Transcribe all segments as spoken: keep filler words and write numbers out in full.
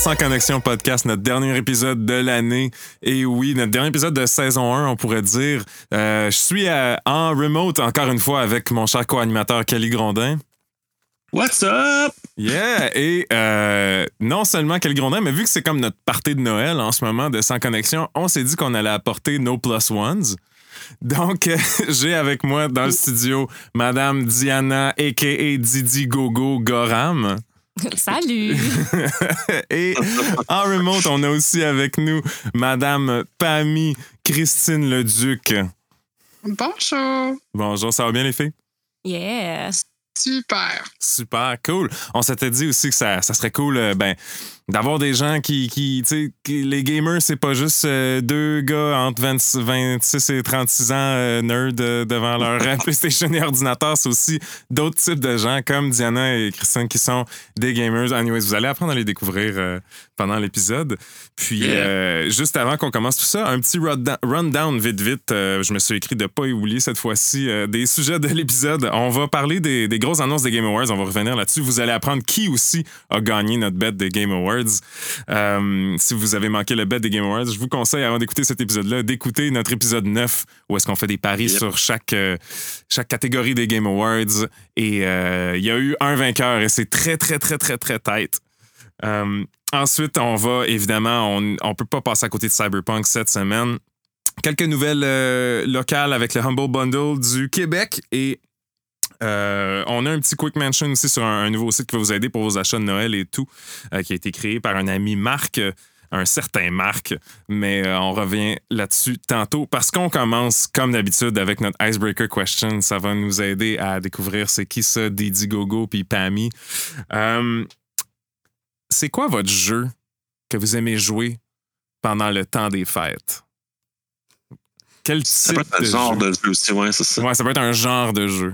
Sans Connexion Podcast, notre dernier épisode de l'année. Et oui, notre dernier épisode de saison un, on pourrait dire. Euh, je suis à, en remote, encore une fois, avec mon cher co-animateur Kelly Grondin. What's up? Yeah! Et euh, non seulement Kelly Grondin, mais vu que c'est comme notre party de Noël en ce moment de Sans Connexion, on s'est dit qu'on allait apporter nos plus ones. Donc, euh, j'ai avec moi dans le studio Madame Diana, a k a. Didi Gogo Goram. Salut! Et en remote, on a aussi avec nous Madame Pammy Christine Leduc. Bonjour! Bonjour, ça va bien les filles? Yeah! Super! Super, cool. On s'était dit aussi que ça, ça serait cool euh, ben, d'avoir des gens qui, qui tu sais, les gamers, c'est pas juste euh, deux gars entre vingt, vingt-six et trente-six ans euh, nerds euh, devant leur PlayStation et ordinateur. C'est aussi d'autres types de gens comme Diana et Christine qui sont des gamers. Anyways, vous allez apprendre à les découvrir euh, pendant l'épisode. Puis, yeah. euh, juste avant qu'on commence tout ça, un petit rundown vite, vite. Euh, je me suis écrit de ne pas oublier cette fois-ci euh, des sujets de l'épisode. On va parler des, des grosses annonces des Game Awards. On va revenir là-dessus. Vous allez apprendre qui aussi a gagné notre bet des Game Awards. Euh, si vous avez manqué le bet des Game Awards, je vous conseille, avant d'écouter cet épisode-là, d'écouter notre épisode neuf où est-ce qu'on fait des paris yep. sur chaque, euh, chaque catégorie des Game Awards. Et il euh, y a eu un vainqueur et c'est très, très, très, très, très tight. Euh, ensuite, on va, évidemment, on ne peut pas passer à côté de Cyberpunk cette semaine. Quelques nouvelles euh, locales avec le Humble Bundle du Québec et Euh, on a un petit quick mention aussi sur un, un nouveau site qui va vous aider pour vos achats de Noël et tout, euh, qui a été créé par un ami Marc, un certain Marc, mais euh, on revient là-dessus tantôt parce qu'on commence comme d'habitude avec notre Icebreaker Question. Ça va nous aider à découvrir c'est qui ça, Didi Gogo puis Pammy. Euh, c'est quoi votre jeu que vous aimez jouer pendant le temps des fêtes? Quel type ça peut être un de genre jeu? de jeu aussi, ouais, c'est ça. Ouais, ça peut être un genre de jeu.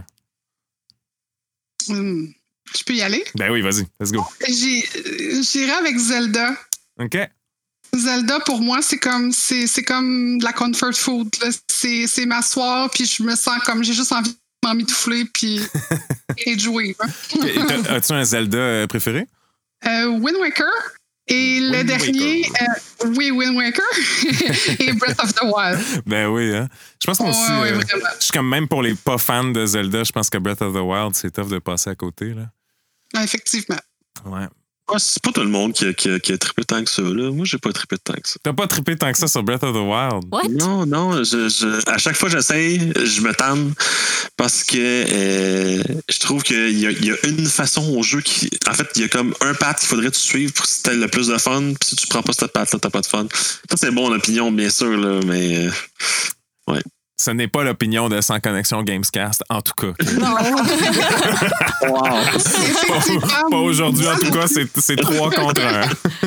Hum, je peux y aller? Ben oui, vas-y, let's go. J'ai, j'irai avec Zelda. OK. Zelda, pour moi, c'est comme c'est, c'est comme de la comfort food. Là. C'est, c'est m'asseoir, puis je me sens comme j'ai juste envie de m'emmitoufler, puis et de jouer. Hein. As-tu un Zelda préféré? Euh, Wind Waker. Et Wind le dernier, euh, oui, Wind Waker et Breath of the Wild. Ben oui, hein. Je pense que moi aussi, ouais, euh, ouais, je suis comme même pour les pas fans de Zelda, je pense que Breath of the Wild, c'est tough de passer à côté, là. Effectivement. Ouais. Ouais, c'est pas tout le monde qui a, qui a, qui a trippé tant que ça, là. Moi, j'ai pas trippé tant que ça. T'as pas trippé tant que ça sur Breath of the Wild? What? Non, non. Je, je, à chaque fois que j'essaye, je me tanne parce que euh, je trouve qu'il y a, il y a une façon au jeu qui... En fait, il y a comme un path qu'il faudrait que tu suives pour que tu aies le plus de fun. Puis si tu prends pas cette path-là, t'as pas de fun. Ça, c'est bon en opinion, bien sûr, là, mais... Euh, ouais. Ce n'est pas l'opinion de Sans Connexion Gamescast, en tout cas. Non. Wow. Pas, pas aujourd'hui, en tout cas, c'est, c'est trois contre un.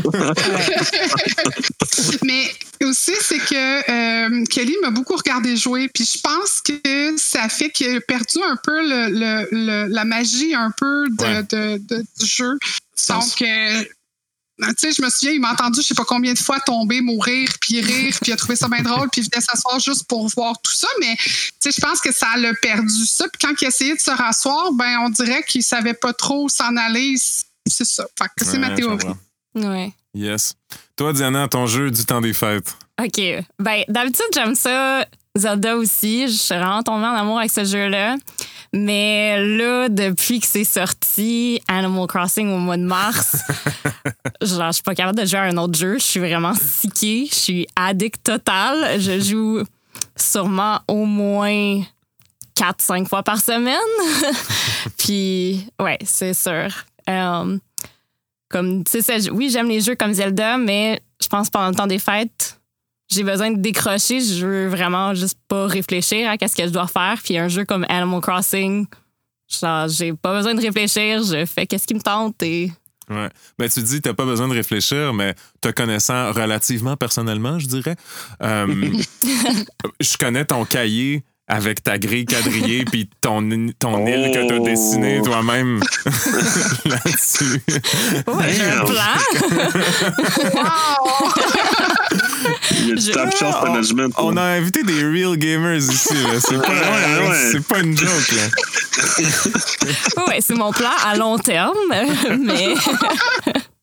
Mais aussi, c'est que euh, Kelly m'a beaucoup regardé jouer, puis je pense que ça fait qu'il a perdu un peu le, le, le, la magie un peu de, ouais. de, de, du jeu. Donc... Euh, tu sais, je me souviens, il m'a entendu je sais pas combien de fois tomber, mourir, puis rire, puis il a trouvé ça bien drôle, puis il venait s'asseoir juste pour voir tout ça, mais tu sais, je pense que ça l'a perdu ça, puis quand il a essayé de se rasseoir, ben on dirait qu'il savait pas trop s'en aller, c'est ça. Fait que c'est ouais, ma théorie. Ouais. Yes. Toi, Diana, ton jeu du temps des fêtes. OK. Ben, d'habitude, j'aime ça, Zelda aussi, je suis vraiment tombée en amour avec ce jeu-là. Mais là, depuis que c'est sorti, Animal Crossing au mois de mars, genre, je suis pas capable de jouer à un autre jeu. Je suis vraiment sickée. Je suis addict total. Je joue sûrement au moins quatre cinq fois par semaine. Puis, ouais, c'est sûr. Um, comme, tu sais, oui, j'aime les jeux comme Zelda, mais je pense pendant le temps des fêtes, j'ai besoin de décrocher, je veux vraiment juste pas réfléchir à qu'est-ce que je dois faire. Puis un jeu comme Animal Crossing, genre, j'ai pas besoin de réfléchir, je fais qu'est-ce qui me tente et... Ouais. Ben, tu dis, t'as pas besoin de réfléchir, mais te connaissant relativement personnellement, je dirais, euh, je connais ton cahier avec ta grille quadrillée puis ton, ton oh. île que t'as dessinée toi-même là-dessus. Ouais, j'ai un plan. Wow! Il y a du top shelf management. On, on a invité des real gamers ici. Là. C'est, pas, ouais, ouais. c'est pas une joke. Là. Ouais, c'est mon plan à long terme, mais...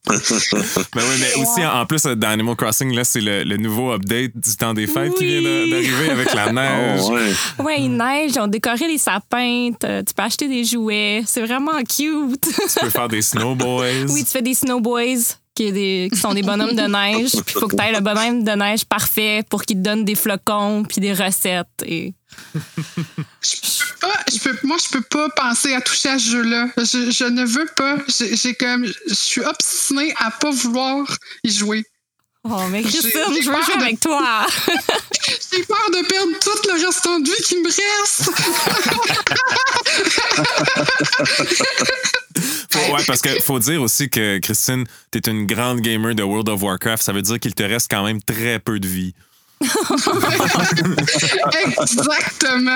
Ben oui, mais aussi, en plus, dans Animal Crossing, là, c'est le, le nouveau update du temps des fêtes oui. qui vient de, d'arriver avec la neige. Oh, ouais. ouais, il neige, ils ont décoré les sapins, tu peux acheter des jouets. C'est vraiment cute. Tu peux faire des snowboys. Oui, tu fais des snowboys. Qui, est des, qui sont des bonhommes de neige. Puis il faut que tu aies le bonhomme de neige parfait pour qu'il te donne des flocons puis des recettes. Et... je peux pas, je peux, moi, je peux pas penser à toucher à ce jeu-là. Je, je ne veux pas. J'ai, j'ai comme, je suis obstinée à pas vouloir y jouer. Oh, mais Christine, j'ai, j'ai je veux jouer de... avec toi. J'ai peur de perdre tout le restant de vie qui me reste. Faut, ouais, parce qu'il faut dire aussi que, Christine, t'es une grande gamer de World of Warcraft. Ça veut dire qu'il te reste quand même très peu de vie. Exactement.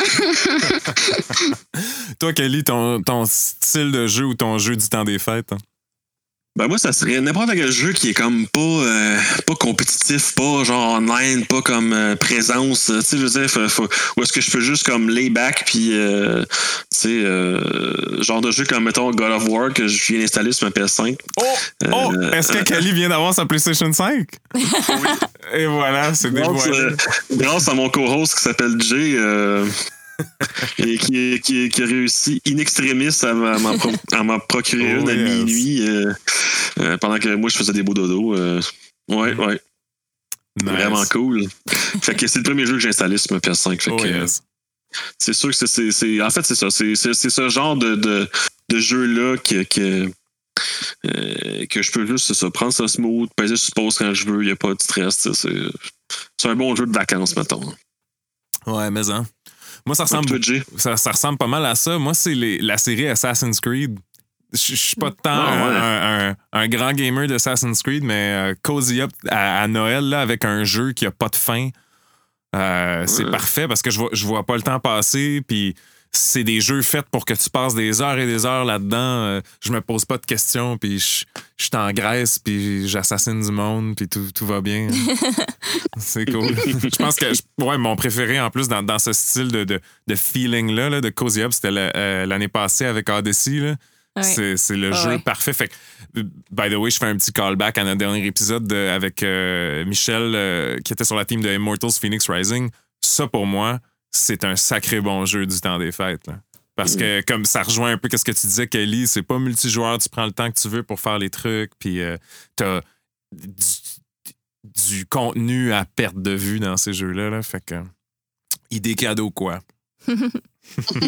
Toi, Kelly, ton, ton style de jeu ou ton jeu du temps des fêtes? Hein? Ben moi, ça serait n'importe quel jeu qui est comme pas euh, pas compétitif, pas genre online, pas comme euh, présence. Tu sais, je veux dire, faut, faut, ou est-ce que je peux juste comme lay back, puis euh, tu sais, euh, genre de jeu comme, mettons, God of War que je viens d'installer sur ma P S cinq. Oh! Euh, oh! Est-ce que Kelly vient d'avoir sa PlayStation cinq? Oui. Et voilà, c'est dévoilé. Euh, grâce à mon co-host qui s'appelle Jay, euh, et qui, qui, qui a réussi in extremis à m'en, pro, à m'en procurer oh, une à yes. minuit euh, euh, pendant que moi je faisais des beaux dodos. Euh, ouais, ouais. Nice. Vraiment cool. Fait que c'est le premier jeu que j'ai installé sur ma P S cinq. Fait oh, que, yes. euh, c'est sûr que c'est, c'est, c'est. En fait, c'est ça. C'est, c'est, c'est ce genre de, de, de jeu-là que. que Euh, que je peux juste, c'est ça, prendre ça smooth, peser sur pause quand je veux, il n'y a pas de stress. C'est, c'est un bon jeu de vacances, mettons. Ouais, mais hein. Moi, ça ressemble, ça, ça ressemble pas mal à ça. Moi, c'est les, la série Assassin's Creed. Je suis pas tant oh, ouais. un, un, un grand gamer d'Assassin's Creed, mais euh, cozy up à, à Noël là, avec un jeu qui a pas de fin. Euh, ouais. C'est parfait parce que je vois, je vois pas le temps passer, puis c'est des jeux faits pour que tu passes des heures et des heures là-dedans. Euh, je me pose pas de questions, puis je, je t'engraisse, puis j'assassine du monde, puis tout, tout va bien. C'est cool. Je pense que je, ouais, mon préféré, en plus, dans, dans ce style de, de, de feeling-là, là, de cozy up, c'était le, euh, l'année passée avec Odyssey. Là. Ouais. C'est, c'est le oh, jeu ouais. parfait. Fait que, by the way, je fais un petit callback à notre dernier épisode de, avec euh, Michel, euh, qui était sur la team de Immortals Phoenix Rising. Ça, pour moi, c'est un sacré bon jeu du temps des fêtes. Là. Parce que, comme ça rejoint un peu ce que tu disais, Kelly, c'est pas multijoueur, tu prends le temps que tu veux pour faire les trucs, puis euh, t'as du, du contenu à perte de vue dans ces jeux-là. Là. Fait que, idée cadeau, quoi. Un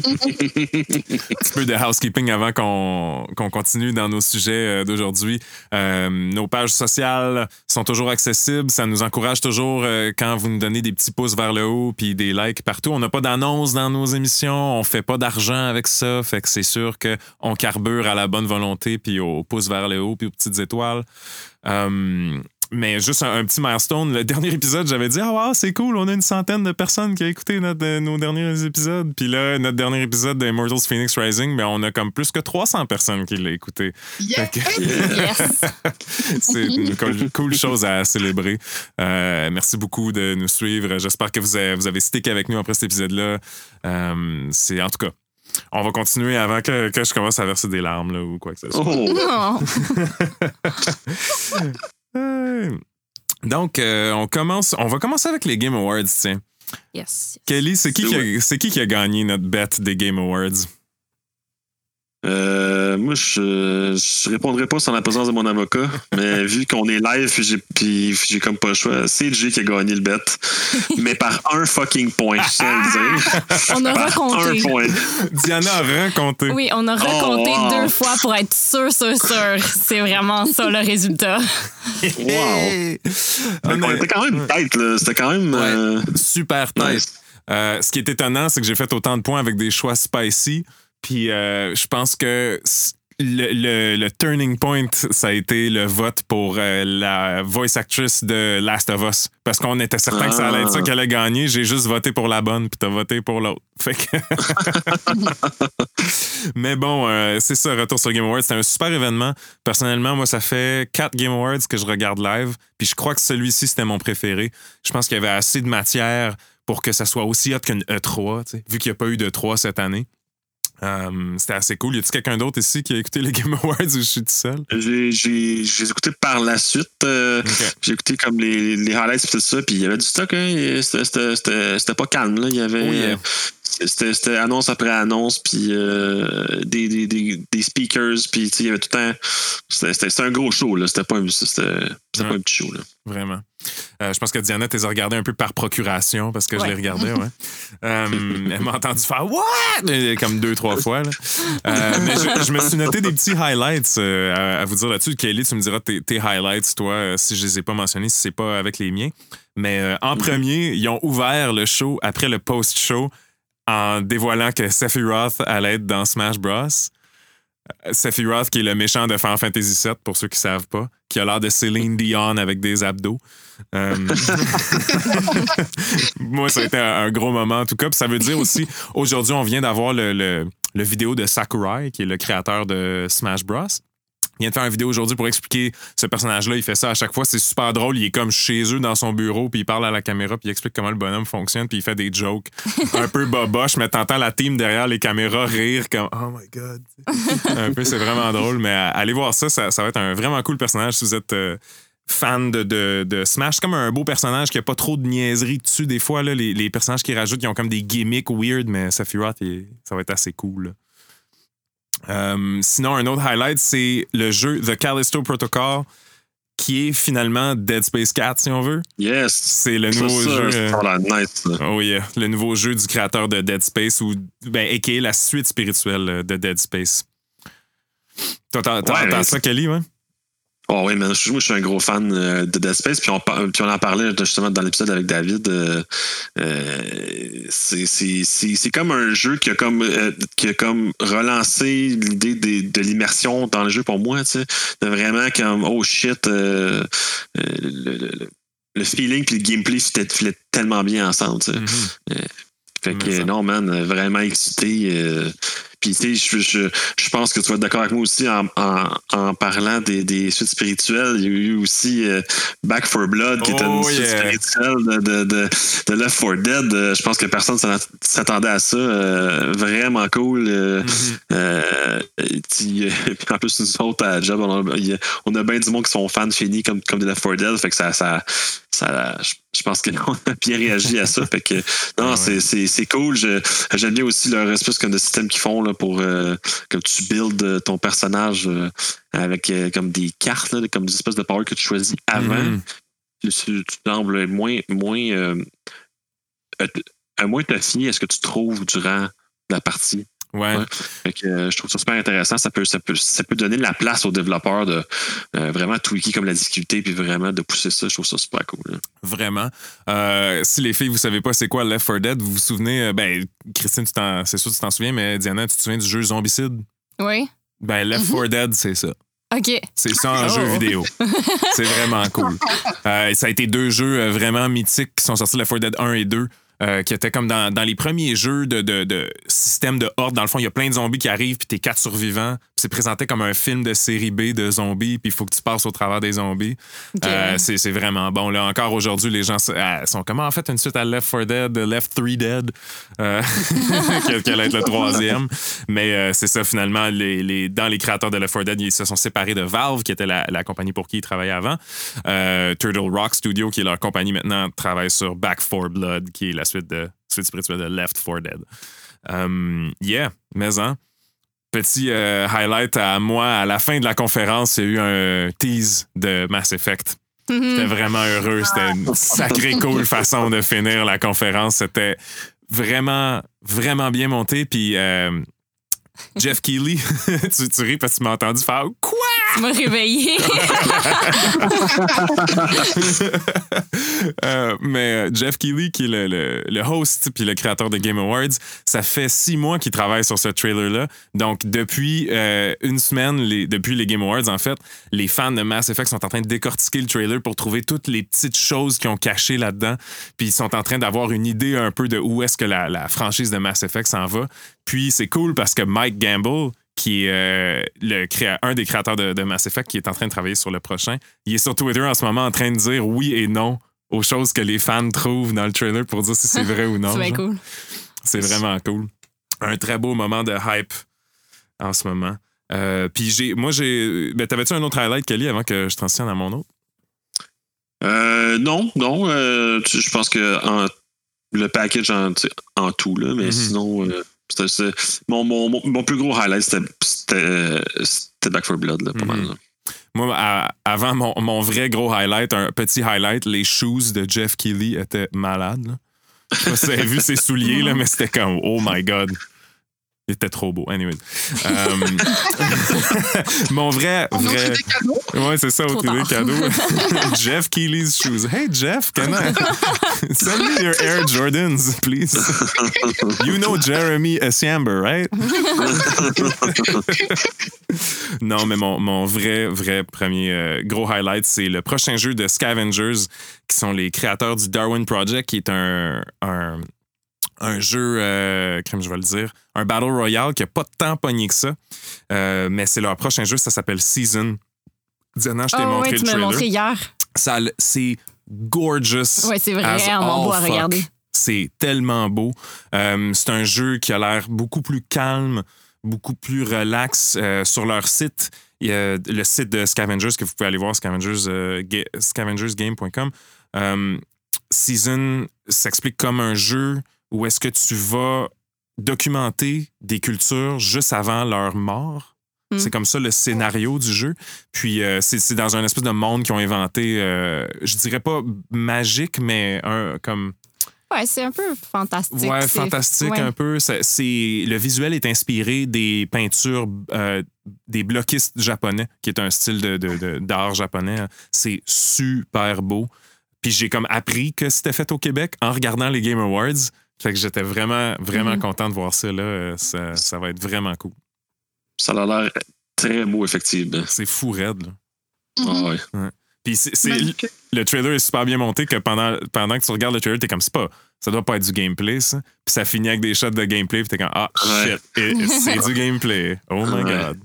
petit peu de housekeeping avant qu'on, qu'on continue dans nos sujets d'aujourd'hui. Euh, nos pages sociales sont toujours accessibles. Ça nous encourage toujours euh, quand vous nous donnez des petits pouces vers le haut puis des likes partout. On n'a pas d'annonces dans nos émissions. On fait pas d'argent avec ça. Fait que c'est sûr qu'on carbure à la bonne volonté puis aux pouces vers le haut puis aux petites étoiles. Euh, Mais juste un, un petit milestone. Le dernier épisode, j'avais dit « Ah, wow, c'est cool, on a une centaine de personnes qui ont écouté notre, nos derniers épisodes. » Puis là, notre dernier épisode de Immortals Phoenix Rising, ben, on a comme plus que trois cents personnes qui l'ont écouté. Yeah. Que... Yes! C'est une cool, cool chose à célébrer. Euh, merci beaucoup de nous suivre. J'espère que vous avez, vous avez stické avec nous après cet épisode-là. Euh, c'est en tout cas... On va continuer avant que, que je commence à verser des larmes là, ou quoi que ce soit. Oh. Donc, euh, on commence, on va commencer avec les Game Awards, tiens. Yes. yes. Kelly, c'est qui, qui a, c'est qui qui a gagné notre bet des Game Awards? Euh, moi, je, je répondrai pas sans la présence de mon avocat, mais vu qu'on est live, puis j'ai, puis j'ai comme pas le choix, c'est Jay qui a gagné le bet, mais par un fucking point, je tiens à le dire. On a par recompté. Un point. Diana a recompté. Oui, on a recompté oh, wow. deux fois pour être sûr, sûr, sûr. C'est vraiment ça le résultat. Wow! On mais... était quand même tête, là. C'était quand même... Ouais, euh... super tête. Nice. Euh, ce qui est étonnant, c'est que j'ai fait autant de points avec des choix spicy. Puis euh, je pense que le, le, le turning point, ça a été le vote pour euh, la voice actress de Last of Us. Parce qu'on était certain ah. que ça allait être ça qu'elle allait gagner. J'ai juste voté pour la bonne, puis t'as voté pour l'autre. Fait que... Mais bon, euh, c'est ça, retour sur Game Awards. C'était un super événement. Personnellement, moi, ça fait quatre Game Awards que je regarde live. Puis je crois que celui-ci, c'était mon préféré. Je pense qu'il y avait assez de matière pour que ça soit aussi hot qu'une E trois, t'sais, vu qu'il n'y a pas eu de E trois cette année. Um, c'était assez cool. Y a-t-il quelqu'un d'autre ici qui a écouté les Game Awards ou je suis tout seul? J'ai, j'ai, j'ai écouté par la suite. Euh, okay. J'ai écouté comme les, les highlights et tout ça. Puis il y avait du stock. Hein, c'était, c'était, c'était, c'était pas calme. Là. Il y avait. Oh yeah. C'était, c'était annonce après annonce, puis euh, des, des, des, des speakers, puis il y avait tout un. C'était, c'était, c'était un gros show, là. C'était pas un, c'était, c'était ouais. pas un petit show, là. Vraiment. Euh, je pense que Diana, tu les as regardés un peu par procuration, parce que ouais. je les regardais, ouais. euh, elle m'a entendu faire What? Comme deux, trois fois, là. Euh, mais je, je me suis noté des petits highlights euh, à, à vous dire là-dessus. Kelly, tu me diras tes, tes highlights, toi, euh, si je les ai pas mentionnés, si c'est pas avec les miens. Mais euh, en mm-hmm. premier, ils ont ouvert le show après le post-show en dévoilant que Sephiroth allait être dans Smash Bros. Sephiroth, qui est le méchant de Final Fantasy sept, pour ceux qui ne savent pas, qui a l'air de Céline Dion avec des abdos. Euh... Moi, ça a été un, un gros moment, en tout cas. Puis ça veut dire aussi, aujourd'hui, on vient d'avoir le, le, le vidéo de Sakurai, qui est le créateur de Smash Bros. Il vient de faire une vidéo aujourd'hui pour expliquer ce personnage-là. Il fait ça à chaque fois. C'est super drôle. Il est comme chez eux dans son bureau, puis il parle à la caméra, puis il explique comment le bonhomme fonctionne, puis il fait des jokes un peu boboche, mais t'entends la team derrière les caméras rire comme « Oh my God! » Un peu, c'est vraiment drôle. Mais allez voir ça, ça, ça va être un vraiment cool personnage si vous êtes euh, fan de, de, de Smash. C'est comme un beau personnage qui a pas trop de niaiserie dessus. Des fois, là, les, les personnages qui rajoutent, ils ont comme des gimmicks weird, mais Sephiroth, il, ça va être assez cool, là. Euh, sinon, un autre highlight, c'est le jeu The Callisto Protocol, qui est finalement Dead Space quatre, si on veut. Yes! C'est le nouveau ça, jeu. Ça, ça nice, oh yeah, le nouveau jeu du créateur de Dead Space, ou ben, a k a la suite spirituelle de Dead Space. Toi, t'as, t'as, ouais, t'as ça, Kelly, ouais? Oh oui, mais moi, je suis un gros fan de Dead Space, puis on, puis on en parlait justement dans l'épisode avec David. Euh, c'est, c'est, c'est, c'est comme un jeu qui a comme, euh, qui a comme relancé l'idée de, de l'immersion dans le jeu pour moi, tu sais, de vraiment comme, oh shit, euh, euh, le, le, le feeling puis le gameplay filaient tellement bien ensemble, tu sais. Mm-hmm. Euh, fait que non, man, vraiment excité. Euh, Puis, tu sais, je, je, je pense que tu vas être d'accord avec moi aussi en, en, en parlant des, des suites spirituelles. Il y a eu aussi euh, Back four Blood, qui oh, était une suite yeah. spirituelle de, de, de, de Left four Dead. Euh, je pense que personne ne s'attendait à ça. Euh, vraiment cool. Euh, mm-hmm. euh, puis, en plus, nous autres, à Job, on a, on a bien du monde qui sont fans finis comme, comme de Left four Dead. Fait que ça, ça, ça je pense qu'on a bien réagi à ça. Fait que, non, ouais. c'est, c'est, c'est cool. Je, j'aime bien aussi leur espèce de système qu'ils font là, pour euh, que tu builds ton personnage euh, avec euh, comme des cartes, là, comme des espèces de power que tu choisis avant. Mm-hmm. Tu, tu sembles moins, moins, euh, à moins t'affiner à ce que tu trouves durant la partie. Ouais. ouais. Fait que, euh, je trouve ça super intéressant. Ça peut, ça peut, ça peut donner de la place aux développeurs de euh, vraiment tweaker comme la difficulté puis vraiment de pousser ça. Je trouve ça super cool. Là. Vraiment. Euh, si les filles, vous savez pas c'est quoi Left four Dead, vous vous souvenez, ben, Christine, tu t'en, c'est sûr que tu t'en souviens, mais Diana, tu te souviens du jeu Zombicide? Oui. Ben, Left four Dead, c'est ça. OK. C'est ça en oh. jeu vidéo. C'est vraiment cool. Euh, ça a été deux jeux vraiment mythiques qui sont sortis, Left four Dead un et deux. Euh, qui était comme dans, dans les premiers jeux de, de, de système de horde. Dans le fond, il y a plein de zombies qui arrivent, puis t'es quatre survivants. Puis c'est présenté comme un film de série B de zombies, puis il faut que tu passes au travers des zombies. Okay. Euh, c'est, c'est vraiment bon. Là, encore aujourd'hui, les gens euh, sont comme en fait une suite à Left four Dead, Left three Dead, euh, qui allait être le troisième. Mais euh, c'est ça, finalement, les, les, dans les créateurs de Left four Dead, ils se sont séparés de Valve, qui était la, la compagnie pour qui ils travaillaient avant. Euh, Turtle Rock Studio, qui est leur compagnie maintenant, travaille sur Back four Blood, qui est la suite de suite spirituelle de Left four Dead. Um, yeah, mais hein. Petit euh, highlight à moi, à la fin de la conférence, il y a eu un tease de Mass Effect. Mm-hmm. J'étais vraiment heureux. C'était une sacrée cool façon de finir la conférence. C'était vraiment, vraiment bien monté. Puis euh, Jeff Keighley, tu, tu ris parce que tu m'as entendu faire « Quoi? » Tu m'as réveillé. euh, mais Jeff Keighley, qui est le, le, le host puis le créateur de Game Awards, ça fait six mois qu'il travaille sur ce trailer-là. Donc, depuis euh, une semaine, les, depuis les Game Awards, en fait, les fans de Mass Effect sont en train de décortiquer le trailer pour trouver toutes les petites choses qu'ils ont cachées là-dedans. Puis, ils sont en train d'avoir une idée un peu de où est-ce que la, la franchise de Mass Effect s'en va. Puis, c'est cool parce que Mike Gamble, qui est euh, le créa- un des créateurs de, de Mass Effect, qui est en train de travailler sur le prochain. Il est sur Twitter en ce moment en train de dire oui et non aux choses que les fans trouvent dans le trailer pour dire si c'est vrai ou non. C'est bien cool. C'est vraiment cool. un très beau moment de hype en ce moment. Euh, Puis j'ai, moi, j'ai. Ben, t'avais-tu un autre highlight, Kelly, avant que je transitionne à mon autre? Euh, non, non. Euh, je pense que en, le package en, en tout, là, mais mm-hmm. sinon, euh, c'était, c'était, mon, mon, mon plus gros highlight, c'était, c'était, c'était Back four Blood, là, pas mm-hmm. mal. Là. Moi, à, avant mon, mon vrai gros highlight, un petit highlight, les shoes de Jeff Keighley étaient malades. Là. Je sais pas si vous avez vu ses souliers, là, mais c'était comme, oh my God. Il était trop beau. Anyway. Um, mon vrai. On vrai... a des cadeaux. Ouais, c'est ça, au des cadeaux. Jeff Keighley's shoes. Hey, Jeff, can I... Send me your Air Jordans, please. You know Jeremy Esiamber, right? Non, mais mon, mon vrai, vrai premier euh, gros highlight, c'est le prochain jeu de Scavengers, qui sont les créateurs du Darwin Project, qui est un. un un jeu, euh, comme je vais le dire, un Battle Royale qui n'a pas tant pogné que ça. Euh, mais c'est leur prochain jeu, ça s'appelle Season. Diana, je t'ai oh, montré ouais, le tu trailer. m'as montré hier. Ça, c'est gorgeous. Oui, c'est vraiment beau à fuck. regarder. C'est tellement beau. Euh, c'est un jeu qui a l'air beaucoup plus calme, beaucoup plus relax. Euh, sur leur site, il y a le site de Scavengers que vous pouvez aller voir, scavengers, euh, ga- scavengers game point com. Euh, Season s'explique comme un jeu où est-ce que tu vas documenter des cultures juste avant leur mort. Mm. C'est comme ça le scénario du jeu. Puis euh, c'est, c'est dans un espèce de monde qu'ils ont inventé, euh, je dirais pas magique, mais un comme... Ouais, c'est un peu fantastique. Ouais, c'est... fantastique ouais. un peu. C'est, c'est... Le visuel est inspiré des peintures euh, des bloquistes japonais, qui est un style de, de, de, d'art japonais. C'est super beau. Puis j'ai comme appris que c'était fait au Québec en regardant les Game Awards. Fait que j'étais vraiment, vraiment mm-hmm. content de voir ça. Là. Ça, ça va être vraiment cool. Ça a l'air très beau, effectivement. C'est fou raide. Là. Mm-hmm. Ah ouais. ouais. Puis c'est, c'est, le trailer est super bien monté que pendant, pendant que tu regardes le trailer, t'es comme, c'est pas, ça doit pas être du gameplay, ça. Puis ça finit avec des shots de gameplay, puis t'es comme, ah, ouais. shit, et, c'est du gameplay. Oh my ouais. God.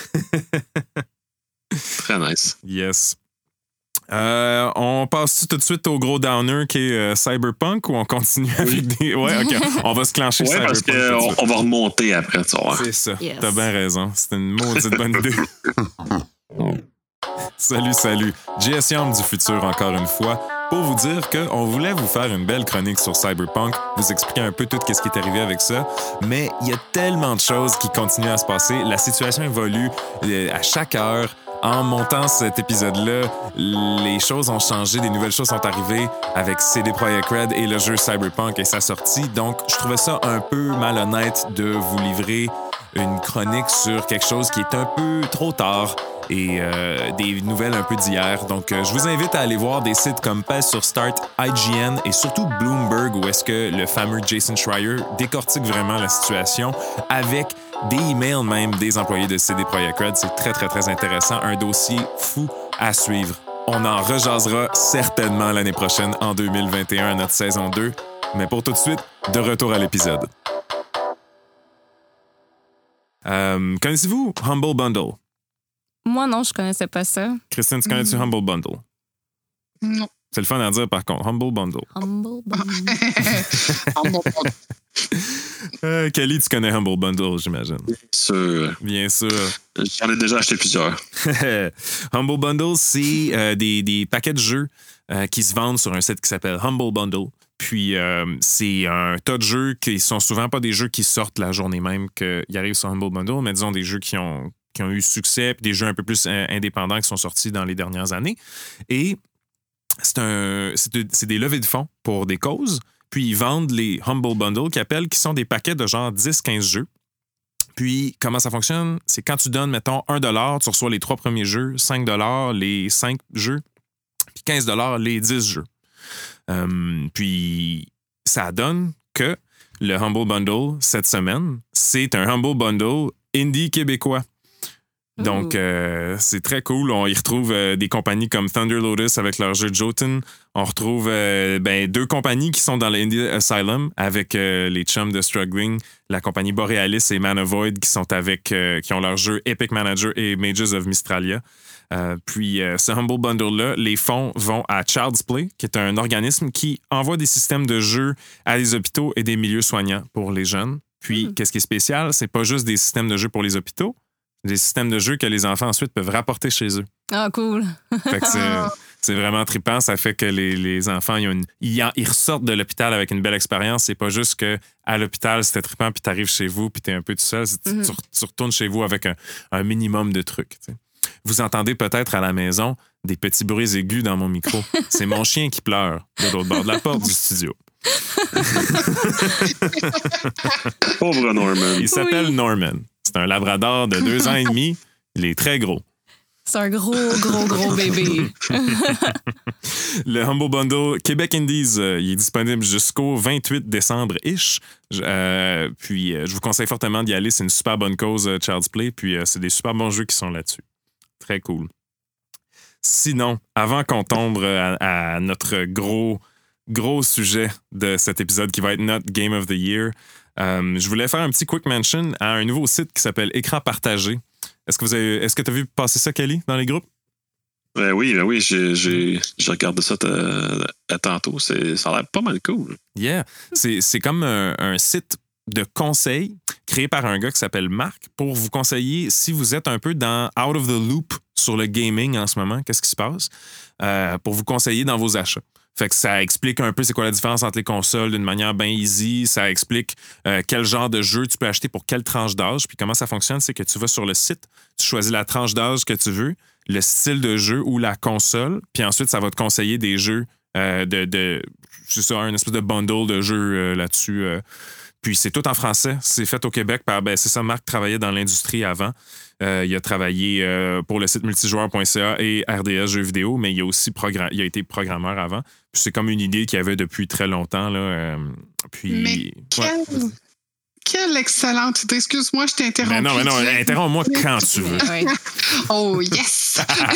Très nice. Yes. Euh, on passe tout de suite au gros downer qui est euh, Cyberpunk ou on continue avec oui. des... Ouais, OK. On va se clencher ouais, Cyberpunk. parce qu'on on va remonter après, tu vois. C'est ça. Yes. T'as bien raison. C'est une maudite bonne idée. Salut, salut. J S Young du futur encore une fois pour vous dire qu'on voulait vous faire une belle chronique sur Cyberpunk, vous expliquer un peu tout ce qui est arrivé avec ça, mais il y a tellement de choses qui continuent à se passer. La situation évolue à chaque heure. En montant cet épisode-là, les choses ont changé, des nouvelles choses sont arrivées avec C D Projekt Red et le jeu Cyberpunk et sa sortie. Donc, je trouvais ça un peu malhonnête de vous livrer une chronique sur quelque chose qui est un peu trop tard et euh, des nouvelles un peu d'hier. Donc, euh, je vous invite à aller voir des sites comme P E S sur Start, I G N et surtout Bloomberg, où est-ce que le fameux Jason Schreier décortique vraiment la situation avec des emails même des employés de C D Projekt Red. C'est très, très, très intéressant. Un dossier fou à suivre. On en rejasera certainement l'année prochaine, en deux mille vingt et un, à notre saison deux. Mais pour tout de suite, de retour à l'épisode. Euh, connaissez-vous Humble Bundle? Moi, non, je connaissais pas ça. Christine, tu connais-tu mm. Humble Bundle? Non. C'est le fun à dire, par contre. Humble Bundle. Humble Bundle. Humble Bundle. euh, Kelly, tu connais Humble Bundle, j'imagine. Bien sûr. Bien sûr. J'en ai déjà acheté plusieurs. Humble Bundle, c'est euh, des, des paquets de jeux euh, qui se vendent sur un site qui s'appelle Humble Bundle. Puis, euh, c'est un tas de jeux qui sont souvent pas des jeux qui sortent la journée même qu'ils arrivent sur Humble Bundle, mais disons des jeux qui ont, qui ont eu succès, puis des jeux un peu plus indépendants qui sont sortis dans les dernières années. Et c'est, un, c'est, de, c'est des levées de fonds pour des causes. Puis, ils vendent les Humble Bundle, qu'ils appellent, qui sont des paquets de genre dix à quinze jeux. Puis, comment ça fonctionne? C'est quand tu donnes, mettons, un dollar, tu reçois les trois premiers jeux, cinq dollars les cinq jeux, puis quinze dollars les dix jeux. Um, puis, ça donne que le Humble Bundle, cette semaine, c'est un Humble Bundle indie québécois. Donc, euh, c'est très cool. On y retrouve euh, des compagnies comme Thunder Lotus avec leur jeu Jotun. On retrouve euh, ben, deux compagnies qui sont dans l'Indie Asylum avec euh, les chums de Struggling, la compagnie Borealis et Man of Void qui sont avec, euh, qui ont leur jeu Epic Manager et Mages of Mystralia. Euh, puis, euh, ce Humble Bundle-là, les fonds vont à Child's Play, qui est un organisme qui envoie des systèmes de jeux à des hôpitaux et des milieux soignants pour les jeunes. Puis, Mm. qu'est-ce qui est spécial, c'est pas juste des systèmes de jeu pour les hôpitaux, des systèmes de jeu que les enfants ensuite peuvent rapporter chez eux. Ah, cool. Fait que c'est, c'est vraiment trippant. Ça fait que les, les enfants, ils, ont une, ils, en- ils ressortent de l'hôpital avec une belle expérience. C'est pas juste que à l'hôpital, c'était trippant, puis t'arrives chez vous, puis t'es un peu tout seul. C'est- Mhm. tu, tu retournes chez vous avec un, un minimum de trucs. Tu sais. Vous entendez peut-être à la maison des petits bruits aigus dans mon micro. C'est mon chien qui pleure de l'autre bord de la porte du studio. Pauvre Norman. Il s'appelle Oui. Norman. C'est un labrador de deux ans et demi. Il est très gros. C'est un gros, gros, gros bébé. Le Humble Bundle Québec Indies, euh, il est disponible jusqu'au vingt-huit décembre-ish. Je- euh, puis, euh, je vous conseille fortement d'y aller. C'est une super bonne cause, euh, Child's Play. Puis, euh, c'est des super bons jeux qui sont là-dessus. Très cool. Sinon, avant qu'on tombe euh, à, à notre gros, gros sujet de cet épisode qui va être notre Game of the Year, euh, je voulais faire un petit quick mention à un nouveau site qui s'appelle Écran partagé. Est-ce que vous avez, est-ce que tu as vu passer ça, Kelly, dans les groupes? Ben oui, ben oui, j'ai, j'ai, j'ai regardé ça t- à tantôt. C'est, ça a l'air pas mal cool. Yeah. C'est, c'est comme un, un site de conseils créé par un gars qui s'appelle Marc pour vous conseiller si vous êtes un peu dans out of the loop sur le gaming en ce moment, qu'est-ce qui se passe, euh, pour vous conseiller dans vos achats. Fait que ça explique un peu c'est quoi la différence entre les consoles d'une manière bien easy. Ça explique euh, quel genre de jeu tu peux acheter pour quelle tranche d'âge. Puis comment ça fonctionne, c'est que tu vas sur le site, tu choisis la tranche d'âge que tu veux, le style de jeu ou la console. Puis ensuite, ça va te conseiller des jeux euh, de, de... C'est ça, un espèce de bundle de jeux euh, là-dessus. euh. Puis c'est tout en français. C'est fait au Québec par... Ben, c'est ça, Marc travaillait dans l'industrie avant. Euh, il a travaillé euh, pour le site multijoueur point c a et R D S Jeux vidéo, mais il a aussi progra- il a été programmeur avant. Puis c'est comme une idée qu'il avait depuis très longtemps. Là, euh, puis, Mais ouais. quelle, quelle excellente idée. Excuse-moi, je t'ai interrompu. Ben non, mais non, Jay. interromps-moi quand tu veux. Ouais. Oh, yes!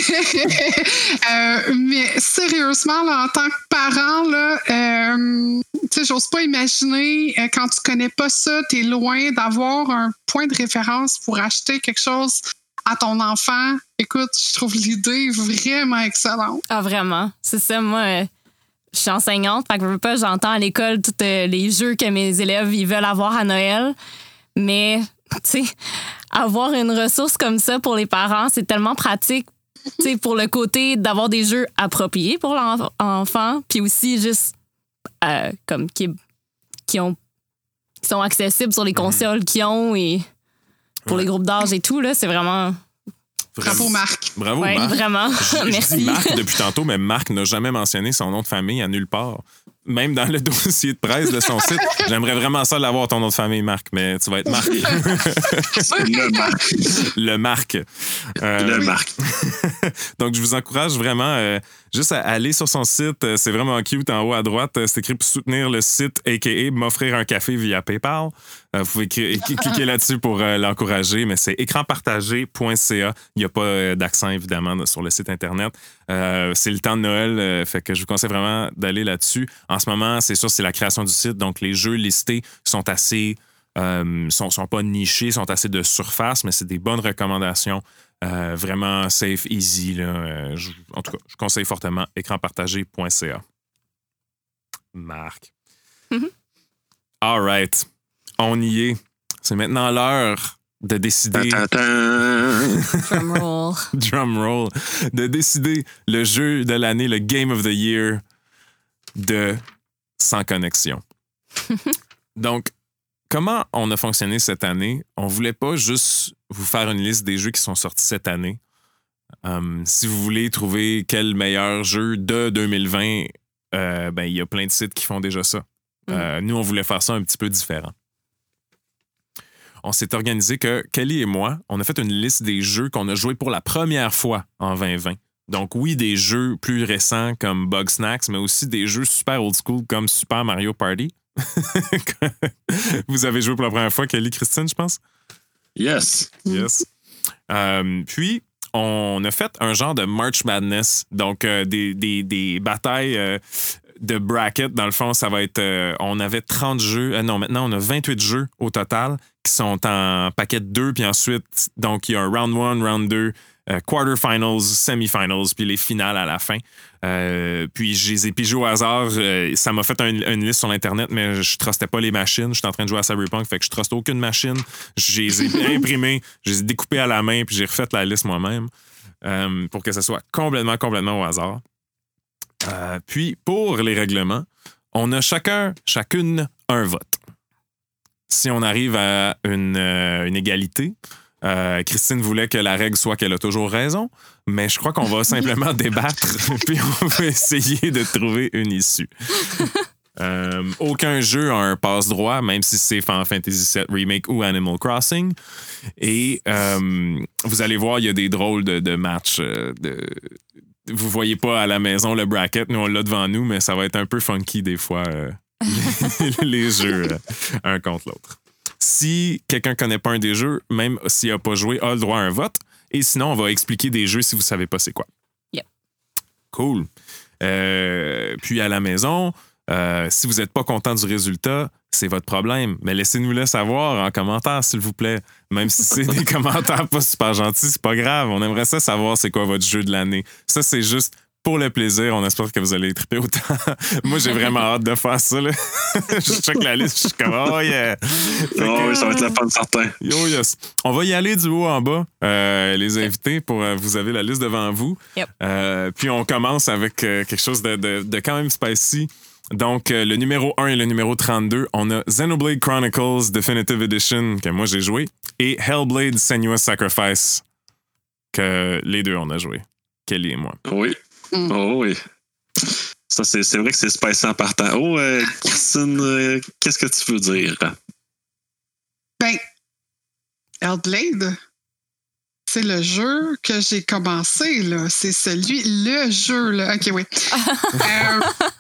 Euh, mais sérieusement, là, en tant que parent, là, euh, tu sais, j'ose pas imaginer, euh, quand tu connais pas ça, t'es loin d'avoir un point de référence pour acheter quelque chose à ton enfant. Écoute, je trouve l'idée vraiment excellente. Ah, vraiment. C'est ça, moi, euh, je suis enseignante, fait que je veux pas, j'entends à l'école tous euh, les jeux que mes élèves ils veulent avoir à Noël. Mais, tu sais, avoir une ressource comme ça pour les parents, c'est tellement pratique. Tu sais, pour le côté d'avoir des jeux appropriés pour l'enfant, puis aussi juste euh, comme qui, qui ont qui sont accessibles sur les consoles qu'ils ont et pour Ouais. les groupes d'âge et tout, là, c'est vraiment... Bravo, Marc. Bravo, Ouais, Marc. vraiment. Je, je Merci. dis Marc depuis tantôt, mais Marc n'a jamais mentionné son nom de famille à nulle part. Même dans le dossier de presse de son site. J'aimerais vraiment ça l'avoir, ton nom de famille, Marc, mais tu vas être Marc. Le Marc. Le Marc. Euh, Le Marc. Donc, je vous encourage vraiment euh, juste à aller sur son site. Euh, C'est vraiment cute en haut à droite. Euh, C'est écrit pour soutenir le site, a k a m'offrir un café via PayPal. Euh, vous pouvez cri- cliquer là-dessus pour euh, l'encourager, mais c'est écran partagé point c a. Il n'y a pas euh, d'accent, évidemment, sur le site Internet. Euh, c'est le temps de Noël, euh, fait que je vous conseille vraiment d'aller là-dessus. En ce moment, c'est sûr, c'est la création du site, donc les jeux listés sont assez... Euh, sont, sont pas nichés, sont assez de surface, mais c'est des bonnes recommandations. Euh, vraiment safe, easy. Là. Euh, je- en tout cas, je conseille fortement écran partagé point c a. Marc. Mhm. All right. On y est. C'est maintenant l'heure de décider, Ta-ta-ta. Drumroll. drum roll, de décider le jeu de l'année, le Game of the Year de Sans Connexion. Donc, comment on a fonctionné cette année? On voulait pas juste vous faire une liste des jeux qui sont sortis cette année. Um, si vous voulez trouver quel meilleur jeu de deux mille vingt, euh, ben, il y a plein de sites qui font déjà ça. Mm. Euh, nous, on voulait faire ça un petit peu différent. On s'est organisé que Kelly et moi, on a fait une liste des jeux qu'on a joués pour la première fois en vingt vingt. Donc oui, des jeux plus récents comme Bugsnax, mais aussi des jeux super old school comme Super Mario Party. Vous avez joué pour la première fois, Kelly, Christine, je pense? Yes. Yes. Euh, puis, on a fait un genre de March Madness, donc euh, des, des, des batailles euh, de bracket. Dans le fond, ça va être... euh, on avait trente jeux. Euh, non, maintenant, on a vingt-huit jeux au total qui sont en paquet de deux. Puis ensuite, donc, il y a un round one, round deux, euh, quarterfinals, semifinals, puis les finales à la fin. Euh, puis je les ai pigés au hasard. Euh, ça m'a fait un, une liste sur l'Internet, mais je trustais pas les machines. Je suis en train de jouer à Cyberpunk, fait que je truste aucune machine. Je les ai imprimés, je les ai découpés à la main, puis j'ai refait la liste moi-même euh, pour que ça soit complètement, complètement au hasard. Euh, puis, pour les règlements, on a chacun, chacune, un vote. Si on arrive à une, euh, une égalité, euh, Christine voulait que la règle soit qu'elle a toujours raison, mais je crois qu'on va simplement débattre puis on va essayer de trouver une issue. Euh, aucun jeu a un passe-droit, même si c'est Final Fantasy sept Remake ou Animal Crossing. Et euh, vous allez voir, il y a des drôles de, de matchs. Euh, de... Vous voyez pas à la maison le bracket, nous on l'a devant nous, mais ça va être un peu funky des fois, euh, les, les jeux euh, un contre l'autre. Si quelqu'un ne connaît pas un des jeux, même s'il n'a pas joué, a le droit à un vote. Et sinon, on va expliquer des jeux si vous ne savez pas c'est quoi. Yep. Cool. Euh, puis à la maison, euh, si vous n'êtes pas content du résultat, c'est votre problème. Mais laissez-nous le savoir en commentaire, s'il vous plaît. Même si c'est des commentaires pas super gentils, c'est pas grave. On aimerait ça savoir c'est quoi votre jeu de l'année. Ça, c'est juste pour le plaisir. On espère que vous allez triper autant. Moi, j'ai vraiment hâte de faire ça. Là. Je check la liste, je suis comme « Oh yeah! » Oh oui, ça va être la fun certain. Oh yes. On va y aller du haut en bas, euh, les invités, pour euh, vous avez la liste devant vous. Yep. Euh, puis on commence avec euh, quelque chose de, de, de quand même spicy. Donc, euh, le numéro un et le numéro trente-deux, on a Xenoblade Chronicles Definitive Edition, que moi j'ai joué, et Hellblade Senua's Sacrifice, que les deux on a joué. Kelly et moi. Oui. Mm. Oh oui. Ça, c'est, c'est vrai que c'est spicy en partant. Oh, euh, Christine, euh, qu'est-ce que tu veux dire? Ben, Hellblade, c'est le jeu que j'ai commencé, là. C'est celui, le jeu, là. OK, oui. euh,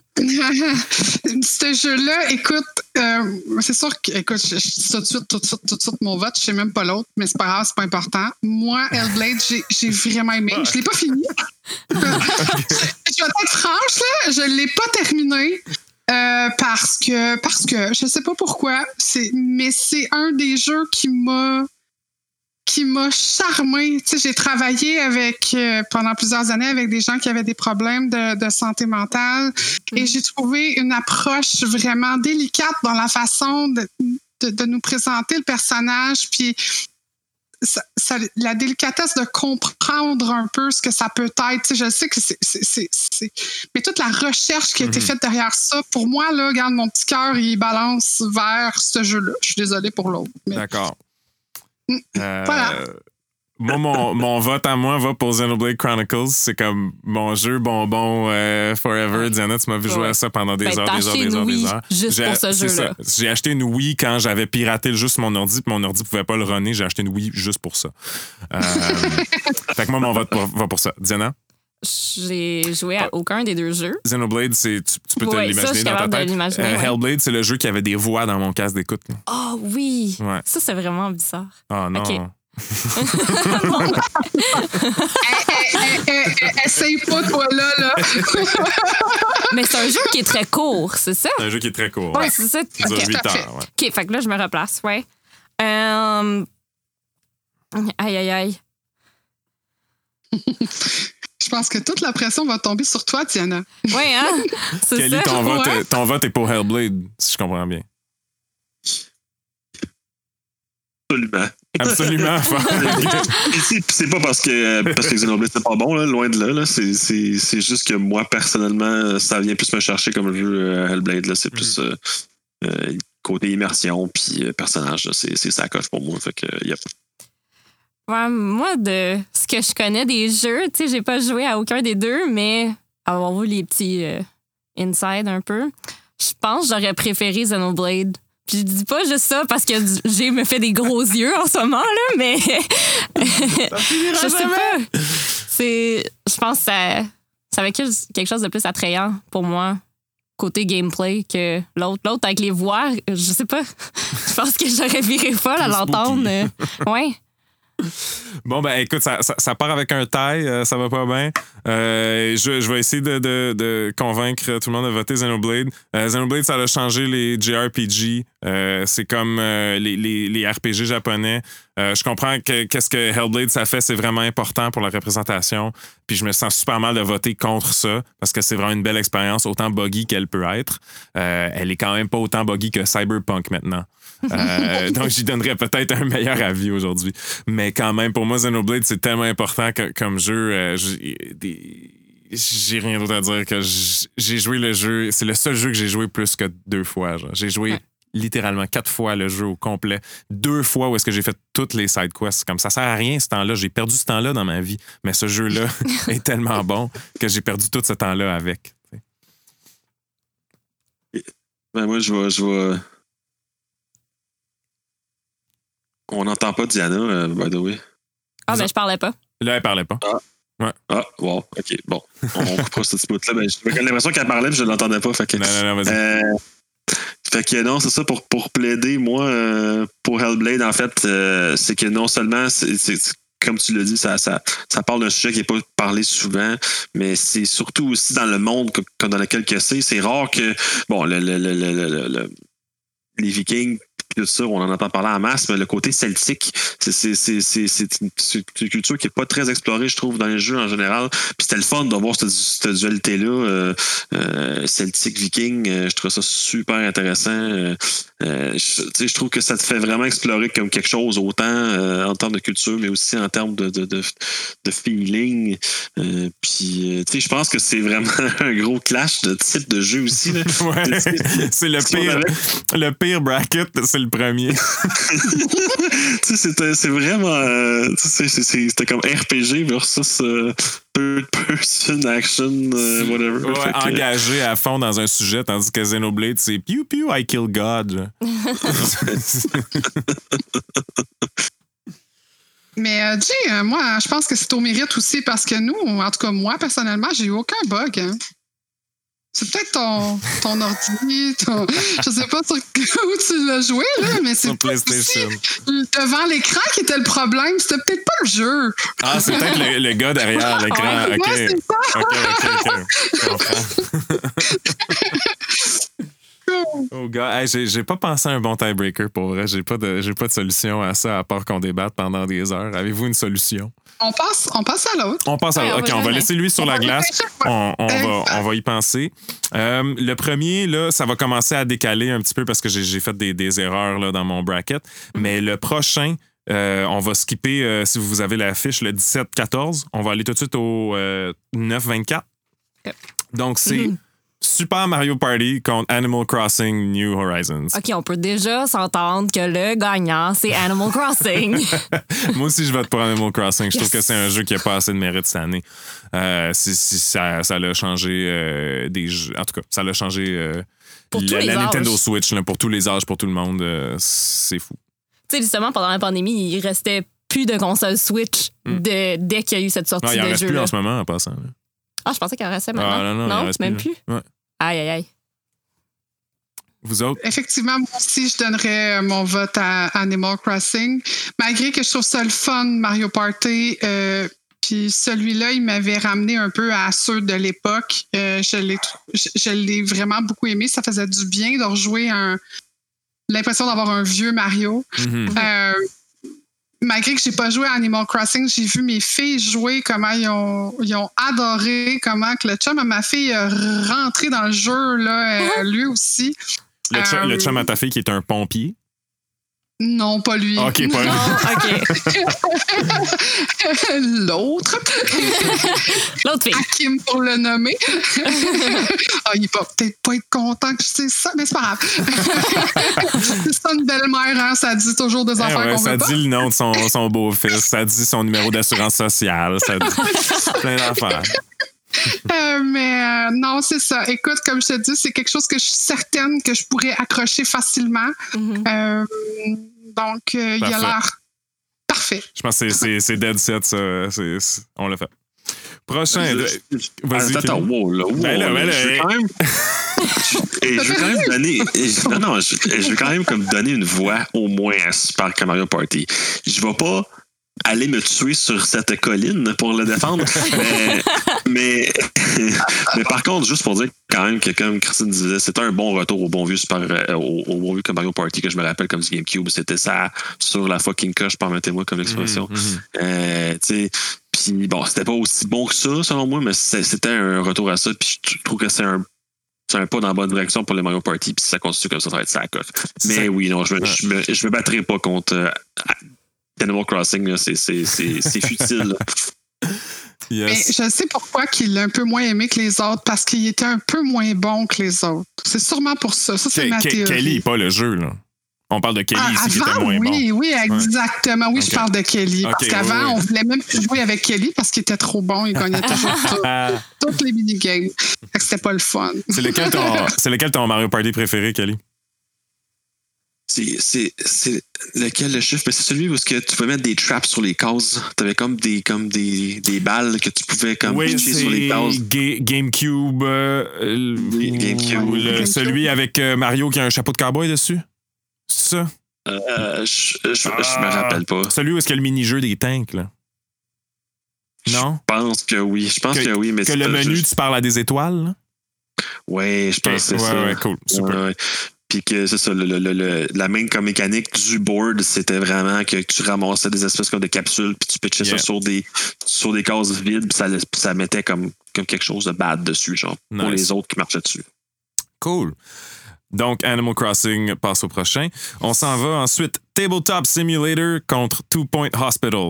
ce jeu-là, écoute, euh, c'est sûr que, écoute, je, je dis tout de suite, tout de suite, tout de suite mon vote, je sais même pas l'autre, mais c'est pas grave, c'est pas important. Moi, Hellblade, j'ai, j'ai vraiment aimé. Je l'ai pas fini. je, je vais être franche, là, je l'ai pas terminé. Euh, parce que, parce que, je sais pas pourquoi, c'est, mais c'est un des jeux qui m'a qui m'a charmée. Tu sais, j'ai travaillé avec euh, pendant plusieurs années avec des gens qui avaient des problèmes de, de santé mentale mmh. et j'ai trouvé une approche vraiment délicate dans la façon de, de, de nous présenter le personnage, puis ça, ça, la délicatesse de comprendre un peu ce que ça peut être. Tu sais, je sais que c'est, c'est, c'est, c'est... Mais toute la recherche qui a mmh. été faite derrière ça, pour moi, là, regarde, mon petit cœur, il balance vers ce jeu-là. Je suis désolée pour l'autre. Mais... D'accord. Euh, voilà. Moi, mon, mon vote à moi va pour Xenoblade Chronicles. C'est comme mon jeu bonbon euh, forever. Ouais. Diana, tu m'as vu jouer ouais. à ça pendant des ben, heures, des heures, des heures, des heures. Juste j'ai, pour ce jeu-là. Ça. J'ai acheté une Wii quand j'avais piraté le jeu sur mon ordi, puis mon ordi pouvait pas le runner. J'ai acheté une Wii juste pour ça. Euh, fait que moi, mon vote va pour ça. Diana? J'ai joué à aucun des deux jeux. Xenoblade, c'est, tu, tu peux ouais, te l'imaginer ça, dans ta tête. Euh, ouais. Hellblade, c'est le jeu qui avait des voix dans mon casque d'écoute. Oh oui! Ouais. Ça, c'est vraiment bizarre. Oh non. Okay. Essaye pas, toi, là, là. Mais c'est un jeu qui est très court, c'est ça? C'est un jeu qui est très court. Ouais, ouais. c'est ça. Ça dure huit heures. Ouais. OK, fait que là, je me replace, ouais. Euh... Aïe, aïe, aïe. Je pense que toute la pression va tomber sur toi, Diana. Oui, hein? C'est Kelly, ça. Ton, ouais. vote, est, ton vote est pour Hellblade, si je comprends bien. Absolument. Absolument. c'est, c'est pas parce que, parce que Xenoblade c'est pas bon, là, loin de là. là. C'est, c'est, c'est juste que moi, personnellement, ça vient plus me chercher comme jeu euh, Hellblade. Là. C'est plus euh, euh, côté immersion puis euh, personnage. Là. C'est, c'est ça coche pour moi. Fait que, yep. Ouais, moi, de ce que je connais des jeux, tu sais, j'ai pas joué à aucun des deux, mais avoir vu les petits euh, inside un peu, je pense que j'aurais préféré Xenoblade. Puis je dis pas juste ça parce que j'ai me fait des gros yeux en ce moment, là, mais je sais pas. C'est, je pense que ça, ça avait quelque chose de plus attrayant pour moi, côté gameplay, que l'autre. L'autre avec les voix, je sais pas. Je pense que j'aurais viré folle à l'entendre. Ouais. Bon, ben écoute, ça, ça, ça part avec un taille, euh, ça va pas bien. Euh, je, je vais essayer de, de, de convaincre tout le monde de voter Xenoblade. Euh, Xenoblade, ça a changé les J R P G. Euh, c'est comme euh, les, les, les R P G japonais. Euh, je comprends que qu'est-ce que Hellblade ça fait, c'est vraiment important pour la représentation. Puis je me sens super mal de voter contre ça parce que c'est vraiment une belle expérience, autant buggy qu'elle peut être. Euh, elle est quand même pas autant buggy que Cyberpunk maintenant. Euh, donc j'y donnerais peut-être un meilleur avis aujourd'hui. Mais quand même, pour moi, Xenoblade, c'est tellement important que, comme jeu. Euh, j'ai, des... j'ai rien d'autre à dire que j'ai joué le jeu. C'est le seul jeu que j'ai joué plus que deux fois. Genre. J'ai joué. Ouais. Littéralement quatre fois le jeu au complet. Deux fois où est-ce que j'ai fait toutes les side quests. Comme ça sert à rien ce temps-là. J'ai perdu ce temps-là dans ma vie. Mais ce jeu-là est tellement bon que j'ai perdu tout ce temps-là avec. Ben moi, je vais... Je vais... On n'entend pas Diana, euh, by the way. Ah, mais ben, je parlais pas. Là, elle parlait pas. Ah. Ouais. Ah, wow, OK, bon. On coupera ce petit bout-là. Ben, j'avais l'impression qu'elle parlait, mais je ne l'entendais pas. Fait que, non, non, non, vas-y. Euh... Fait que non, c'est ça, pour, pour plaider, moi, euh, pour Hellblade, en fait, euh, c'est que non seulement, c'est, c'est, comme tu l'as dit, ça, ça, ça parle d'un sujet qui n'est pas parlé souvent, mais c'est surtout aussi dans le monde que, que dans lequel que c'est. C'est rare que, bon, le, le, le, le, le, le les Vikings, tout ça, on en entend parler en masse, mais le côté celtique, c'est, c'est, c'est, c'est, c'est, une, c'est une culture qui n'est pas très explorée, je trouve, dans les jeux en général. Puis c'était le fun de voir cette, cette dualité-là, euh, euh, celtique-viking. Euh, je trouve ça super intéressant. Euh, euh, je, je trouve que ça te fait vraiment explorer comme quelque chose, autant euh, en termes de culture, mais aussi en termes de, de, de, de feeling. Euh, puis, tu sais, je pense que c'est vraiment un gros clash de type de jeu aussi. Là. Ouais, c'est le pire, le pire bracket, c'est le premier. Tu sais, c'était, c'est vraiment... Euh, tu sais, c'est, c'est, c'était comme R P G versus euh, third person action, euh, whatever. Ouais, fait engagé que... à fond dans un sujet, tandis que Xenoblade, c'est « Pew pew, I kill God ». Mais euh, Jay, euh, moi, je pense que c'est au mérite aussi parce que nous, en tout cas moi, personnellement, j'ai eu aucun bug. Hein. C'est peut-être ton, ton ordi, ton, je sais pas sur où tu l'as joué, là, mais c'est sur pas PlayStation. Aussi devant l'écran qui était le problème. C'était peut-être pas le jeu. Ah, c'est peut-être le, le gars derrière l'écran. Ouais, OK. Ouais, c'est ça. OK, OK, OK. Je comprends. Oh gars, hey, j'ai, j'ai pas pensé à un bon tiebreaker pour vrai. J'ai pas de, j'ai pas de solution à ça à part qu'on débatte pendant des heures. Avez-vous une solution? On passe, on passe à l'autre. On passe à l'autre. Ouais, OK, on va laisser lui sur on la va glace. On, on, va, on va y penser. Euh, le premier, là, ça va commencer à décaler un petit peu parce que j'ai, j'ai fait des, des erreurs là, dans mon bracket. Mais le prochain, euh, on va skipper, euh, si vous avez la fiche, le dix-sept quatorze. On va aller tout de suite au euh, neuf vingt-quatre. Okay. Donc, c'est... Mm-hmm. Super Mario Party contre Animal Crossing New Horizons. OK, on peut déjà s'entendre que le gagnant, c'est Animal Crossing. Moi aussi, je vote pour Animal Crossing. Je yes. trouve que c'est un jeu qui n'a pas assez de mérite cette année. Euh, si, si, ça, ça l'a changé euh, des jeux. En tout cas, ça l'a changé euh, pour la, tous les la Nintendo âges. Switch, là, pour tous les âges, pour tout le monde. Euh, c'est fou. Tu sais, justement, pendant la pandémie, il restait plus de consoles Switch mm. de, dès qu'il y a eu cette sortie non, de jeu. Il en reste jeu, plus là. en ce moment, en passant. Là. Ah, je pensais qu'il en restait maintenant. Ah, non, non, non il en reste même plus. plus. Ouais. Aïe, aïe, aïe. Vous autres? Effectivement, moi aussi, je donnerais mon vote à Animal Crossing. Malgré que je trouve ça le fun, Mario Party, euh, puis celui-là, il m'avait ramené un peu à ceux de l'époque. Euh, je, l'ai, je, je l'ai vraiment beaucoup aimé. Ça faisait du bien de rejouer un, l'impression d'avoir un vieux Mario. Mm-hmm. Euh, malgré que j'ai pas joué à Animal Crossing, j'ai vu mes filles jouer, comment ils ont, ils ont adoré, comment que le chum à ma fille est rentré dans le jeu, là, euh, lui aussi. Le, ch- euh, le chum à ta fille qui est un pompier? Non, pas lui. OK, pas lui. Non, OK. L'autre. L'autre fille. Hakim pour le nommer. Ah, il va peut-être pas être content que je dise ça, mais c'est pas grave. C'est ça une belle-mère, hein? Ça dit toujours des affaires eh ouais, qu'on ça veut pas. Ça dit le nom de son, son beau-fils, ça dit son numéro d'assurance sociale, ça dit plein d'affaires. Euh, mais euh, non, c'est ça. Écoute, comme je te dis, c'est quelque chose que je suis certaine que je pourrais accrocher facilement. Mm-hmm. Euh, donc, euh, il a l'air parfait. Je pense que c'est, c'est, c'est dead set, ça. C'est, c'est, on l'a fait. Prochain. Je, je, vas-y. Attends, wow, là, wow, ben là, ben là, je veux quand même... je, je veux quand même donner... Je, non, non, je, je veux quand même comme donner une voix au moins à Super Mario Party. Je vais pas aller me tuer sur cette colline pour le défendre. mais, mais, mais par contre, juste pour dire quand même que, comme Christine disait, c'était un bon retour au bon vieux Super, euh, au, au bon vieux comme Mario Party que je me rappelle comme du GameCube. C'était ça sur la fucking coche, permettez-moi comme expression. Mm-hmm. Euh, tu sais, puis bon, c'était pas aussi bon que ça, selon moi, mais c'était un retour à ça. Puis je trouve que c'est un C'est un pas dans la bonne direction pour le Mario Party, puis si ça continue comme ça, ça va être ça à coche. Mais c'est... oui, non, je me, ouais. je me, je me battrai pas contre euh, Animal Crossing, là, c'est, c'est, c'est, c'est futile. Yes. Mais je sais pourquoi qu'il l'a un peu moins aimé que les autres, parce qu'il était un peu moins bon que les autres. C'est sûrement pour ça. Ça, c'est Ke- ma Ke- théorie. Kelly, pas le jeu, là. On parle de Kelly Ah, ici qui était avant, moins oui, bon. oui, exactement. Oui, Okay. je parle de Kelly. Okay, parce qu'avant, oui, oui. on voulait même plus jouer avec Kelly parce qu'il était trop bon. Il gagnait toujours tout, toutes les minigames. Fait que c'était pas le fun. C'est lequel ton, c'est lequel ton Mario Party préféré, Kelly? C'est, c'est, c'est lequel le chiffre? Ben, c'est celui où est-ce que tu pouvais mettre des traps sur les cases. Tu avais comme des, comme des, des balles que tu pouvais comme Oui, pitcher c'est sur les cases. Ga- GameCube. Euh, Oui, GameCube. ou le- GameCube. Celui avec euh, Mario qui a un chapeau de cowboy dessus? C'est ça? Euh, je, je, je me Ah. rappelle pas. Celui où est-ce qu'il y a le mini-jeu des tanks, là? Non? Je pense que oui. Je pense que, Que, oui, mais que c'est le pas- menu, je- tu parles à des étoiles, là? Ouais, je pense que c'est ouais, ça. ouais, cool. Super. Ouais, ouais. Puis que c'est ça, le, le, le, la main comme mécanique du board, c'était vraiment que tu ramassais des espèces comme de capsules, puis tu pitchais Yeah. ça sur des, sur des cases vides, puis ça, puis ça mettait comme, comme quelque chose de bad dessus, genre, Nice. pour les autres qui marchaient dessus. Cool. Donc, Animal Crossing passe au prochain. On s'en va ensuite. Tabletop Simulator contre Two Point Hospital.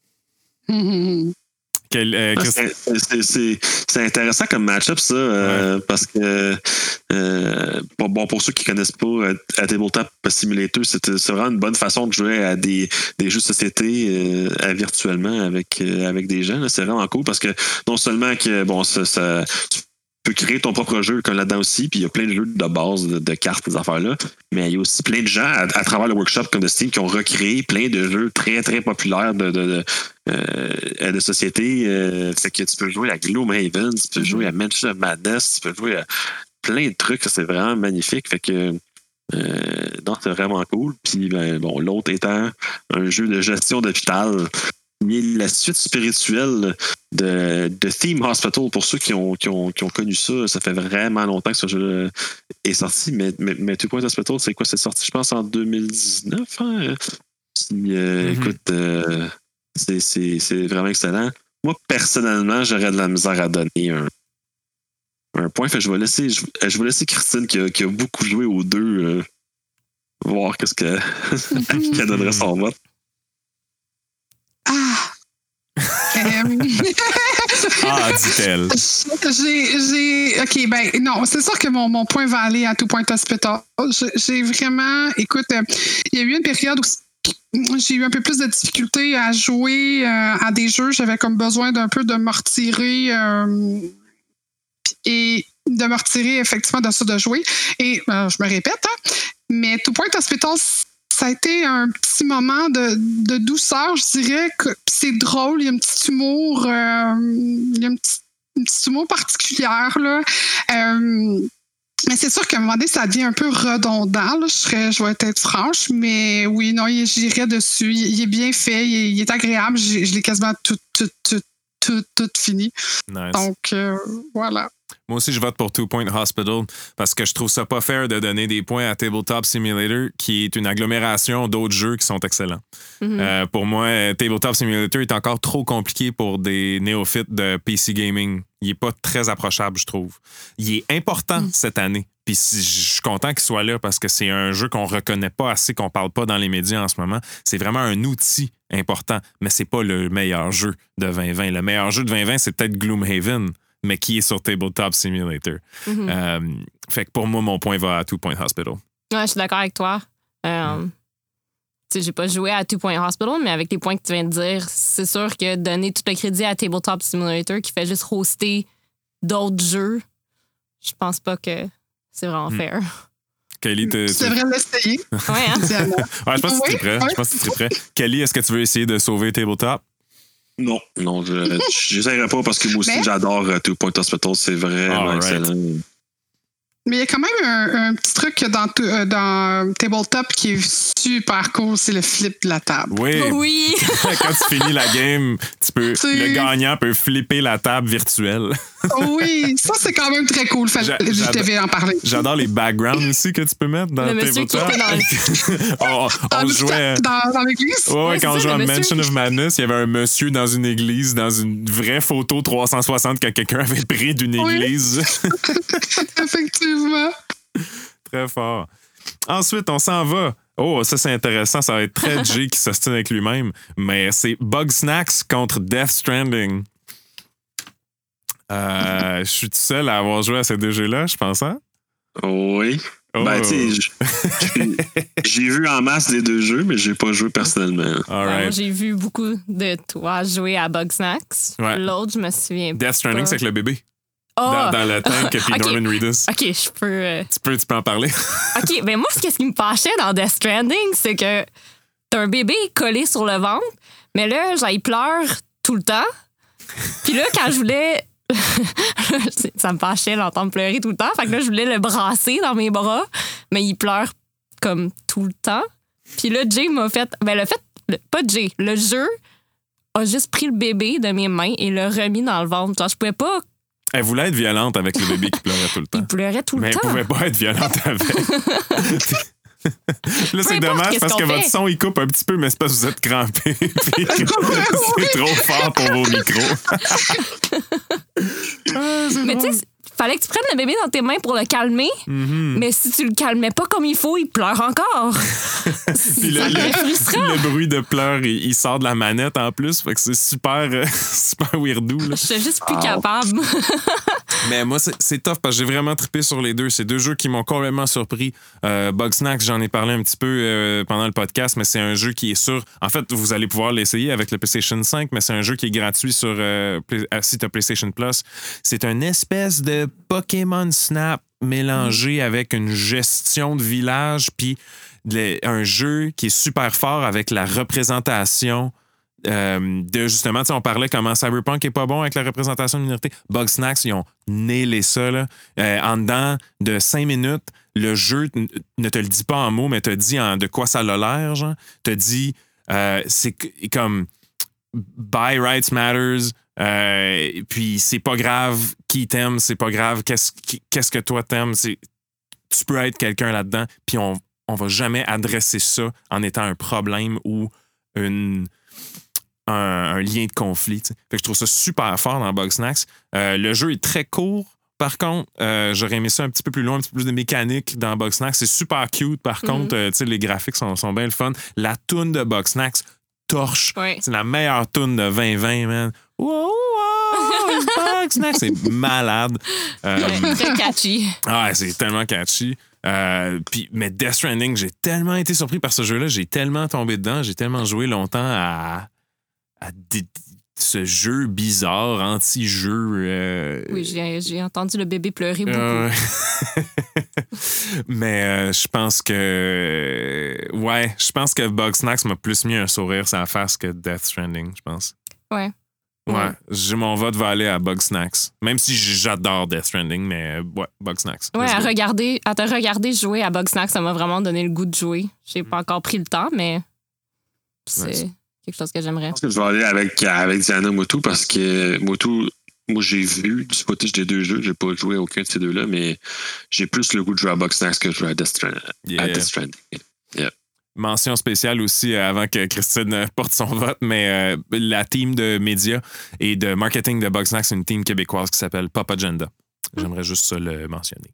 Quel, euh, Ah, Christ- c'est, c'est, c'est, c'est intéressant comme match-up, ça, euh, parce que, euh, bon, bon, pour ceux qui ne connaissent pas, euh, à Tabletop Simulator, c'est, c'est vraiment une bonne façon de jouer à des, des jeux de société euh, à virtuellement avec, euh, avec des gens. Là. C'est vraiment cool parce que non seulement que, bon, ça, ça tu peux créer ton propre jeu comme là-dedans aussi, puis il y a plein de jeux de base, de, de cartes, des affaires-là, mais il y a aussi plein de gens à, à travers le workshop comme de Steam qui ont recréé plein de jeux très, très populaires de, de, de Euh, de société. Euh, fait que tu peux jouer à Gloomhaven, tu peux jouer à Mansion of Madness, tu peux jouer à plein de trucs. C'est vraiment magnifique. Fait que euh, non, c'est vraiment cool. Puis ben, bon, l'autre étant un jeu de gestion d'hôpital. Il est la suite spirituelle de, de Theme Hospital. Pour ceux qui ont, qui, ont, qui ont connu ça, ça fait vraiment longtemps que ce jeu est sorti. Mais, mais, mais Two Point Hospital, c'est quoi? C'est sorti, je pense, en deux mille dix-neuf. Hein? Puis, euh, mm-hmm. écoute, euh, c'est, c'est, c'est vraiment excellent. Moi, personnellement, j'aurais de la misère à donner un, un point. Fait, je, vais laisser, je, je vais laisser Christine, qui a, qui a beaucoup joué aux deux, euh, voir qu'est-ce que, qu'elle donnerait son vote. Ah! euh... ah, dit-elle. J'ai, j'ai... OK, ben non, c'est sûr que mon, mon point va aller à Two Point Hospital. J'ai, j'ai vraiment... Écoute, euh, il y a eu une période où j'ai eu un peu plus de difficultés à jouer euh, à des jeux. J'avais comme besoin d'un peu de me retirer euh, et de me retirer effectivement de ça de jouer. Et euh, je me répète, hein, mais Two Point Hospital, ça a été un petit moment de, de douceur, je dirais. Que c'est drôle, il y a un petit humour, euh, il y a un petit, un petit humour particulière, là. Euh, mais c'est sûr qu'à un moment donné, ça devient un peu redondant, là. Je, serais, je vais être franche, mais oui, non, j'irais dessus. Il, il est bien fait, il est, il est agréable. Je, je l'ai quasiment tout, tout, tout, tout, tout fini. Nice. Donc, euh, voilà. Moi aussi, je vote pour Two Point Hospital parce que je trouve ça pas fair de donner des points à Tabletop Simulator, qui est une agglomération d'autres jeux qui sont excellents. Mm-hmm. Euh, pour moi, Tabletop Simulator est encore trop compliqué pour des néophytes de P C gaming. Il est pas très approchable, je trouve. Il est important mm. cette année. Puis je suis content qu'il soit là parce que c'est un jeu qu'on reconnaît pas assez, qu'on parle pas dans les médias en ce moment. C'est vraiment un outil important, mais c'est pas le meilleur jeu de vingt vingt. Le meilleur jeu de vingt vingt, c'est peut-être Gloomhaven, mais qui est sur Tabletop Simulator. Mm-hmm. Euh, fait que pour moi, mon point va à Two Point Hospital. Ouais, je suis d'accord avec toi. Euh, mm. Tu sais, j'ai pas joué à Two Point Hospital, mais avec les points que tu viens de dire, c'est sûr que donner tout le crédit à Tabletop Simulator qui fait juste hoster d'autres jeux, je pense pas que c'est vraiment mm. fair. Kelly, tu devrais l'essayer. Ouais, hein? ouais, je pense que tu es prêt. Je pense que tu es prêt. Kelly, est-ce que tu veux essayer de sauver Tabletop? Non, non, je n'essayerai pas parce que moi aussi, mais... j'adore uh, Two Point Hospital. C'est vraiment right. excellent. Mais il y a quand même un, un petit truc dans, euh, dans Tabletop qui est super cool, c'est le flip de la table. Oui. Oui. Quand tu finis la game, tu peux, C'est- le gagnant peut flipper la table virtuelle. Oui, ça c'est quand même très cool. Fallait, J'a- je j'adore- devais en parler. J'adore les backgrounds aussi que tu peux mettre dans Le monsieur qui Tabletop. était dans on, Dans, on le- jouait... dans, dans l'église? Ouais, ouais, Ouais, quand c'est on ça, jouait à le monsieur. Mansion of Madness, il y avait un monsieur dans une église, dans une vraie photo trois cent soixante que quelqu'un avait pris d'une Oui. église. Effectivement. Très fort. Ensuite, on s'en va. Oh, ça, c'est intéressant. Ça va être très Jay qui s'ostine avec lui-même. Mais c'est Bugsnax contre Death Stranding. Euh, je suis tout seul à avoir joué à ces deux jeux-là, je pense, hein? Oui. Oh. Ben, tu sais, j- j'ai- j'ai vu en masse les deux jeux, mais j'ai pas joué personnellement. All Ouais, moi, right. j'ai vu beaucoup de toi jouer à Bugsnax. Ouais. L'autre, je me souviens pas. Death Stranding, c'est avec le bébé. Oh! Dans, dans le tank, puis Ok. Norman Reedus. OK, je peux... euh, Tu peux, tu peux en parler? OK, ben moi, ce qui me fâchait dans Death Stranding, c'est que t'as un bébé collé sur le ventre, mais là, genre, il pleure tout le temps. Puis là, quand je voulais... ça me fâchait l'entendre pleurer tout le temps. Fait que là, je voulais le brasser dans mes bras, mais il pleure comme tout le temps. Puis là, Jay m'a fait... Ben, le fait... le- pas Jay, le jeu a juste pris le bébé de mes mains et l'a remis dans le ventre. Genre, je pouvais pas... Elle voulait être violente avec le bébé qui pleurait tout le temps. Il pleurait tout Mais le elle temps. pouvait pas être violente avec. Là, c'est importe dommage qu'est-ce parce qu'on que fait. votre son, il coupe un petit peu, mais c'est parce que vous êtes crampé. Puis c'est trop fort pour vos micros. Ah, c'est Mais tu drôle. sais, fallait que tu prennes le bébé dans tes mains pour le calmer. Mhm. Mais si tu le calmais pas comme il faut, il pleure encore. Puis le, ça devient le- frustrant. le bruit de pleurs, il, il sort de la manette en plus. Fait que c'est super, euh, super weirdo. Là. Je suis juste plus capable. Mais moi, c'est, c'est tough parce que j'ai vraiment trippé sur les deux. C'est deux jeux qui m'ont complètement surpris. Euh, Bugsnax, j'en ai parlé un petit peu euh, pendant le podcast, mais c'est un jeu qui est sur... En fait, vous allez pouvoir l'essayer avec le PlayStation cinq, mais c'est un jeu qui est gratuit sur euh, Play... euh, si tu as PlayStation Plus. C'est une espèce de Pokémon Snap mélangé avec une gestion de village, puis de- un jeu qui est super fort avec la représentation euh, de justement, tu sais, on parlait comment Cyberpunk est pas bon avec la représentation de minorité. Bugsnax, ils ont nailé ça. Là. Euh, en dedans de cinq minutes, le jeu n- ne te le dit pas en mots, mais te dit en de quoi ça a l'air. Genre. Te dit, euh, c'est c- comme Buy Rights Matters, euh, puis c'est pas grave qui t'aime, c'est pas grave qu'est-ce, qui- qu'est-ce que toi t'aimes. C'est, tu peux être quelqu'un là-dedans, puis on, on va jamais adresser ça en étant un problème ou une. Un, un lien de conflit. T'sais. Fait que je trouve ça super fort dans Bugsnax. Euh, le jeu est très court. Par contre, euh, j'aurais aimé ça un petit peu plus loin, un petit peu plus de mécanique dans Bugsnax. C'est super cute. Par contre, euh, t'sais, les graphiques sont, sont bien le fun. La toune de Bugsnax torche. Ouais. C'est la meilleure toune de vingt vingt, man. Wow, wow, Bugsnax. C'est malade. Euh, Ouais, très catchy. ah, c'est tellement catchy. Euh, puis, mais Death Stranding, j'ai tellement été surpris par ce jeu-là. J'ai tellement tombé dedans. J'ai tellement joué longtemps à, à des- ce jeu bizarre, anti-jeu. euh, Oui, j'ai, j'ai entendu le bébé pleurer beaucoup. euh, mais euh, je pense que. Ouais, je pense que Bugsnax m'a plus mis un sourire sur la face que Death Stranding, je pense. Ouais. Ouais, Ouais. j'ai- mon vote va aller à Bugsnax. Même si j'adore Death Stranding, mais euh, ouais, Bugsnax. Ouais, Let's à go. regarder, à te regarder jouer à Bugsnax, ça m'a vraiment donné le goût de jouer. J'ai pas encore pris le temps, mais c'est Ouais. quelque chose que j'aimerais. Je pense que je vais aller avec, avec Diana Motu parce que Motu, moi j'ai vu du footage des deux jeux. J'ai pas joué à aucun de ces deux-là, mais j'ai plus le goût de jouer à Bugsnax que de jouer à Death Stranding. Yeah. À Death Stranding. Mention spéciale aussi euh, avant que Christine euh, porte son vote, mais euh, la team de médias et de marketing de Bugsnax, c'est une team québécoise qui s'appelle Pop Agenda. J'aimerais juste ça le mentionner.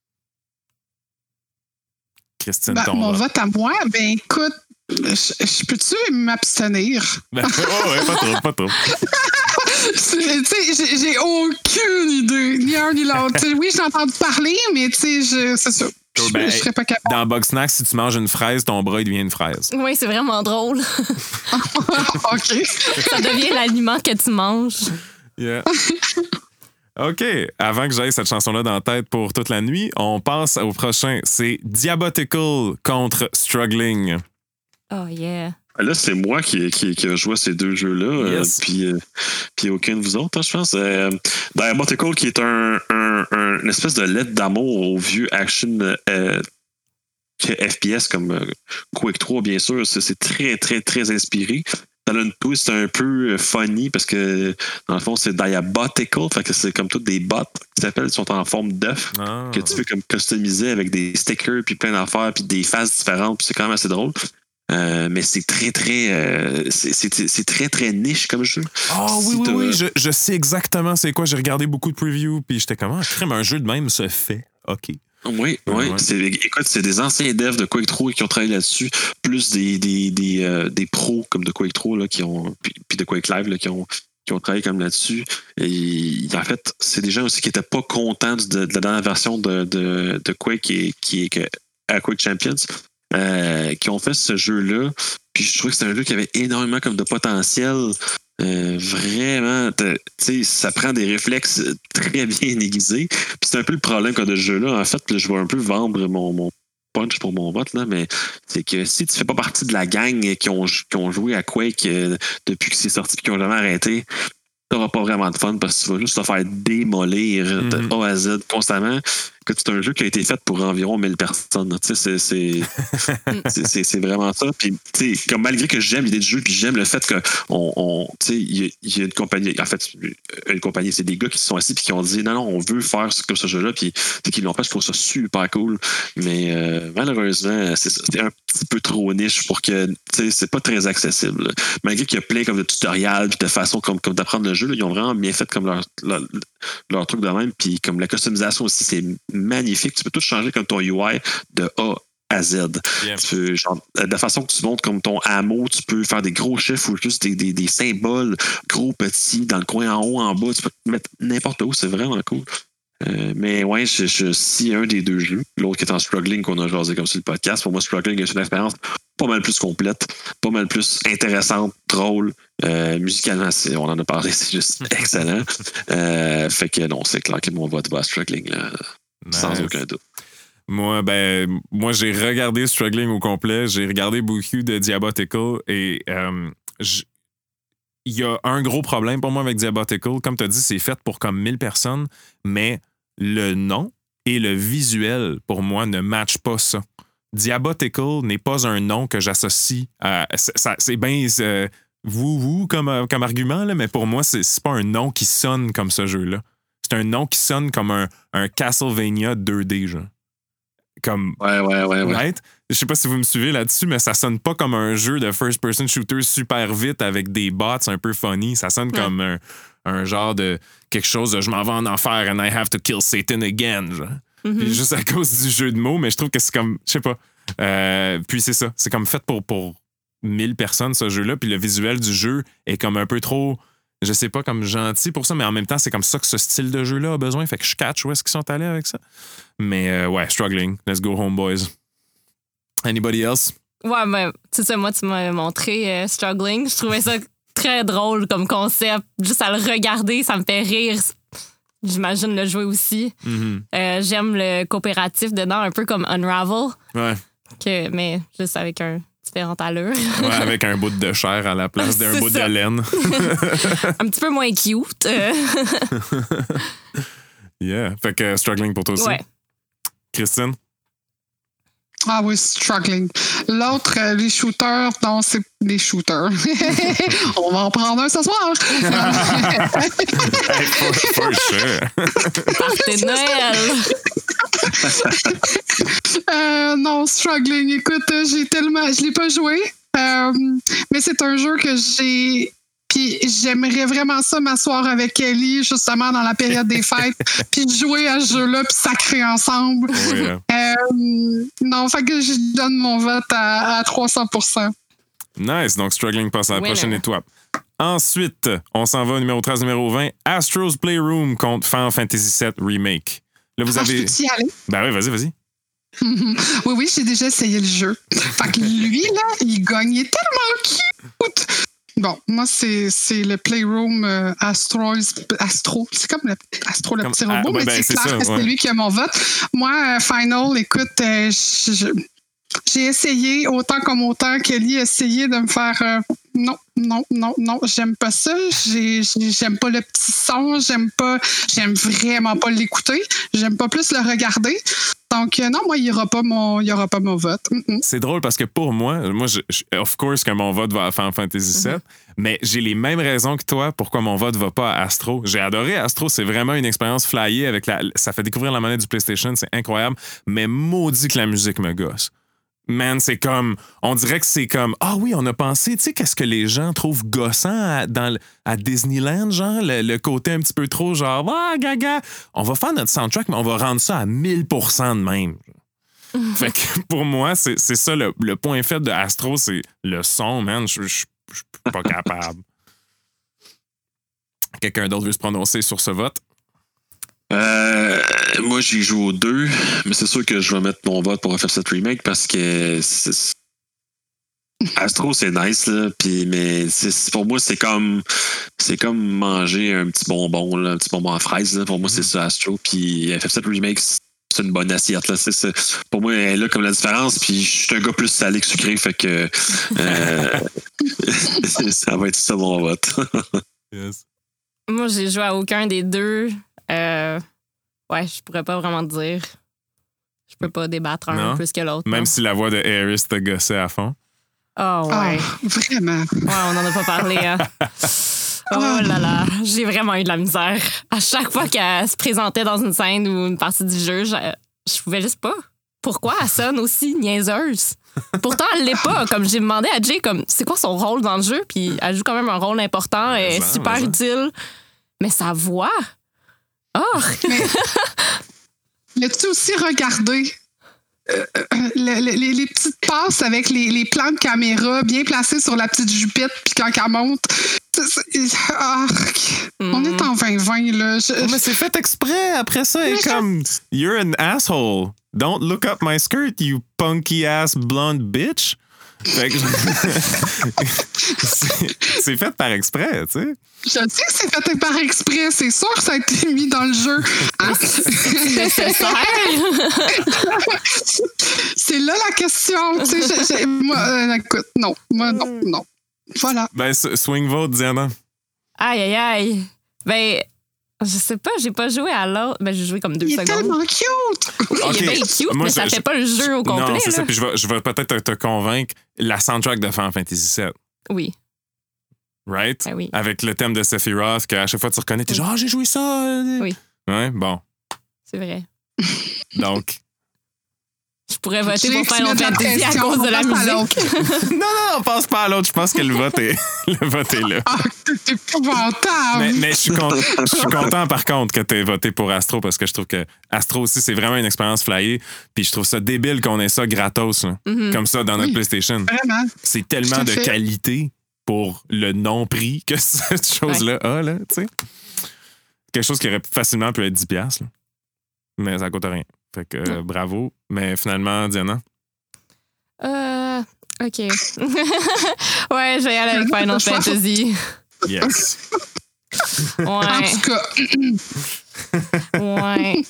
Christine, Ben, ton mon vote. vote à moi, ben écoute, je, je peux-tu m'abstenir? Ben, oh, ouais, pas trop, pas trop. Tu sais, j'ai, j'ai aucune idée, ni un ni l'autre. Tu sais, oui, j'ai entendu parler, mais tu sais, je- c'est ça. Je, Ben, je serais pas capable. Dans Bugsnax, si tu manges une fraise, ton bras il devient une fraise. Oui, c'est vraiment drôle. OK. Ça devient l'aliment que tu manges. Yeah. OK. Avant que j'aille cette chanson-là dans la tête pour toute la nuit, on passe au prochain. C'est Diabotical contre Struggling. Oh yeah. Là, c'est moi qui, qui, qui a joué à ces deux jeux-là, Yes. euh, puis, euh, puis aucun de vous autres, hein, je pense. Euh, Diabotical, qui est un, un, un, une espèce de lettre d'amour au vieux action euh, F P S comme euh, Quake trois, bien sûr. C'est, c'est très, très, très inspiré. Ça a une twist un peu funny parce que, dans le fond, c'est Diabotical, fait que c'est comme toutes des bots qui s'appellent, ils sont en forme d'œuf, Ah. que tu peux comme customiser avec des stickers, puis plein d'affaires, puis des faces différentes, puis c'est quand même assez drôle. Euh, mais c'est très, très, euh, c'est, c'est, c'est très, très niche comme jeu. Ah oui, Si oui, t'as- oui, je, je sais exactement c'est quoi. J'ai regardé beaucoup de previews, puis j'étais comme, ah, crème, un jeu de même se fait. OK. Oui, Ouais, oui. ouais. C'est, écoute, c'est des anciens devs de Quake trois qui ont travaillé là-dessus, plus des, des, des, euh, des pros comme de Quake trois, là, qui ont, puis, puis de Quake Live, là, qui ont, qui ont travaillé comme là-dessus. Et en fait, c'est des gens aussi qui n'étaient pas contents de, de la dernière version de, de, de Quake qui est, qui est que- à Quake Champions. Euh, qui ont fait ce jeu-là. Puis je trouvais que c'était un jeu qui avait énormément comme de potentiel. Euh, vraiment, tu sais, ça prend des réflexes très bien aiguisés. Puis c'est un peu le problème quand de ce jeu-là. En fait, là, je vais un peu vendre mon, mon punch pour mon vote, là, mais c'est que si tu fais pas partie de la gang qui ont, qui ont joué à Quake euh, depuis que c'est sorti et qui ont jamais arrêté, t'auras pas vraiment de fun parce que tu vas juste te faire démolir de Mm-hmm. A à Z constamment. Que c'est un jeu qui a été fait pour environ mille personnes. Tu sais, c'est, c'est, c'est, c'est, c'est vraiment ça. Puis, tu sais, comme malgré que j'aime l'idée du jeu, puis j'aime le fait que on, on tu sais, il y, a- il y a une compagnie, en fait, une compagnie, c'est des gars qui se sont assis puis qui ont dit non, non, on veut faire ce, comme ce jeu-là, puis c'est qu'ils l'ont fait, je trouve ça super cool. Mais euh, malheureusement, c'est ça, c'était un petit peu trop niche pour que, tu sais, c'est pas très accessible. Là. Malgré qu'il y a plein comme de tutoriels puis de façons comme, comme d'apprendre le jeu, là, ils ont vraiment bien fait comme leur, leur, leur truc de même. Puis comme la customisation aussi, c'est magnifique. Tu peux tout changer comme ton U I de A à Z. Yeah. Tu peux, genre, de la façon que tu montes comme ton ammo, tu peux faire des gros chiffres ou juste des, des, des symboles gros, petits, dans le coin en haut, en bas. Tu peux te mettre n'importe où. C'est vraiment cool. Euh, mais ouais, je, je, si un des deux jeux, l'autre qui est en struggling qu'on a jasé comme sur le podcast, pour moi, struggling est une expérience pas mal plus complète, pas mal plus intéressante, drôle. Euh, musicalement, c'est, on en a parlé, c'est juste excellent. Euh, fait que non, c'est clair que mon vote va à struggling, là, sans Nice. aucun doute. Moi, ben, moi, j'ai regardé Struggling au complet. J'ai regardé beaucoup de Diabotical et euh, j- il y a un gros problème pour moi avec Diabotical. Comme tu as dit, c'est fait pour comme mille personnes, mais le nom et le visuel, pour moi, ne matchent pas ça. Diabotical n'est pas un nom que j'associe à... ça- ça- c'est bien euh, wou-wou comme, euh, comme argument, là, mais pour moi, c'est, c'est pas un nom qui sonne comme ce jeu-là. C'est un nom qui sonne comme un, un Castlevania deux D, genre. Comme... Ouais, ouais, ouais, ouais. Right? Je sais pas si vous me suivez là-dessus, mais ça sonne pas comme un jeu de first-person shooter super vite avec des bots un peu funny. Ça sonne Ouais. comme un, un genre de quelque chose de je m'en vais en enfer and I have to kill Satan again. Genre. Mhm. Puis juste à cause du jeu de mots, mais je trouve que c'est comme, je sais pas. Euh, puis c'est ça, c'est comme fait pour, pour mille personnes ce jeu-là. Puis le visuel du jeu est comme un peu trop, je sais pas, comme gentil pour ça, mais en même temps, c'est comme ça que ce style de jeu-là a besoin. Fait que je catch où est-ce qu'ils sont allés avec ça. Mais euh, ouais, struggling. Let's go home, boys. Anybody else? Ouais, ben, tu sais, moi, tu m'as montré euh, Struggling. Je trouvais ça très drôle comme concept. Juste à le regarder, ça me fait rire. J'imagine le jouer aussi. Mm-hmm. Euh, j'aime le coopératif dedans, un peu comme Unravel, Ouais. que, mais juste avec un différent allure. Ouais, avec un bout de chair à la place d'un C'est bout ça. de laine. Un petit peu moins cute. euh, Yeah. Fait que euh, struggling pour toi aussi. ouais. Christine? Ah oui, struggling. L'autre, euh, les shooters, non, c'est les shooters. On va en prendre un ce soir. Hey, for, for sure. Party de Noël. Euh, non, struggling. Écoute, euh, j'ai tellement, je l'ai pas joué, euh, mais c'est un jeu que j'ai. Puis j'aimerais vraiment ça m'asseoir avec Ellie justement dans la période des fêtes, puis jouer à ce jeu-là, puis sacrer ensemble. Oui, là. Euh, non, fait que je donne mon vote à, à trois cents pour cent. Nice. Donc, struggling passe à la Winner. prochaine étoile. Ensuite, on s'en va au numéro treize, numéro vingt. Astro's Playroom contre Final Fantasy sept Remake. Là, vous Ah, avez. je peux y aller? Ben oui, vas-y, vas-y. Oui, oui, j'ai déjà essayé le jeu. Fait que lui, là, il gagnait tellement cute. Bon, moi, c'est, c'est le Playroom euh, Astro, Astro. C'est comme le Astro, le Comme- petit ah, robot, ben, mais ben, c'est c'est clair ça, que c'est ouais. lui qui a mon vote. Moi, euh, Final, écoute, euh, je, je, j'ai essayé autant comme autant. Kelly a essayé de me faire euh, non, non, non, non, j'aime pas ça. J'ai, j'ai- j'aime pas le petit son. J'aime pas, j'aime vraiment pas l'écouter. J'aime pas plus le regarder. Donc, euh, non, moi, il y aura pas mon, il y aura pas mon vote. Mm-mm. C'est drôle parce que pour moi, moi, je, je- of course que mon vote va à Final Fantasy sept, Mm-hmm. mais j'ai les mêmes raisons que toi pourquoi mon vote va pas à Astro. J'ai adoré Astro, c'est vraiment une expérience flyée avec la, ça fait découvrir la manette du PlayStation, c'est incroyable, mais maudit que la musique me gosse. Man, c'est comme, on dirait que c'est comme, ah oui, on a pensé, tu sais, qu'est-ce que les gens trouvent gossant à, dans, le- à Disneyland, genre, le, le côté un petit peu trop, genre, ah, gaga, on va faire notre soundtrack, mais on va rendre ça à mille pour cent de même. Fait que pour moi, c'est c'est ça le, le point faible de Astro, c'est le son, man. Je je- je suis pas capable. Quelqu'un d'autre veut se prononcer sur ce vote? Euh, moi, j'ai joué aux deux, mais c'est sûr que je vais mettre mon vote pour F F sept Remake parce que c'est- Astro, c'est nice, là, pis, mais c'est- pour moi, c'est comme c'est comme manger un petit bonbon, là, un petit bonbon à fraise. Là. Pour moi, c'est ça, Astro. Puis F F sept Remake, c'est une bonne assiette. Là. C'est, c'est, pour moi, elle est là comme la différence. Puis je suis un gars plus salé que sucré, fait que euh, ça va être ça mon vote. Yes. Moi, j'ai joué à aucun des deux. Euh, ouais, je pourrais pas vraiment te dire. Je peux pas débattre un Non? plus que l'autre. Même non. si la voix de Harris te gossait à fond. Oh, ouais. Ah, vraiment. Ouais, on en a pas parlé, hein. Oh là là, j'ai vraiment eu de la misère. À chaque fois qu'elle se présentait dans une scène ou une partie du jeu, je, je pouvais juste pas. Pourquoi elle sonne aussi niaiseuse? Pourtant, elle l'est pas. Comme j'ai demandé à Jay, comme c'est quoi son rôle dans le jeu, puis elle joue quand même un rôle important et Mais ça, super mais ça. utile. Mais sa voix, oh, L'as-tu aussi regardé euh, euh, le- le- les, les petites passes avec les, les plans de caméra bien placés sur la petite jupette, puis quand elle monte. c'est- c'est- ah, On est en vingt vingt, là. Je- Oh, mais c'est fait exprès. Après ça, elle est comme, you're an asshole. Don't look up my skirt, you punky ass blonde bitch. Fait que- c'est c'est fait par exprès, tu sais. Je sais que c'est fait par exprès, c'est sûr que ça a été mis dans le jeu. Hein? nécessaire. C'est là la question. Tu sais, j'ai- j'ai- moi, euh, écoute, non, moi, non, non. Voilà. Ben, s- swing vote, Diana. Aïe, aïe, aïe. Ben, je sais pas, j'ai pas joué à l'autre. Ben, j'ai joué comme deux Il est secondes. tellement cute. Oui, Ok. il est bien cute, Moi, mais je- ça je- fait pas le jeu au complet. Non, c'est là. ça. Puis je vais, je vais peut-être te, te convaincre. La soundtrack de Final Fantasy sept, Oui, right? ben oui. Avec le thème de Sephiroth, qu'à chaque fois tu reconnais, t'es genre, ah, j'ai joué ça. euh. Oui. Ouais, bon. C'est vrai. Donc, Je pourrais voter Jay, pour tu Final mets de la Fantasy à pression, cause on de la passe à musique. non, non, on passe pas à l'autre. Je pense que le vote est, le vote est là. Ah, c'est épouvantable. Mais, mais je suis content, je suis content, par contre, que tu aies voté pour Astro parce que je trouve que Astro aussi, c'est vraiment une expérience flyée. Puis je trouve ça débile qu'on ait ça gratos, là, Mhm. comme ça, dans notre Oui. PlayStation. Vraiment. C'est tellement Tout à de fait. qualité pour le non-prix que cette chose-là a, là, tu sais. Quelque chose qui aurait facilement pu être dix dollars, là. Mais ça coûte rien. Fait que euh, bravo. Mais finalement, Diana. Euh, OK. Ouais, je vais y aller avec Final Fantasy. Yes. En Ouais, tout cas, ouais.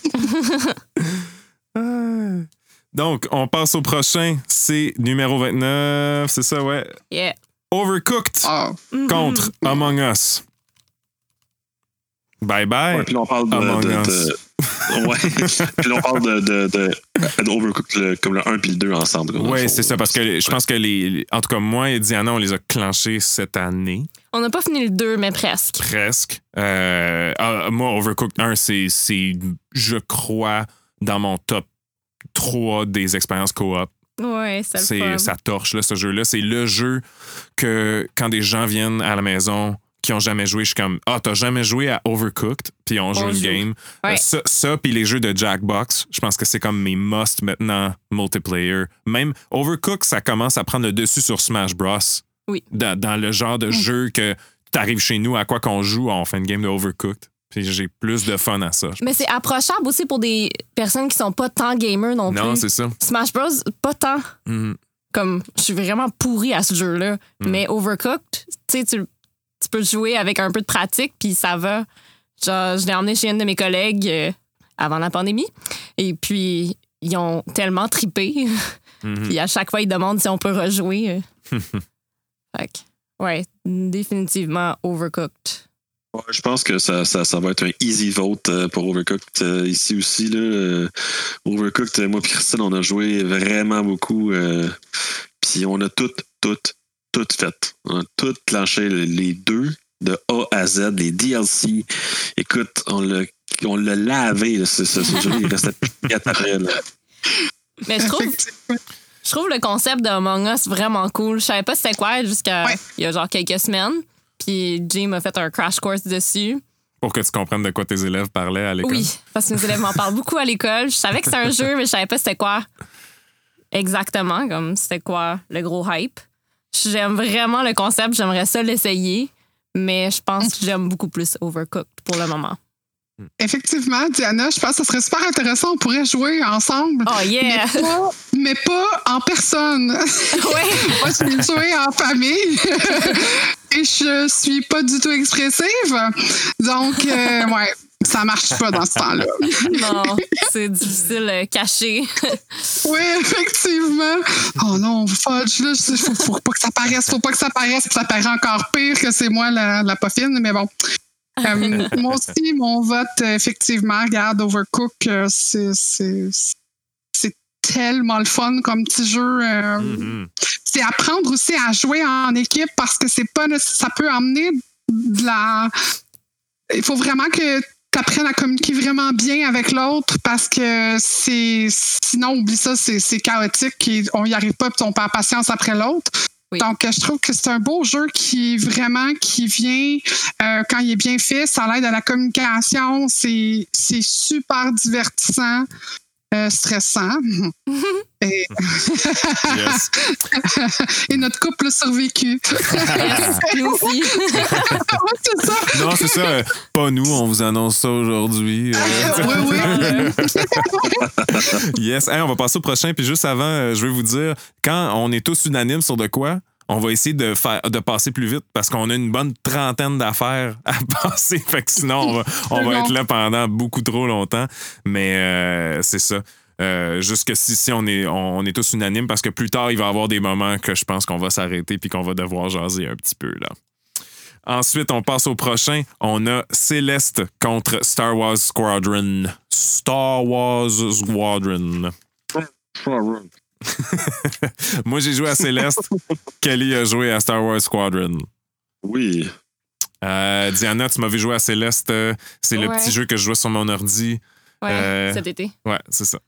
Ah. Donc, on passe au prochain. C'est numéro vingt-neuf. C'est ça, ouais. Yeah. Overcooked ah, contre Among Us. Bye bye. Ouais, puis là, on parle de. Among de- Us. de- ouais. Puis là, on parle de, de, de, de Overcooked, le- comme le un puis le deux ensemble. comme dans le Oui, fond. c'est ça, parce que je pense que les, les- en tout cas, moi et Diana, on les a clenchés cette année, On n'a pas fini le deux, mais presque. presque. Euh, ah, moi, Overcooked un, c'est, c'est, je crois, dans mon top trois des expériences coop. Ouais, c'est C'est, le fun. ça torche, là, ce jeu-là. C'est le jeu que, quand des gens viennent à la maison qui ont jamais joué, je suis comme, ah, t'as jamais joué à Overcooked, puis on joue On une joue. game. Ouais. Euh, ça, ça puis les jeux de Jackbox, je pense que c'est comme mes must maintenant multiplayer. Même Overcooked, ça commence à prendre le dessus sur Smash Bros. Oui. Dans, dans le genre de jeu que t'arrives chez nous, à quoi qu'on joue, on fait une game de Overcooked. Puis j'ai plus de fun à ça. je Mais c'est approchable aussi pour des personnes qui sont pas tant gamers non, Non, plus. c'est ça. Smash Bros, pas tant. Mhm. Comme, je suis vraiment pourrie à ce jeu-là. Mm. Mais Overcooked, tu sais, tu tu peux jouer avec un peu de pratique, puis ça va. Genre, je l'ai emmené chez une de mes collègues euh, avant la pandémie. Et puis, ils ont tellement tripé Mm-hmm. Puis à chaque fois, ils demandent si on peut rejouer. Fait que, ouais, définitivement Overcooked. Ouais, je pense que ça, ça, ça va être un easy vote pour Overcooked euh, ici aussi. Là. Euh, Overcooked, moi et Christine, on a joué vraiment beaucoup. Euh, Puis on a tout, tout, tout fait. On a tout clenché les deux de A à Z, les D L C. Écoute, on l'a, on l'a lavé, là, ce, ce, ce jeu. Il restait plus de quatre après. Là. Mais je trouve, je trouve le concept de Among Us vraiment cool. Je savais pas c'était quoi jusqu'à Ouais. il y a genre quelques semaines. Puis Jay m'a fait un crash course dessus. Pour que tu comprennes de quoi tes élèves parlaient à l'école. Oui, parce que mes élèves m'en parlent beaucoup à l'école. Je savais que c'était un jeu, mais je savais pas c'était quoi exactement, comme c'était quoi le gros hype. J'aime vraiment le concept, j'aimerais ça l'essayer, mais je pense que j'aime beaucoup plus Overcooked pour le moment. Effectivement, Diana, je pense que ce serait super intéressant. On pourrait jouer ensemble. Oh yeah! Mais pas, mais pas en personne. Ouais. Moi, je vais jouer en famille. Et je suis pas du tout expressive. Donc, euh, ouais, ça marche pas dans ce temps-là. Non, c'est difficile euh, caché. Oui, effectivement. Oh non, fudge, là, il faut, faut pas que ça paraisse, faut pas que ça paraisse, ça paraît encore pire que c'est moi la, la poffine, mais bon. Euh, moi aussi, mon vote, effectivement, regarde, Overcook, euh, c'est, c'est, c'est tellement le fun comme petit jeu. Euh, Mm-hmm. C'est apprendre aussi à jouer en équipe parce que c'est pas ça peut amener de la. Il faut vraiment que tu apprennes à communiquer vraiment bien avec l'autre parce que c'est sinon, oublie ça, c'est, c'est chaotique et on n'y arrive pas puis on perd patience après l'autre. Oui. Donc, je trouve que c'est un beau jeu qui vraiment qui vient euh, quand il est bien fait, ça l'aide à la communication, c'est, c'est super divertissant, euh, stressant. Et... Yes. Et notre couple a survécu. Yes, lui aussi. Ouais, c'est ça. Non, c'est ça. euh, pas nous, on vous annonce ça aujourd'hui. Euh, Oui, oui. yes. Hey, on va passer au prochain. Puis juste avant, euh, je vais vous dire, quand on est tous unanimes sur de quoi, on va essayer de faire de passer plus vite parce qu'on a une bonne trentaine d'affaires à passer. Fait que sinon, on va, on va être là pendant beaucoup trop longtemps. Mais euh, c'est ça. Euh, juste que si, si on, est, on, on est tous unanimes parce que plus tard, il va y avoir des moments que je pense qu'on va s'arrêter puis qu'on va devoir jaser un petit peu, là. Ensuite, on passe au prochain. On a Céleste contre Star Wars Squadron. Star Wars Squadron. Moi, j'ai joué à Céleste. Kelly a joué à Star Wars Squadron. Oui. Euh, Diana, tu m'avais joué à Céleste. C'est le Ouais. petit jeu que je jouais sur mon ordi. Ouais, Euh, cet été. Ouais, c'est ça.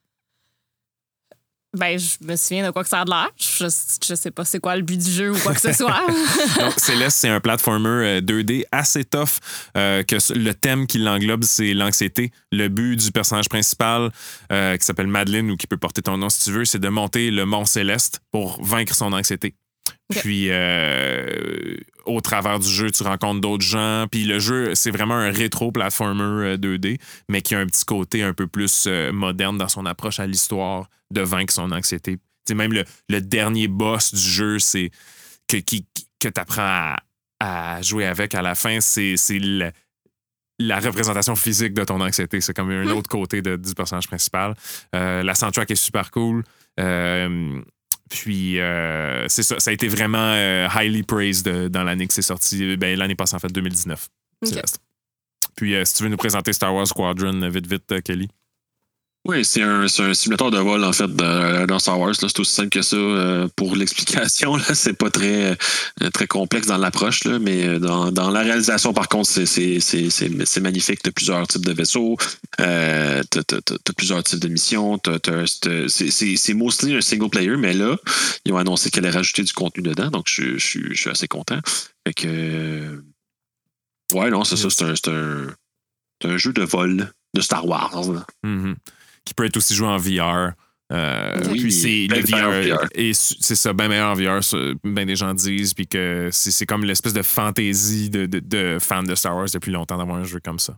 Ben, je me souviens de quoi que ça a de l'air. Je, je sais pas c'est quoi le but du jeu ou quoi que ce soit. Donc, Céleste, c'est un platformer euh, deux D assez tough. Euh, que le thème qui l'englobe, c'est l'anxiété. Le but du personnage principal, euh, qui s'appelle Madeleine ou qui peut porter ton nom si tu veux, c'est de monter le mont Céleste pour vaincre son anxiété. Okay. Puis, euh, au travers du jeu, tu rencontres d'autres gens. Puis, le jeu, c'est vraiment un rétro-platformer deux D, mais qui a un petit côté un peu plus euh, moderne dans son approche à l'histoire de vaincre son anxiété. T'sais, même le, le dernier boss du jeu, c'est que, qui, que tu apprends à, à jouer avec à la fin, c'est, c'est la, la représentation physique de ton anxiété. C'est comme un autre côté de, du personnage principal. Euh, la soundtrack est super cool. Euh, Puis, euh, c'est ça. Ça a été vraiment euh, highly praised euh, dans l'année que c'est sorti. Ben, l'année passée, en fait, deux mille dix-neuf. Okay. Céleste. Puis, euh, si tu veux nous présenter Star Wars Squadron, vite, vite, euh, Kelly. Oui, c'est un, c'est un simulateur de vol, en fait, de, dans Star Wars. Là. C'est aussi simple que ça euh, pour l'explication. Là. C'est pas très, très complexe dans l'approche, là, mais dans, dans la réalisation, par contre, c'est, c'est, c'est, c'est, c'est magnifique. T'as plusieurs types de vaisseaux, euh, t'as, t'as, t'as plusieurs types de missions. T'as, t'as, c'est, c'est, c'est mostly un single player, mais là, ils ont annoncé qu'elle allait rajouter du contenu dedans, donc je, je, je suis assez content. Fait que... Ouais, non, c'est yes. ça. C'est un, c'est, un, c'est un jeu de vol de Star Wars. Mm-hmm. Qui peut être aussi joué en V R. Euh, oui, puis c'est ben le V R, V R. Et c'est ça, bien meilleur en V R, bien des gens disent, puis que c'est, c'est comme l'espèce de fantaisie de, de, de fans de Star Wars depuis longtemps d'avoir un jeu comme ça.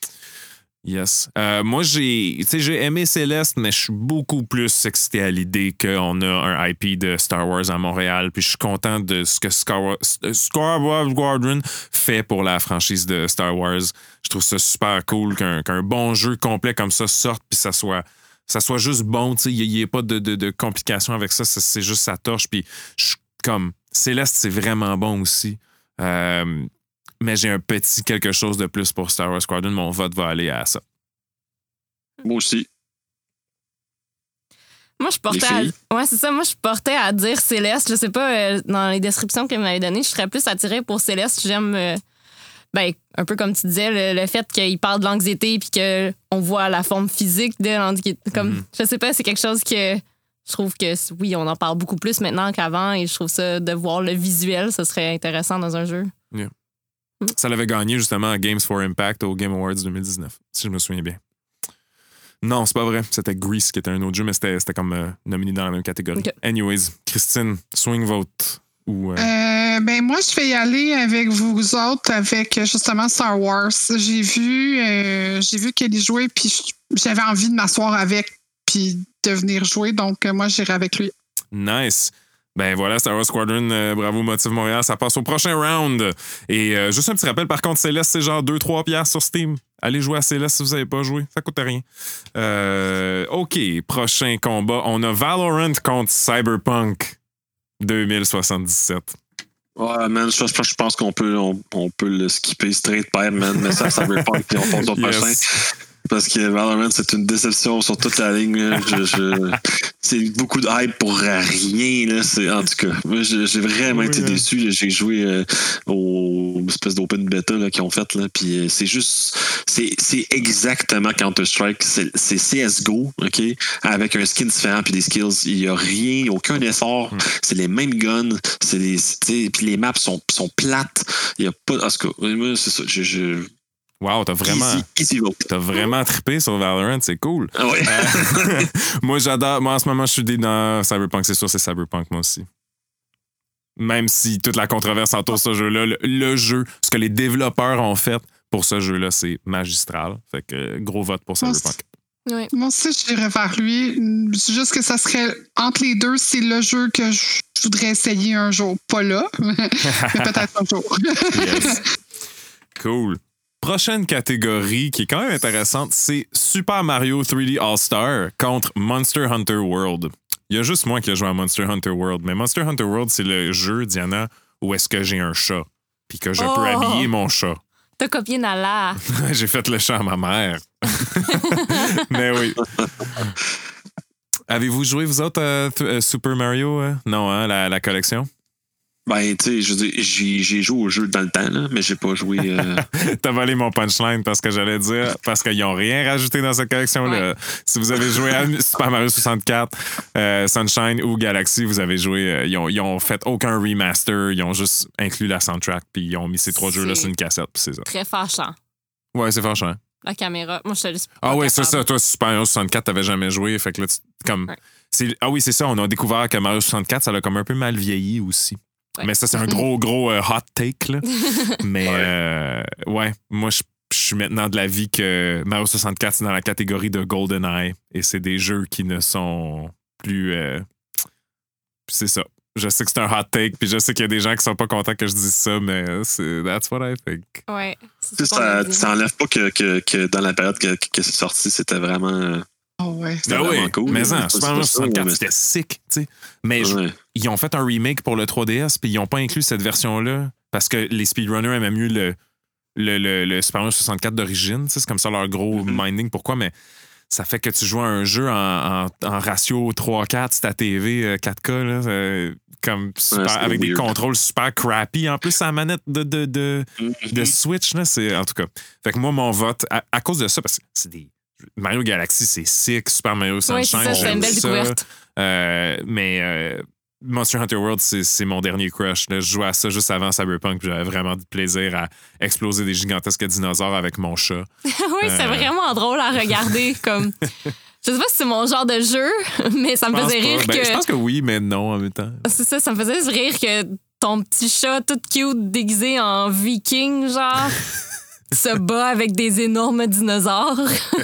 Yes. Euh, moi, j'ai, tu sais, j'ai aimé Céleste, mais je suis beaucoup plus excité à l'idée qu'on a un I P de Star Wars à Montréal, puis je suis content de ce que Star Wars, Star Wars Squadron fait pour la franchise de Star Wars. Je trouve ça super cool qu'un, qu'un bon jeu complet comme ça sorte, puis ça soit ça soit juste bon, tu sais, il n'y ait pas de, de, de complications avec ça, c'est, c'est juste sa torche. Puis, je, comme, Céleste, c'est vraiment bon aussi. Euh, mais j'ai un petit quelque chose de plus pour Star Wars Squadron. Mon vote va aller à ça. Moi aussi. Moi, je portais à... Ouais, c'est ça. Moi, je portais à dire Céleste. Je sais pas, euh, dans les descriptions qu'elle m'avait données, je serais plus attirée pour Céleste. J'aime, euh, ben, un peu comme tu disais, le, le fait qu'il parle de l'anxiété puis qu'on voit la forme physique de l'anxiété. Comme, mm-hmm. Je sais pas, c'est quelque chose que je trouve que, oui, on en parle beaucoup plus maintenant qu'avant et je trouve ça, de voir le visuel, ça serait intéressant dans un jeu. Yeah. Mm. Ça l'avait gagné justement à Games for Impact au Game Awards deux mille dix-neuf, si je me souviens bien. Non, c'est pas vrai. C'était Grease qui était un autre jeu, mais c'était, c'était comme euh, nominé dans la même catégorie. Okay. Anyways, Christine, swing vote. Ou, euh... Euh, ben moi, je vais y aller avec vous autres, avec justement Star Wars. J'ai vu, euh, j'ai vu Kelly jouer, puis j'avais envie de m'asseoir avec, puis de venir jouer. Donc, moi, j'irai avec lui. Nice. Ben voilà, Star Wars Squadron, euh, bravo Motive Montréal, ça passe au prochain round. Et euh, juste un petit rappel, par contre, Céleste, c'est genre deux trois piastres sur Steam. Allez jouer à Céleste si vous n'avez pas joué, ça coûte rien. Euh, OK, prochain combat, on a Valorant contre Cyberpunk deux mille soixante-dix-sept. Ouais, man, je, je pense qu'on peut, on, on peut le skipper straight pipe, man, mais ça, Cyberpunk, puis on passe au prochain. Yes. Parce que Valorant, c'est une déception sur toute la ligne. Je, je, c'est beaucoup de hype pour rien. Là. C'est, en tout cas, moi, j'ai, j'ai vraiment oui, été oui. déçu. Là. J'ai joué euh, aux espèces d'open beta là, qu'ils ont fait. Là. Puis c'est juste... C'est, c'est exactement Counter-Strike. C'est, c'est C S G O, OK? Avec un skin différent puis des skills. Il n'y a rien, aucun effort. Mm. C'est les mêmes guns. C'est les, puis les maps sont, sont plates. Il n'y a pas... En tout cas, moi, c'est ça. Je... je Wow, t'as vraiment, easy, easy t'as vraiment trippé sur Valorant, c'est cool. Ah oui. euh, moi, j'adore. Moi, en ce moment, je suis dans Cyberpunk, c'est sûr, c'est Cyberpunk, moi aussi. Même si toute la controverse entoure ce jeu-là, le, le jeu, ce que les développeurs ont fait pour ce jeu-là, c'est magistral. Fait que gros vote pour Cyberpunk. Oui. Moi aussi, je dirais vers lui. Juste que ça serait entre les deux, c'est le jeu que je voudrais essayer un jour. Pas là, mais peut-être un jour. Yes. Cool. Prochaine catégorie qui est quand même intéressante, c'est Super Mario trois D All-Star contre Monster Hunter World. Il y a juste moi qui ai joué à Monster Hunter World, mais Monster Hunter World, c'est le jeu, Diana, où est-ce que j'ai un chat, puis que je oh! peux habiller mon chat. T'as copié Nala. J'ai fait le chat à ma mère. Mais oui. Avez-vous joué, vous autres, à euh, Super Mario? Euh? Non, hein, la, la collection? Ben, tu sais, je veux dire, j'ai, j'ai joué au jeu dans le temps, là, mais j'ai pas joué. Euh... T'as volé mon punchline parce que j'allais dire, parce qu'ils n'ont rien rajouté dans cette collection-là. Ouais. Si vous avez joué à Super Mario soixante-quatre, euh, Sunshine ou Galaxy, vous avez joué. Euh, ils, ont, ils ont fait aucun remaster, ils ont juste inclus la soundtrack, puis ils ont mis ces trois c'est jeux-là sur une cassette, puis c'est ça. Très fâchant. Ouais, c'est fâchant. La caméra. Moi, je te laisse. Ah, ouais, c'est ça. Toi, Super Mario soixante-quatre, t'avais jamais joué. Fait que là, tu, comme. Ouais. C'est, ah, oui, c'est ça. On a découvert que Mario soixante-quatre, ça l'a comme un peu mal vieilli aussi. Ouais. Mais ça, c'est un gros, gros euh, hot take, là. Mais, ouais, euh, ouais moi, je, je suis maintenant de l'avis que Mario soixante-quatre, c'est dans la catégorie de GoldenEye. Et c'est des jeux qui ne sont plus... Euh, c'est ça. Je sais que c'est un hot take, puis je sais qu'il y a des gens qui sont pas contents que je dise ça, mais c'est that's what I think. Ouais. C'est ça, ça enlève pas que, que, que dans la période que, que c'est sorti, c'était vraiment... Oh ouais. C'était ben vraiment oui, cool. Mais en Super Mario soixante-quatre, c'était sick, tu sais. Mais ouais. je, ils ont fait un remake pour le trois D S, puis ils n'ont pas inclus cette version-là, parce que les speedrunners aimaient mieux le, le, le, le Super Mario soixante-quatre d'origine. C'est comme ça leur gros mm-hmm. minding. Pourquoi? Mais ça fait que tu joues à un jeu en, en, en ratio trois quatre sur ta T V quatre K, là, euh, comme super, ouais, avec weird. Des contrôles super crappy. En plus, la manette de, de, de, mm-hmm. de Switch, là, c'est en tout cas. Fait que moi, mon vote, à, à cause de ça, parce que c'est des. Mario Galaxy, c'est sick. Super Mario Sunshine, oui, c'est ça, c'est une belle découverte. Euh, mais euh, Monster Hunter World, c'est, c'est mon dernier crush. Là. Je jouais à ça juste avant Cyberpunk, puis j'avais vraiment du plaisir à exploser des gigantesques dinosaures avec mon chat. oui, euh... c'est vraiment drôle à regarder. Comme... Je sais pas si c'est mon genre de jeu, mais ça me faisait rire ben, que... Je pense que oui, mais non en même temps. C'est ça, ça me faisait rire que ton petit chat tout cute déguisé en viking, genre... se bat avec des énormes dinosaures.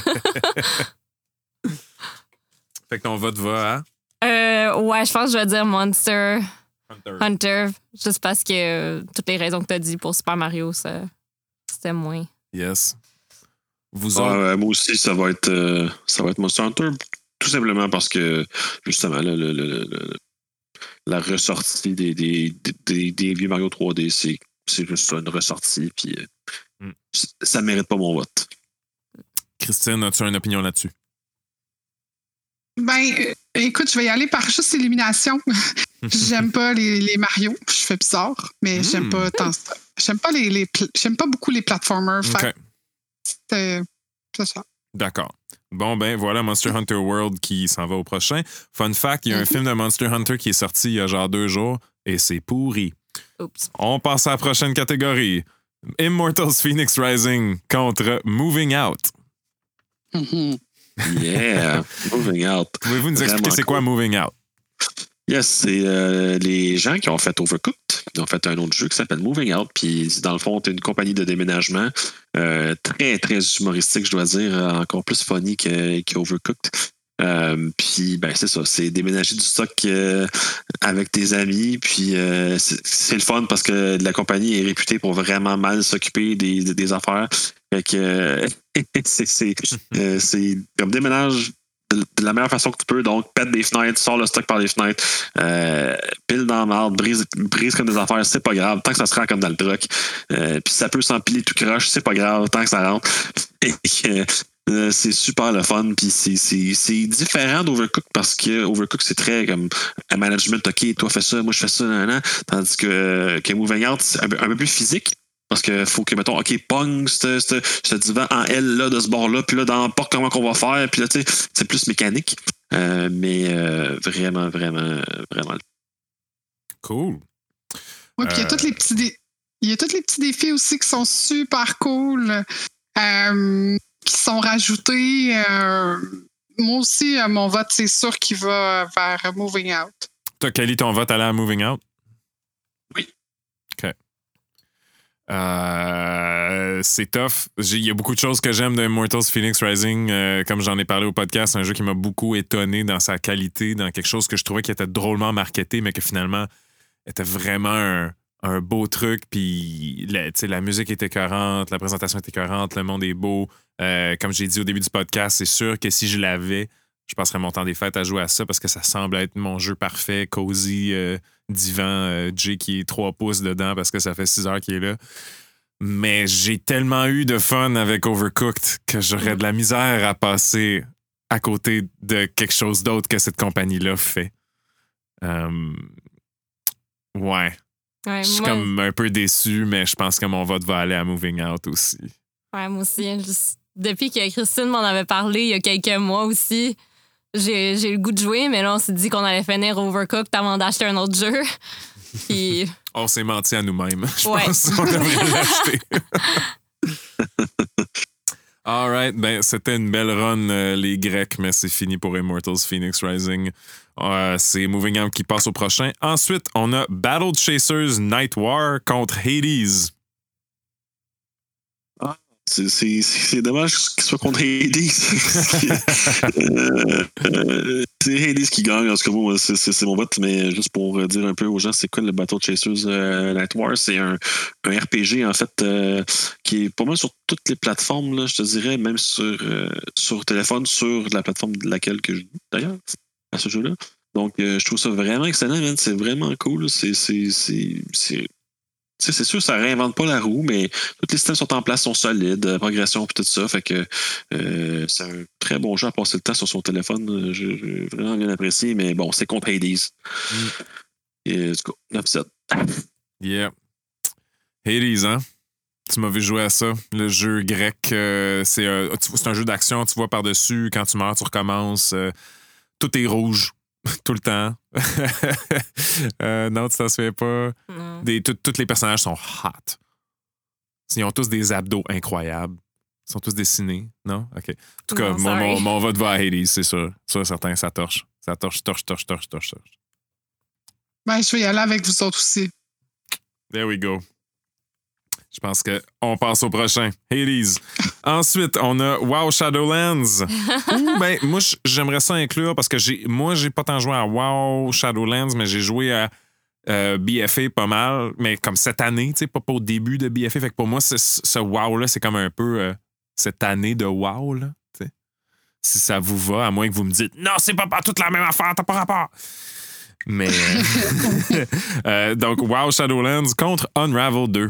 Fait que ton vote va à? Euh, ouais, je pense que je vais dire Monster Hunter. Hunter juste parce que euh, toutes les raisons que tu as dit pour Super Mario, ça, c'était moins. Yes. Vous ah, autres? Euh, moi aussi, ça va être, euh, ça va être Monster Hunter. Tout tout simplement parce que, justement, le, le, le, le, la ressortie des, des, des, des vieux Mario trois D, c'est, c'est juste ça, une ressortie, puis mm. ça mérite pas mon vote. Christine, as-tu une opinion là-dessus? Ben, euh, écoute, je vais y aller par juste élimination. J'aime pas les, les Mario. Je fais bizarre, mais mm. j'aime pas tant ça. J'aime pas les, les j'aime pas beaucoup les platformers. Okay. C'est, c'est ça. D'accord. Bon, ben voilà Monster Hunter World qui s'en va au prochain. Fun fact, il y a mm-hmm. un film de Monster Hunter qui est sorti il y a genre deux jours et c'est pourri. Oups. On passe à la prochaine catégorie. Immortals Phoenix Rising contre Moving Out. Mm-hmm. Yeah, Moving Out. Pouvez-vous nous expliquer c'est quoi Moving Out? Yes, c'est euh, les gens qui ont fait Overcooked. Ils ont fait un autre jeu qui s'appelle Moving Out. Puis, dans le fond, c'est une compagnie de déménagement euh, très, très humoristique, je dois dire, encore plus funny que, qu'Overcooked. Euh, puis, ben, c'est ça, c'est déménager du stock euh, avec tes amis. Puis, euh, c'est, c'est le fun parce que la compagnie est réputée pour vraiment mal s'occuper des, des, des affaires. Fait que euh, c'est, c'est, euh, c'est comme déménage de la meilleure façon que tu peux. Donc, pète des fenêtres, sors le stock par les fenêtres, euh, pile dans la marde, brise, brise comme des affaires, c'est pas grave, tant que ça se rend comme dans le truck. Euh, Puis ça peut s'empiler tout croche, c'est pas grave, tant que ça rentre. Et, euh, c'est super le fun. Puis c'est, c'est, c'est différent d'Overcooked parce que Overcooked, c'est très comme un management, OK, toi fais ça, moi je fais ça, nan, nan. Tandis que, que Moving Out, c'est un peu, un peu plus physique. Parce qu'il faut que, mettons, OK, pogne ce, ce, ce divan en L là, de ce bord-là, puis là, dans le port, comment qu'on va faire, puis là, tu sais, c'est plus mécanique. Euh, mais euh, vraiment, vraiment, vraiment. Cool. Oui, puis il y a tous les petits dé- il y a tous les petits défis aussi qui sont super cool, euh, qui sont rajoutés. Euh, moi aussi, mon vote, c'est sûr qu'il va vers Moving Out. Toi, Kelly, ton vote allait à Moving Out? Oui. OK. Euh, c'est tough. Il y a beaucoup de choses que j'aime de Immortals Phoenix Rising. Euh, comme j'en ai parlé au podcast, c'est un jeu qui m'a beaucoup étonné dans sa qualité, dans quelque chose que je trouvais qui était drôlement marketé, mais que finalement était vraiment un, un beau truc. Puis la, la musique était écœurante, la présentation était écœurante, le monde est beau. Euh, comme j'ai dit au début du podcast, c'est sûr que si je l'avais, je passerais mon temps des fêtes à jouer à ça parce que ça semble être mon jeu parfait, cozy, euh, divan, euh, Jay qui est trois pouces dedans parce que ça fait six heures qu'il est là. Mais j'ai tellement eu de fun avec Overcooked que j'aurais de la misère à passer à côté de quelque chose d'autre que cette compagnie-là fait. Um, ouais. ouais. Je suis moi... comme un peu déçu, mais je pense que mon vote va aller à Moving Out aussi. Ouais, moi aussi. Juste, depuis que Christine m'en avait parlé il y a quelques mois aussi, J'ai, j'ai le goût de jouer, mais là, on s'est dit qu'on allait finir Overcooked avant d'acheter un autre jeu. Puis... on s'est menti à nous-mêmes. Je ouais. pense qu'on devrait l'acheter. All right. Ben, c'était une belle run, euh, les Grecs, mais c'est fini pour Immortals Phoenix Rising. Euh, c'est Moving On qui passe au prochain. Ensuite, on a Battle Chasers Night War contre Hades. C'est, c'est, c'est dommage qu'il soit contre Hades. euh, euh, c'est Hades qui gagne. En tout cas, moi, c'est, c'est, c'est mon vote. Mais juste pour dire un peu aux gens, c'est quoi le Battle Chasers euh, Night War? C'est un, un R P G, en fait, euh, qui est pour moi sur toutes les plateformes, là, je te dirais, même sur, euh, sur téléphone, sur la plateforme de laquelle que je joue, d'ailleurs, à ce jeu-là. Donc, euh, je trouve ça vraiment excellent, man. C'est vraiment cool. C'est... c'est, c'est, c'est Tu sais, c'est sûr, ça réinvente pas la roue, mais tous les systèmes sont en place, sont solides, progression et tout ça. Fait que euh, c'est un très bon jeu à passer le temps sur son téléphone. J'ai, j'ai vraiment bien apprécié, mais bon, c'est contre Hades. Mm. Et du coup, neuf sept. Yeah. Hades, hein? Tu m'as vu jouer à ça. Le jeu grec, euh, c'est, un, c'est un jeu d'action, tu vois par-dessus, quand tu meurs, tu recommences. Euh, tout est rouge. Tout le temps. euh, non, tu t'en souviens pas? Mm. Des, tout, tous les personnages sont hot. Ils ont tous des abdos incroyables. Ils sont tous dessinés, non? OK. En tout cas, non, mon, mon, mon vote va à Hades, c'est sûr. Ça, certain, ça torche. Ça torche, torche, torche, torche, torche, torche. Ben, je vais y aller avec vous autres aussi. There we go. Je pense qu'on passe au prochain. Hades. Ensuite, on a WoW Shadowlands. Ouh, ben, moi, j'aimerais ça inclure parce que j'ai, moi, j'ai pas tant joué à WoW Shadowlands, mais j'ai joué à euh, B F A pas mal, mais comme cette année, tu sais, pas, pas au début de B F A. Fait que pour moi, ce, ce WoW-là, c'est comme un peu euh, cette année de WoW, là. si ça vous va, à moins que vous me dites « Non, c'est pas, pas toute la même affaire, t'as pas rapport! » Mais... euh, donc, WoW Shadowlands contre Unravel deux.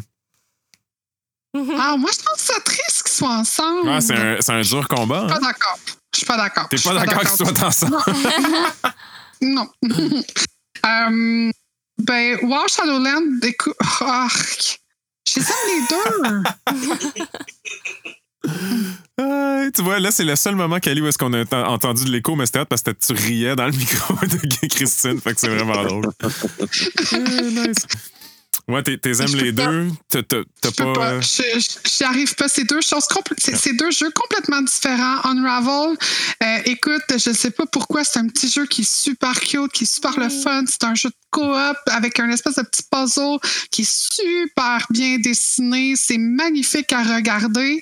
Ah, moi, je trouve ça triste qu'ils soient ensemble. Ouais, c'est un, c'est un dur combat. Je suis hein? pas d'accord. Je suis pas d'accord. T'es pas d'accord qu'ils soient ensemble? Non. euh, ben, WoW Shadowlands, écoute. Oh, je les aime les deux. Euh, tu vois, là, c'est le seul moment, Kelly, où est-ce qu'on a ent- entendu de l'écho, mais c'était hot parce que tu riais dans le micro de Christine. Fait que c'est vraiment drôle. Euh, nice. Ouais, t'es, t'es aimes Je les peux pas. deux. T'as, t'as, t'as Je peux pas. pas. euh, Je- je- J'y arrive pas. C'est deux choses compl- c'est, c'est deux jeux complètement différents. Unravel, euh, écoute, je sais pas pourquoi, c'est un petit jeu qui est super cute, qui est super le fun. C'est un jeu de coop avec un espèce de petit puzzle qui est super bien dessiné. C'est magnifique à regarder.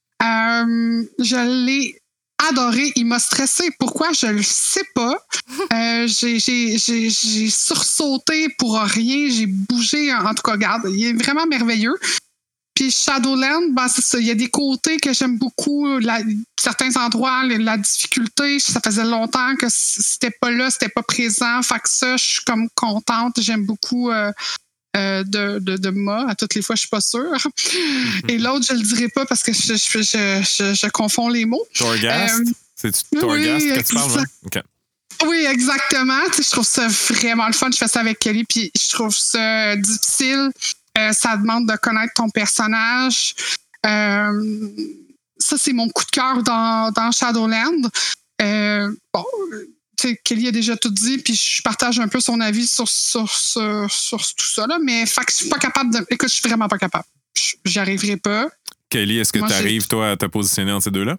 Euh, je l'ai adoré. Il m'a stressé. Pourquoi? Je le sais pas. Euh, j'ai, j'ai, j'ai, j'ai sursauté pour rien. J'ai bougé. En tout cas, regarde, il est vraiment merveilleux. Puis Shadowland, ben, c'est ça. Il y a des côtés que j'aime beaucoup. La, certains endroits, la, la difficulté, ça faisait longtemps que c'était pas là, c'était pas présent. Fait que ça, je suis comme contente. J'aime beaucoup euh, euh, de, de, de moi. À toutes les fois, je suis pas sûre. Et l'autre, je le dirai pas parce que je, je, je, je, je confonds les mots. Torghast? Euh, C'est-tu oui, Torghast que tu parles? exact. Hein? OK. Oui, exactement. Tu sais, je trouve ça vraiment le fun. Je fais ça avec Kelly, puis je trouve ça difficile. Euh, ça demande de connaître ton personnage. Euh, ça, c'est mon coup de cœur dans, dans Shadowland. Euh, bon, tu sais, Kelly a déjà tout dit, puis je partage un peu son avis sur, sur, sur, sur tout ça. Là, mais fait que je suis pas capable de. Écoute, je suis vraiment pas capable. J'y arriverai pas. Kelly, est-ce que Moi, tu j'ai- arrives, toi, à te positionner entre ces deux-là?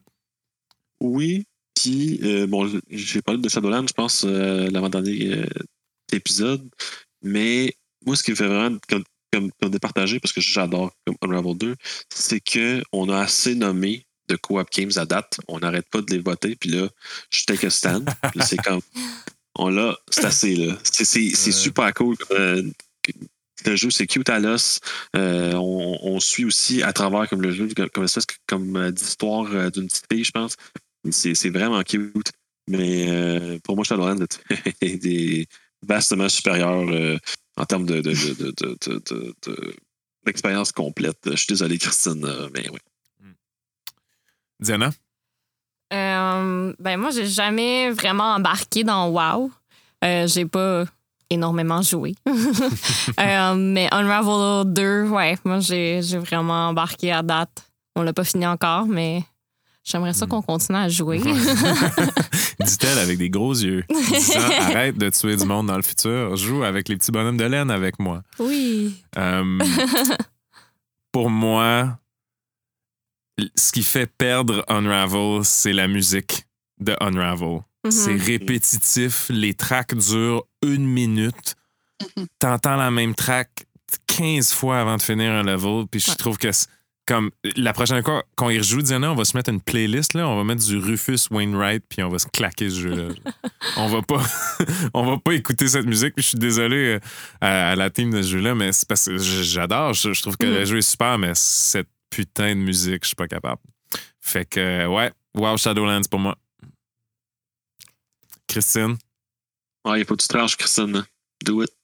Oui, puis, euh, bon, j'ai parlé de Shadowlands, je pense, euh, l'avant-dernier euh, épisode, mais moi, ce qui me fait vraiment comme, comme, comme départager, parce que j'adore comme Unravel deux, c'est qu'on a assez nommé de co-op games à date, on n'arrête pas de les voter, puis là, je take a stand, puis là, c'est comme, on l'a, c'est assez, là. C'est, c'est, c'est super cool. Euh, le jeu, c'est cute à l'os. Euh, on, on suit aussi à travers comme le jeu, comme, comme, espèce, comme euh, d'histoire euh, d'une petite fille, je pense. C'est, c'est vraiment cute. Mais euh, pour moi, Shadowlands est des vastement supérieur euh, en termes de, de, de, de, de, de, de, de, d'expérience complète. Je suis désolé, Christine, euh, mais oui. Diana? Euh, ben moi, j'ai jamais vraiment embarqué dans WoW. Euh, j'ai pas énormément joué. euh, mais Unravel deux, ouais, moi, j'ai, j'ai vraiment embarqué à date. On l'a pas fini encore, mais j'aimerais ça qu'on continue à jouer. Dit-elle avec des gros yeux. Disant, arrête de tuer du monde dans le futur. Joue avec les petits bonhommes de laine avec moi. Oui. Euh, pour moi, ce qui fait perdre Unravel, c'est la musique de Unravel. Mhm. C'est répétitif. Les tracks durent une minute. T'entends la même track quinze fois avant de finir un level. Puis je Ouais. trouve que c'est comme la prochaine fois qu'on y rejoue, Diana, on va se mettre une playlist. Là, on va mettre du Rufus Wainwright puis on va se claquer ce jeu-là. on va pas on va pas écouter cette musique. Puis je suis désolé euh, à, à la team de ce jeu-là, mais c'est parce que j'adore. Je, je trouve que Mhm. le jeu est super, mais cette putain de musique, je suis pas capable. Fait que, ouais, wow, Shadowlands pour moi. Christine? Ouais, il faut que tu tranches, Christine. Do it.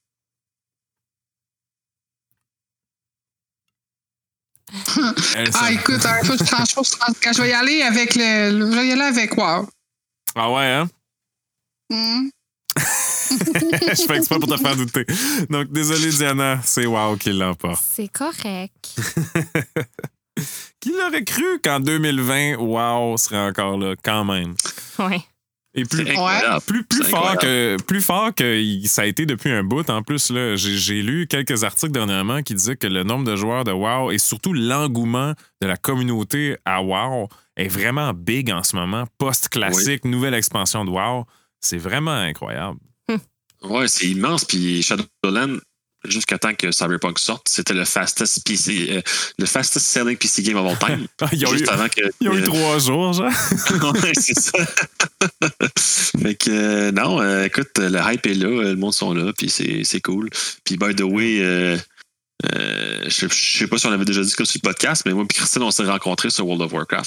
Elle, ça- Ah, écoute, il faut que je tranche, faut que je tranche. Quand je vais y aller avec le. le- Je vais y aller avec WoW. Ah ouais, hein? Hmm. Je fais exprès pour te faire douter. Donc, désolé, Diana, c'est Wow qui l'emporte. C'est correct. Qui l'aurait cru qu'en deux mille vingt, Wow serait encore là, quand même? Ouais. Et plus, C'est incroyable. plus, plus, C'est fort incroyable. que, plus fort que il- ça a été depuis un bout. En plus, là, j'ai, j'ai lu quelques articles dernièrement qui disaient que le nombre de joueurs de WoW et surtout l'engouement de la communauté à WoW est vraiment big en ce moment. Post-classique, nouvelle expansion de WoW. C'est vraiment incroyable. Ouais, c'est immense. Puis Shadowlands, jusqu'à temps que Cyberpunk sorte, c'était le fastest P C, euh, le fastest selling P C game of all time. Ils ont, Juste eu, avant que. ils ont eu euh, trois jours, genre. ouais, c'est ça. Fait que, euh, non, euh, écoute, le hype est là, euh, le monde sont là, puis c'est, c'est cool. Puis, by the way, euh, euh, je, je sais pas si on avait déjà dit ça sur le podcast, mais moi et Christine, on s'est rencontrés sur World of Warcraft.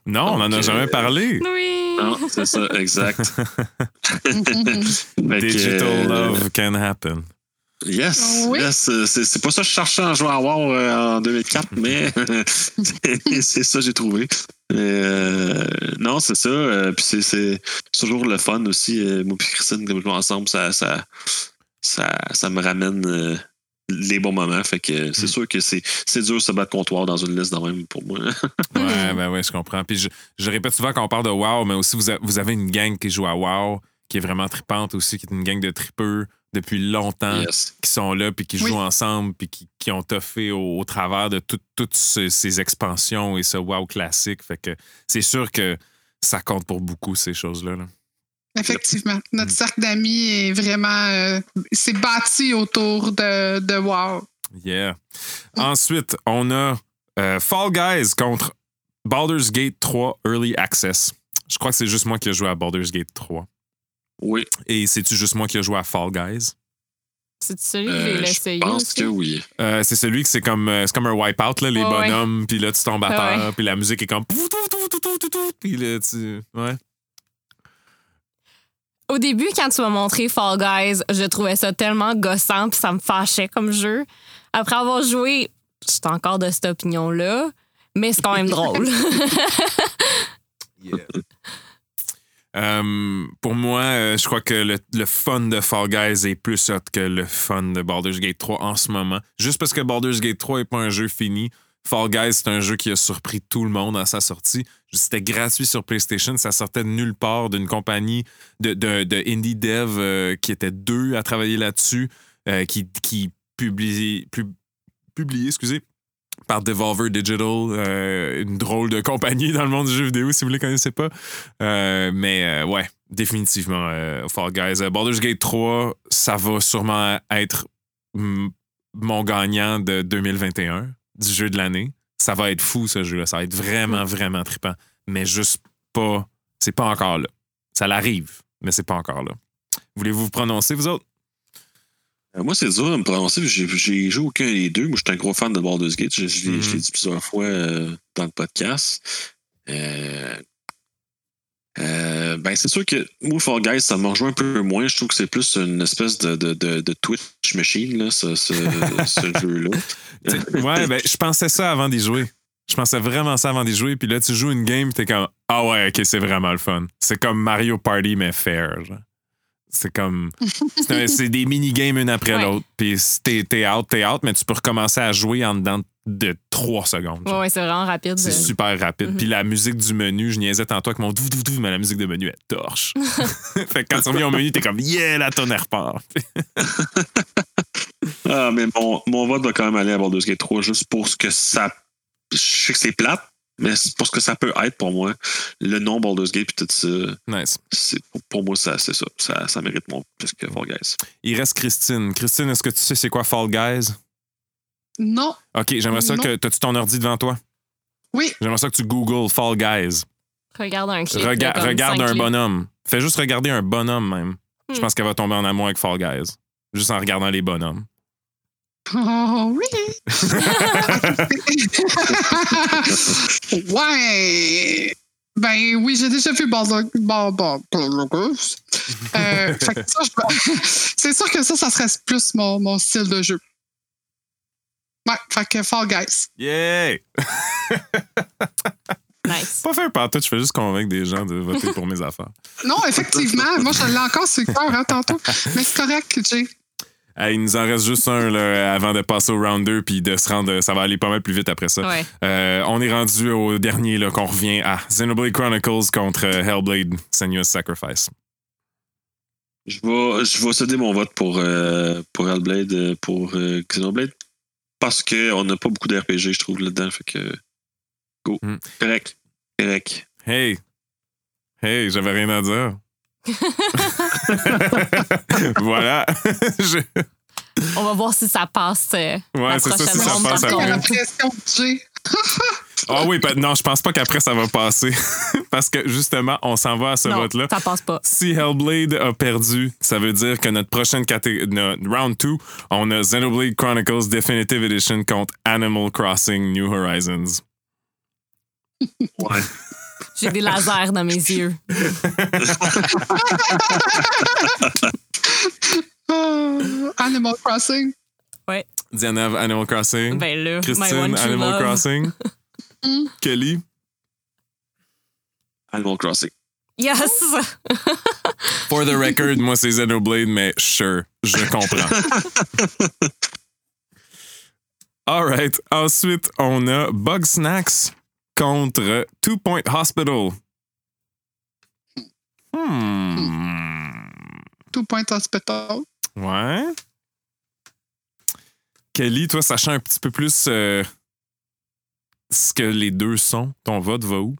Non, on n'en a Donc, jamais euh, parlé. Oui. Non, c'est ça, exact. Fait que, Digital euh, love can happen. Yes, Oui. yes. C'est, c'est pas ça que je cherchais en jouant à WoW euh, en deux mille quatre, mais c'est ça que j'ai trouvé. Euh, non, c'est ça. Euh, puis c'est, c'est toujours le fun aussi. Euh, moi et Christine, comme jouer ensemble, ça, ça, ça, ça me ramène euh, les bons moments. Fait que c'est Mm. sûr que c'est, c'est dur de se battre comptoir dans une liste de même pour moi. Ouais, ben ouais, je comprends. Puis je, je répète souvent quand on parle de WoW, mais aussi vous, a- vous avez une gang qui joue à WoW, qui est vraiment trippante aussi, qui est une gang de tripeux depuis longtemps, Yes. qui sont là, puis qui Oui. jouent ensemble, puis qui, qui ont toffé au, au travers de tout- toutes ce- ces expansions et ce WoW classique. Fait que c'est sûr que ça compte pour beaucoup, ces choses-là. là. Effectivement. Notre cercle d'amis est vraiment. Euh, c'est bâti autour de, de WoW. Yeah. Ensuite, on a euh, Fall Guys contre Baldur's Gate trois Early Access. Je crois que c'est juste moi qui ai joué à Baldur's Gate trois. Oui, Et c'est-tu juste moi qui ai joué à Fall Guys? C'est celui que j'ai euh, je essayé pense aussi. que oui. Euh, c'est celui que c'est comme, euh, c'est comme un wipeout, là, les Ouais, ouais. bonhommes, puis là, tu tombes à Ouais, terre, ouais. puis la musique est comme... Puis là, tu... Ouais. Au début, quand tu m'as montré Fall Guys, je trouvais ça tellement gossant puis ça me fâchait comme jeu. Après avoir joué, j'étais encore de cette opinion-là, mais c'est quand même drôle. Euh, pour moi, euh, je crois que le, le fun de Fall Guys est plus hot que le fun de Baldur's Gate trois en ce moment. Juste parce que Baldur's Gate trois n'est pas un jeu fini, Fall Guys, c'est un jeu qui a surpris tout le monde à sa sortie. C'était gratuit sur PlayStation, ça sortait de nulle part d'une compagnie de, de, de indie dev euh, qui était deux à travailler là-dessus, euh, qui, qui publie, pub, publié, excusez, par Devolver Digital, euh, une drôle de compagnie dans le monde du jeu vidéo, si vous ne les connaissez pas. Euh, mais euh, ouais, définitivement, euh, Fall Guys. Euh, Baldur's Gate trois, ça va sûrement être mm, mon gagnant de deux mille vingt et un, du jeu de l'année. Ça va être fou, ce jeu-là. Ça va être vraiment, vraiment trippant. Mais juste pas... C'est pas encore là. Ça l'arrive, mais c'est pas encore là. Voulez-vous vous prononcer, vous autres? Euh, Moi, c'est dur de me prononcer. J'ai, j'ai joué aucun des deux. Moi, je suis un gros fan de Baldur's Gate. Je, je, l'ai- Mhm. je l'ai dit plusieurs fois euh, dans le podcast. Euh, euh, ben, c'est sûr que moi, Fall Guys, ça me rejoint un peu moins. Je trouve que c'est plus une espèce de, de, de, de Twitch machine, là, ce, ce, ce jeu-là. T'sais, ouais, ben, je pensais ça avant d'y jouer. Je pensais vraiment ça avant d'y jouer. Puis là, tu joues une game, t'es comme, ah ouais, ok, c'est vraiment le fun. C'est comme Mario Party, mais fair. Genre. C'est comme. C'est, un- c'est des mini-games une après Ouais. l'autre. Puis si t'es, t'es out, t'es out, mais tu peux recommencer à jouer en dedans de trois secondes. genre. Ouais, ouais, c'est vraiment rapide. C'est super rapide. Puis la musique du menu, je niaisais tantôt avec mon dou dou dou, mais la musique de menu, elle torche. Fait que quand tu reviens au menu, t'es comme, yeah, la tonne repart. Ah, mais mon, mon vote va quand même aller à Baldur's Gate trois juste pour ce que ça. Je sais que c'est plate, mais c'est pour ce que ça peut être pour moi. Le nom Baldur's Gate puis tout ça, Nice. c'est, pour moi, ça, c'est ça. ça. Ça mérite mon plus que Fall Guys. Il reste Christine. Christine, est-ce que tu sais c'est quoi Fall Guys? Non. OK, j'aimerais ça Non. que. T'as-tu ton ordi devant toi? Oui. J'aimerais ça que tu googles Fall Guys. Regarde un clip. Rega- de comme regarde cinq un clips. bonhomme. Fais juste regarder un bonhomme même. Je Hmm. pense qu'elle va tomber en amour avec Fall Guys. Juste en regardant les bonhommes. Oh oui! Ouais! Ben oui, j'ai déjà vu Baldur- Bal- Bal- Baldur's. Euh, fait que ça, je- c'est sûr que ça, ça serait plus mon, mon style de jeu. Ouais, fait que Fall Guys. Yeah! Nice. Pas faire partout, je fais juste convaincre des gens de voter pour mes affaires. Non, effectivement, moi, je l'ai encore sur le cœur hein, tantôt. Mais c'est correct, Jay. Hey, il nous en reste juste un là, avant de passer au round deux puis de se rendre. Ça va aller pas mal plus vite après ça. Ouais. Euh, on est rendu au dernier là, qu'on revient à Xenoblade Chronicles contre euh, Hellblade Senua's Sacrifice. Je vais, je vais céder mon vote pour, euh, pour Hellblade, euh, pour euh, Xenoblade, parce qu'on n'a pas beaucoup d'R P G, je trouve, là-dedans. Fait que. Go. Mm. Correct. Correct. Hey! Hey, j'avais rien à dire. Voilà. Je- On va voir si ça passe. euh, Ouais, la c'est ça, si prochaine ça ronde passe par Il y a après. la contre. pression de Jay. Ah oui, ben, non, je pense pas qu'après ça va passer. Parce que justement, on s'en va à ce Non, vote-là. ça passe pas. Si Hellblade a perdu, ça veut dire que notre prochaine catégorie, notre round deux, on a Xenoblade Chronicles Definitive Edition contre Animal Crossing New Horizons. Ouais. J'ai des lasers dans mes yeux. Oh, Animal Crossing. Ouais. Diana, Animal Crossing. Ben là, my Christine, one true Animal love. Crossing. Mm. Kelly. Animal Crossing. Yes! For the record, moi, c'est Xenoblade, mais sure, je comprends. All right. Ensuite, on a Bug Snacks contre Two Point Hospital. Hmm. Two Point Hospital. Ouais. Kelly, toi, sachant un petit peu plus euh, ce que les deux sont, ton vote va où?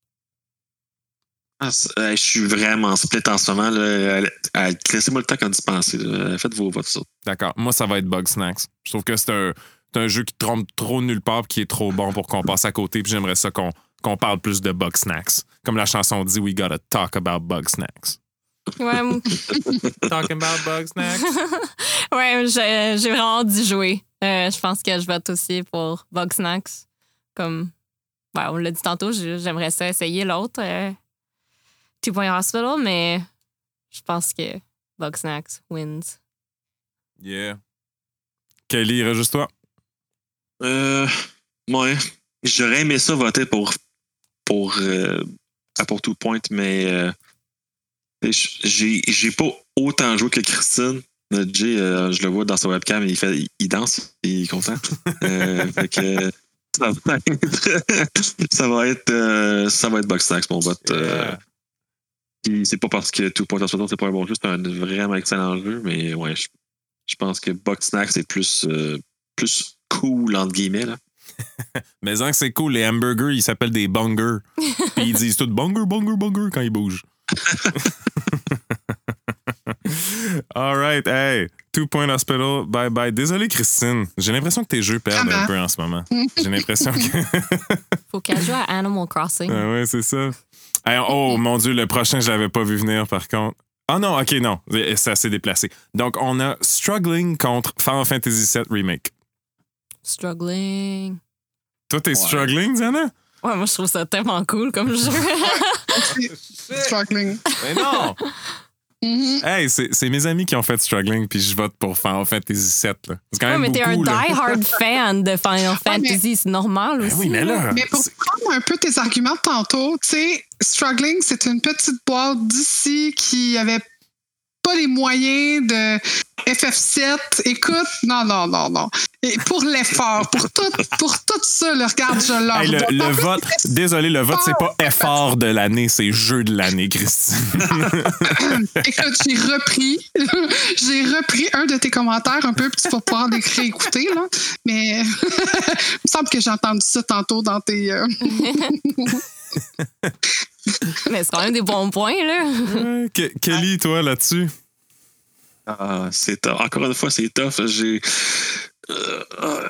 Ah, euh, je suis vraiment split en ce moment. Là. Laissez-moi le temps qu'en dispenser. Là. Faites vos votes. Ça. D'accord. Moi, ça va être Bug Snacks. Je trouve que c'est un, c'est un jeu qui trompe trop nulle part et qui est trop bon pour qu'on passe à côté. Puis j'aimerais ça qu'on, qu'on parle plus de Bug Snacks. Comme la chanson dit, we gotta talk about Bug Snacks. Ouais, m- Talking about Bug Snacks. ouais j'ai, j'ai vraiment hâte d'y jouer. Euh, je pense que je vote aussi pour Bug Snacks. Comme, ouais, on l'a dit tantôt, j'ai- j'aimerais ça essayer l'autre, euh, Two Point Hospital, mais je pense que Bug Snacks wins. Yeah. Kelly, juste-toi. Euh, ouais. J'aurais aimé ça voter pour pour, euh, pour Two Point, mais euh, j'ai, j'ai pas autant joué que Christine. Notre Jay, euh, je le vois dans sa webcam, il, fait, il, il danse, il est content. euh, fait que, ça va être, ça va être, euh, ça va être Bug Snacks, mon vote. Yeah. Euh, puis c'est pas parce que Two Point Hospital, c'est pas un bon jeu, c'est un vraiment excellent jeu, mais ouais, je, je pense que Bug Snacks c'est plus, euh, plus cool, entre guillemets. Là. Mais en que c'est cool, les hamburgers, ils s'appellent des bungers. Puis ils disent tout bunger, bunger, bunger quand ils bougent. All right, hey, Two Point Hospital, bye bye. Désolé, Christine. J'ai l'impression que tes jeux perdent un peu en ce moment. J'ai l'impression que. Faut qu'elle joue à Animal Crossing. Ah ouais, c'est ça. Hey, oh mon Dieu, le prochain, je l'avais pas vu venir par contre. Ah non, ok, non. Ça s'est déplacé. Donc, on a Struggling contre Final Fantasy sept Remake. Struggling. Toi, t'es Ouais. struggling, Diana? Ouais, moi, je trouve ça tellement cool comme jeu. Struggling. Mais non! Mhm. Hey, c'est, c'est mes amis qui ont fait Struggling, puis je vote pour Final Fantasy sept. Là. C'est quand Ouais, même mais t'es un beaucoup, là. die-hard fan de Final mais- Fantasy, c'est normal aussi. Ben oui, mais là, Mais pour c'est- prendre un peu tes arguments de tantôt, tu sais, Struggling, c'est une petite boîte d'ici qui avait pas les moyens de F F sept. Écoute, non, non, non, non. Et pour l'effort, pour tout, pour tout ça, là, regarde, je leur Hey, le, donne. le En plus, vote, désolé, le vote, c'est pas effort de l'année, c'est jeu de l'année, Christine. écoute, j'ai repris, j'ai repris un de tes commentaires un peu, puis tu vas pouvoir les réécouter, là. Mais il me semble que j'ai entendu ça tantôt dans tes. euh, Mais c'est quand même des bons points, là. Euh, Ke- Kelly, toi, là-dessus? Ah, c'est tough. Encore une fois, c'est tough. J'ai. Euh, euh,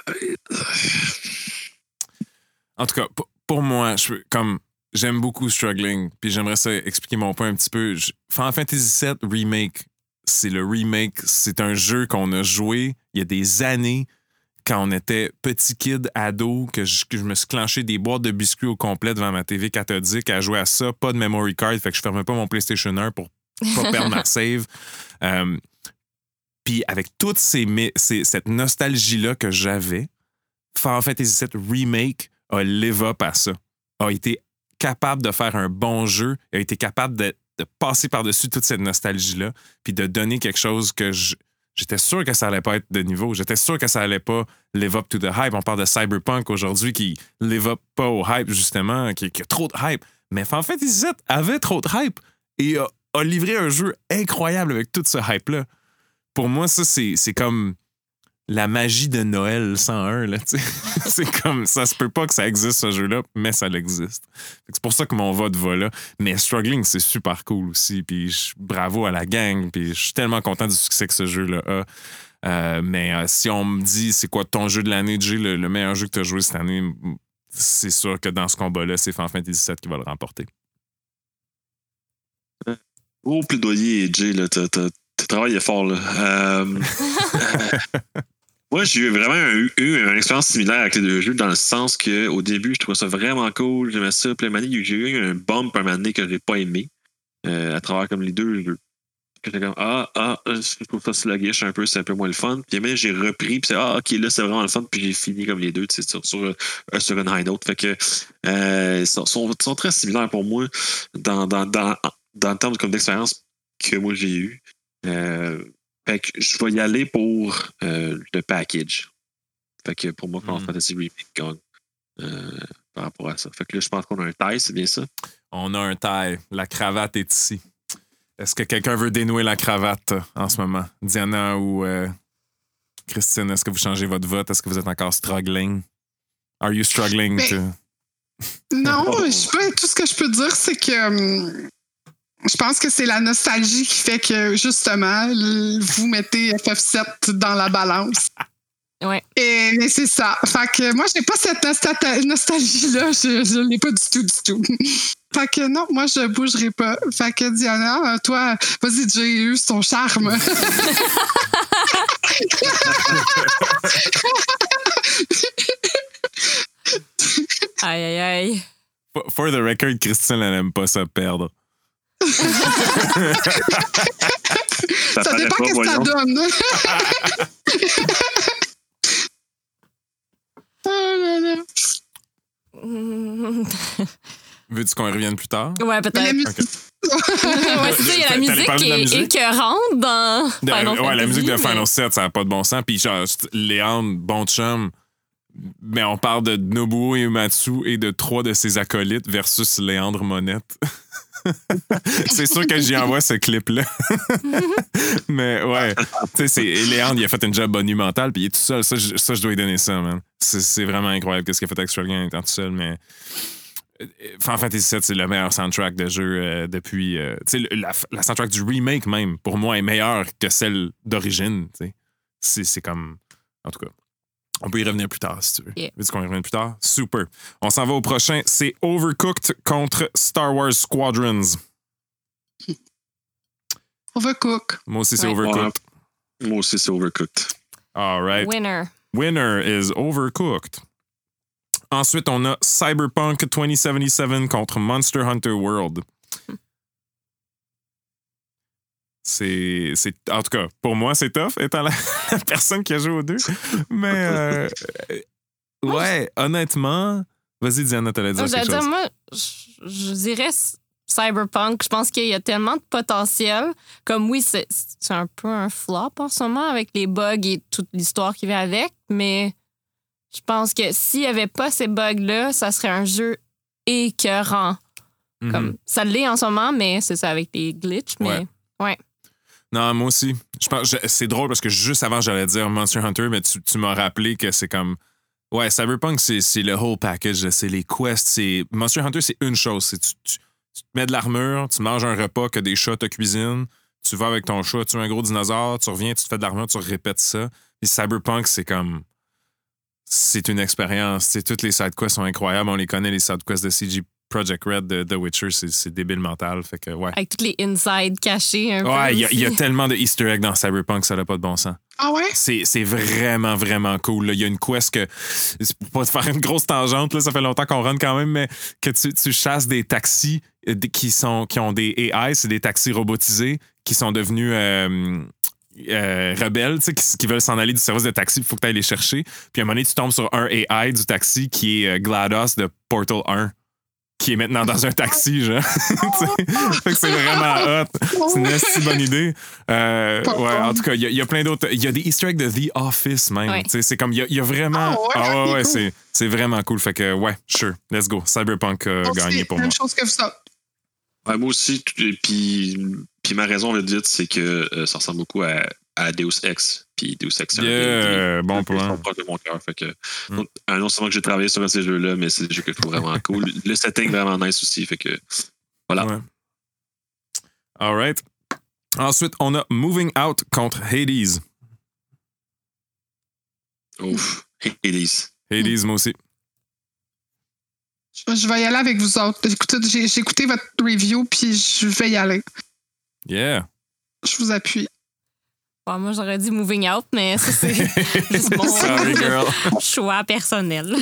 En tout cas, p- pour moi, je, comme j'aime beaucoup Struggling, puis j'aimerais ça expliquer mon point un petit peu. Je- Final Fantasy sept Remake, c'est le remake, c'est un jeu qu'on a joué il y a des années quand on était petit kid, ado, que je, que je me suis clenché des boîtes de biscuits au complet devant ma T V cathodique à jouer à ça, pas de memory card, fait que je fermais pas mon PlayStation un pour pas perdre ma save. Euh, Puis avec toute ces, mé- ces- cette nostalgie-là que j'avais, Final Fantasy sept Remake a live up à ça. A été capable de faire un bon jeu, a été capable de, de passer par-dessus toute cette nostalgie-là, puis de donner quelque chose que je- j'étais sûr que ça allait pas être de niveau. J'étais sûr que ça allait pas live up to the hype. On parle de Cyberpunk aujourd'hui qui live up pas au hype, justement, qui, qui a trop de hype. Mais Final Fantasy sept avait trop de hype et a, a livré un jeu incroyable avec tout ce hype-là. Pour moi, ça, c'est, c'est comme la magie de Noël cent un. Là, tu sais. C'est comme, ça se peut pas que ça existe, ce jeu-là, mais ça l'existe. Fait que c'est pour ça que mon vote va là. Mais Struggling, c'est super cool aussi. Puis je- bravo à la gang. Puis je suis tellement content du succès que ce jeu-là a. Euh, mais euh, si on me dit c'est quoi ton jeu de l'année, Jay, le, le meilleur jeu que tu as joué cette année, c'est sûr que dans ce combat-là, c'est Final Fantasy sept qui va le remporter. Gros plaidoyer, Jay, là. T'as, t'as, t'as travaillé fort, là. Euh, euh, Moi, j'ai eu vraiment eu, eu une expérience similaire avec les deux jeux, dans le sens qu'au début, je trouvais ça vraiment cool, j'aimais ça. Puis à un moment donné, j'ai eu un bump un moment donné que j'ai pas aimé, euh, à travers comme les deux jeux. J'étais comme, ah, ah, je trouve ça sluggish un peu, c'est un peu moins le fun. Puis après, j'ai repris, puis c'est, ah, ok, là, c'est vraiment le fun, puis j'ai fini comme les deux, tu sais, sur, sur, euh, sur une high note. Fait que, euh, ils sont, sont, sont très similaires pour moi dans, dans, dans, dans le terme comme d'expérience que moi j'ai eu. Euh, fait que je vais y aller pour euh, le package. Fait que pour moi, Final mm. Fantasy Remake gagne euh, par rapport à ça. Fait que là, je pense qu'on a un tie, c'est bien ça? On a un tie. La cravate est ici. Est-ce que quelqu'un veut dénouer la cravate en ce moment? Diana ou euh, Christine, est-ce que vous changez votre vote? Est-ce que vous êtes encore struggling? Are you struggling mais, to... Non, je peux, tout ce que je peux dire, c'est que hum, je pense que c'est la nostalgie qui fait que, justement, vous mettez F F sept dans la balance. Ouais. Et mais c'est ça. Fait que moi, j'ai pas cette nostal- nostalgie-là. Je, je l'ai pas du tout, du tout. Fait que non, moi, je bougerai pas. Fait que Diana, toi, vas-y, j'ai eu son charme. Aïe, aïe, aïe. For, for the record, Christine, elle aime pas ça perdre. ça, ça dépend qu'est-ce que ça donne. Oh là là. Veux-tu qu'on y revienne plus tard? Ouais, peut-être. La musique... okay. Ouais, c'est ça, il y a la musique qui est écœurante dans de, Final ouais, Fantasy. La musique de mais... Final sept, ça n'a pas de bon sens. Puis genre, Léandre, bon chum, mais on parle de Nobuo Uematsu et de trois de ses acolytes versus Léandre Monette. C'est sûr que j'y envoie ce clip-là. Mais ouais, tu sais, Léandre, il a fait une job monumentale, puis il est tout seul. Ça, je, ça, je dois lui donner ça, man. C'est, c'est vraiment incroyable ce qu'il a fait avec Struggling étant tout seul, mais Final Fantasy sept, c'est le meilleur soundtrack de jeu euh, depuis... Euh, tu sais, la, la soundtrack du remake, même, pour moi, est meilleure que celle d'origine, tu sais. C'est, c'est comme... En tout cas, on peut y revenir plus tard, si tu veux. Yeah. Veux-tu qu'on y revienne plus tard? Super. On s'en va au prochain. C'est Overcooked contre Star Wars Squadrons. Overcooked. Moi aussi, c'est ouais. Overcooked. Ouais. Moi aussi, c'est Overcooked. All right. Winner. Winner is Overcooked. Ensuite, on a Cyberpunk vingt soixante-dix-sept contre Monster Hunter World. C'est, c'est, en tout cas, pour moi, c'est tough, étant la, la personne qui a joué aux deux. Mais, euh, ouais, honnêtement, vas-y, Diana, t'allais dire quelque dire, chose. Moi, je, je dirais Cyberpunk. Je pense qu'il y a tellement de potentiel. Comme oui, c'est, c'est un peu un flop en ce moment avec les bugs et toute l'histoire qui vient avec, mais je pense que s'il n'y avait pas ces bugs-là, ça serait un jeu écœurant. Mm-hmm. Comme, ça l'est en ce moment, mais c'est ça avec les glitches, mais ouais. ouais. Non, moi aussi. Je pense, je, c'est drôle parce que juste avant, j'allais dire Monster Hunter, mais tu, tu m'as rappelé que c'est comme... Ouais, Cyberpunk, c'est, c'est le whole package. C'est les quests. C'est... Monster Hunter, c'est une chose. C'est tu, tu, tu te mets de l'armure, tu manges un repas que des chats te cuisinent, tu vas avec ton chat, tu as un gros dinosaure, tu reviens, tu te fais de l'armure, tu répètes ça. Puis Cyberpunk, c'est comme... C'est une expérience. T'sais, toutes les sidequests sont incroyables. On les connaît, les sidequests de C G Project Red de The Witcher, c'est, c'est débile mental. Fait que, ouais. Avec tous les inside cachés un ouais, peu. Il y, y a tellement de Easter eggs dans Cyberpunk, ça n'a pas de bon sens. Ah ouais? C'est, c'est vraiment, vraiment cool. Il y a une quest que, pour pas te faire une grosse tangente, là, ça fait longtemps qu'on run quand même, mais que tu, tu chasses des taxis qui, sont, qui ont des A I, c'est des taxis robotisés qui sont devenus euh, euh, rebelles, qui, qui veulent s'en aller du service de taxi, il faut que tu ailles les chercher. Puis à un moment donné, tu tombes sur un A I du taxi qui est GLaDOS de Portal un. Qui est maintenant dans un taxi, genre. Fait que c'est vraiment hot. C'est une assez bonne idée. Euh, ouais, en tout cas, il y, y a plein d'autres. Il y a des Easter eggs de The Office, même. Ouais. C'est comme, il y, y a vraiment. Oh, ouais, ah ouais, ouais, cool. c'est, c'est vraiment cool. Fait que, ouais, sure. Let's go. Cyberpunk a okay, gagné pour même moi. Même chose que ça. Ouais, moi aussi. Puis, puis ma raison, vite vite, c'est que euh, ça ressemble beaucoup à, à Deus Ex. Puis Deus Ex, c'est yeah, un bon plan. proche de mon cœur. Fait que, mm. non, non seulement que j'ai travaillé sur ces jeux-là, mais c'est des jeux que je trouve vraiment cool. Le setting vraiment nice aussi. Fait que, voilà. Ouais. All right. Ensuite, on a Moving Out contre Hades. Ouf, Hades. Hades, moi aussi. Je vais y aller avec vous autres. Écoutez, j'ai, j'ai écouté votre review, puis je vais y aller. Yeah. Je vous appuie. Bon, moi, j'aurais dit Moving Out, mais ça, c'est juste mon Sorry, girl. choix personnel.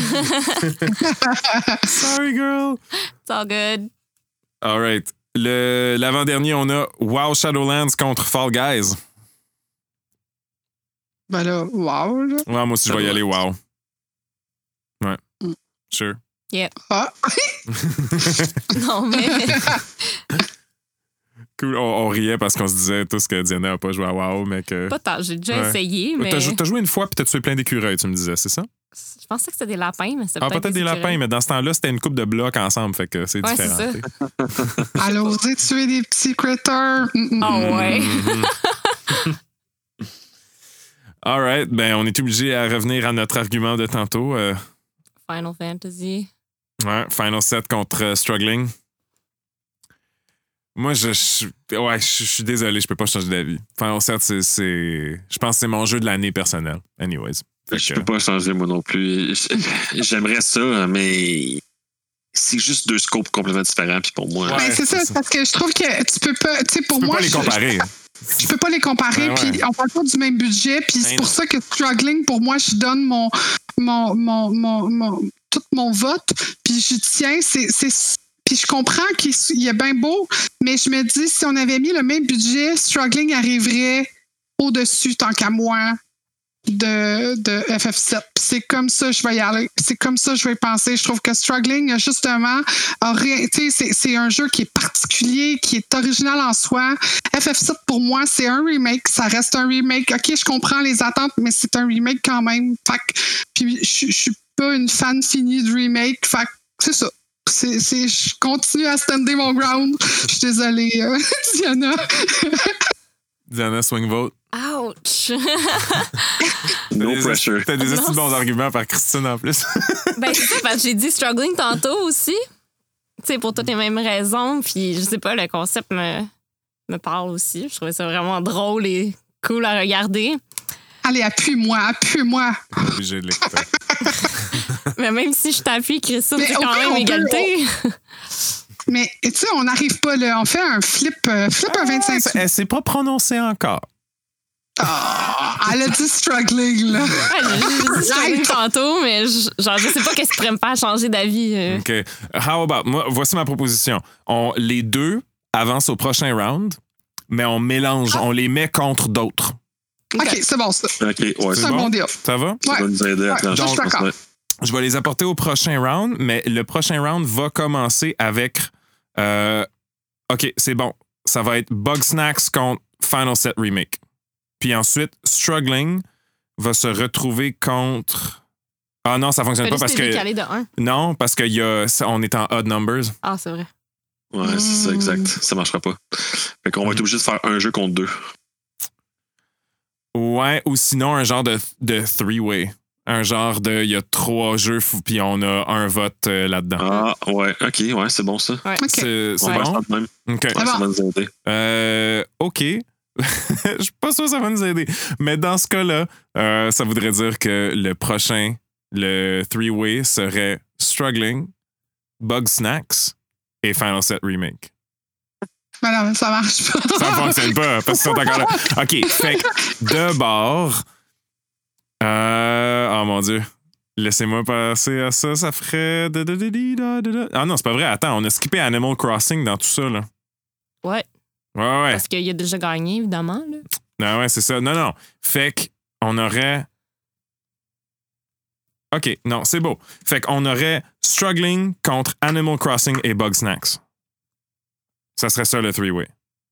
Sorry, girl. It's all good. All right. Le, l'avant-dernier, on a WoW Shadowlands contre Fall Guys. Ben là, wow. Là. Ouais, moi aussi, je vais y aller WoW. Ouais. Mm. Sure. Yeah. Ah. Non, mais... Cool. On, on riait parce qu'on se disait tous que Diana n'a pas joué à WoW, mais que... Pas tant. J'ai déjà Ouais. essayé, mais... T'as, jou- t'as joué une fois puis t'as tué plein d'écureuils, tu me disais, c'est ça? Je pensais que c'était des lapins, mais c'était Ah, peut-être, peut-être des écureuils. lapins, mais dans ce temps-là, c'était une coupe de blocs ensemble, fait que c'est Ouais, différent. c'est ça. t'sais. Elle a osé tuer des petits critters. Mm, mm. Ah ouais. Mhm. All right. Ben, on est obligé à revenir à notre argument de tantôt. Euh, Final Fantasy. ouais, Final Set contre euh, Struggling. Moi, je, je, ouais, je, je suis désolé, je peux pas changer d'avis. Final Set, c'est, c'est, je pense que c'est mon jeu de l'année personnel. Anyways. Fait Je que- peux pas changer, moi non plus. J'aimerais ça, mais c'est juste deux scopes complètement différents. Puis pour moi, Ouais. Ben, c'est ça, c'est ça. parce que je trouve que tu peux pas, tu sais, pour Tu peux moi, pas les je- comparer. Je, je peux pas les comparer, Ouais, ouais. puis on parle pas du même budget, puis c'est Ben pour non. ça que Struggling, pour moi, je donne mon, mon, mon, mon, mon- tout mon vote, puis j'y tiens, c'est, c'est, puis je comprends qu'il il est bien beau, mais je me dis, si on avait mis le même budget, Struggling arriverait au-dessus, tant qu'à moi, de, de F F sept. Puis c'est comme ça que je vais y aller. C'est comme ça que je vais y penser. Je trouve que Struggling, justement, aurait, tu sais, c'est, c'est un jeu qui est particulier, qui est original en soi. F F sept, pour moi, c'est un remake. Ça reste un remake. OK, je comprends les attentes, mais c'est un remake quand même. Fait que, puis je, je suis pas une fan finie de remake. Fait que c'est ça. C'est, c'est, je continue à stander mon ground. Je suis désolée, euh, Diana. Diana, swing vote. Ouch! no T'as des- pressure. T'as des Non, assez bons c'est- arguments par Christine en plus. Ben, c'est ça, parce que j'ai dit Struggling tantôt aussi. Tu sais, pour toutes les mêmes raisons. Puis, je sais pas, le concept me, me parle aussi. Je trouvais ça vraiment drôle et cool à regarder. Allez, appuie-moi, appuie-moi. Obligé de l'écouter. Mais même si je t'appuie, Christine, Mais c'est au quand pire, même on peut- égalité. Mais tu sais, on n'arrive pas là. On fait un flip, euh, flip un vingt-cinq sous. Elle s'est pas prononcée encore. Ah, elle a dit struggling, là. Ouais, j'ai j'ai dit Struggling tantôt, mais je, genre, je sais pas qu'est-ce qui pourrait me faire changer d'avis. euh. OK. How about... Moi, voici ma proposition. On, les deux avancent au prochain round, mais on mélange, on les met contre d'autres. OK, c'est bon, ça. OK, ouais, C'est c'est un bon? bon deal. Ça va? Ça Ouais. va nous aider à Ouais, trancher. je suis je pense, d'accord. ouais. Je vais les apporter au prochain round, mais le prochain round va commencer avec... euh, OK, c'est bon. Ça va être Bugsnax contre Final Set Remake. Puis ensuite, Struggling va se retrouver contre... Ah non, ça fonctionne Fais pas juste parce les que... décaler de un. Non, parce qu'il y a... on est en odd numbers. Ah, c'est vrai. Ouais, c'est ça, Mm. exact. Ça marchera pas. Fait qu'on va être obligé de faire un jeu contre deux. Ouais, ou sinon un genre de, de three-way. Un genre de... Il y a trois jeux, f- puis on a un vote euh, là-dedans. Ah, ouais, OK, ouais, c'est bon ça. Ouais. OK. C'est, c'est On va bon? faire de même. OK. Ouais, Ah ça bon. va nous aider. Euh, OK. Je suis pas sûr que ça va nous aider. Mais dans ce cas-là, euh, ça voudrait dire que le prochain, le three-way, serait Struggling, Bugsnax et Final Set Remake. Mais non, ça marche pas. Ça ne fonctionne pas parce qu'ils sont encore là. OK, fait que de bord... Euh, oh mon Dieu. Laissez-moi passer à ça, ça ferait... da, da, da, da, da, da. Ah non, c'est pas vrai. Attends, on a skippé Animal Crossing dans tout ça, là. Ouais. Ouais, ouais. Parce qu'il a déjà gagné, évidemment. Là. Ah ouais, c'est ça. Non, non. Fait qu'on aurait... OK, non, c'est beau. Fait qu'on aurait Struggling contre Animal Crossing et Bugsnax. Ça serait ça, le three-way.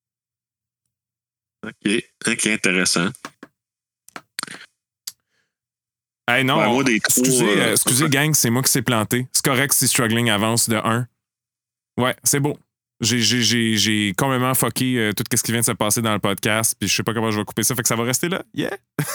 OK, OK, intéressant. Hey, non, Ouais, on- moi, des trois, excusez, euh, euh, excusez gang, c'est moi qui s'est planté. C'est correct si Struggling avance de un. Ouais, c'est beau. J'ai, j'ai, j'ai, j'ai complètement fucké euh, tout ce qui vient de se passer dans le podcast, puis je sais pas comment je vais couper ça, fait que ça va rester là. Yeah!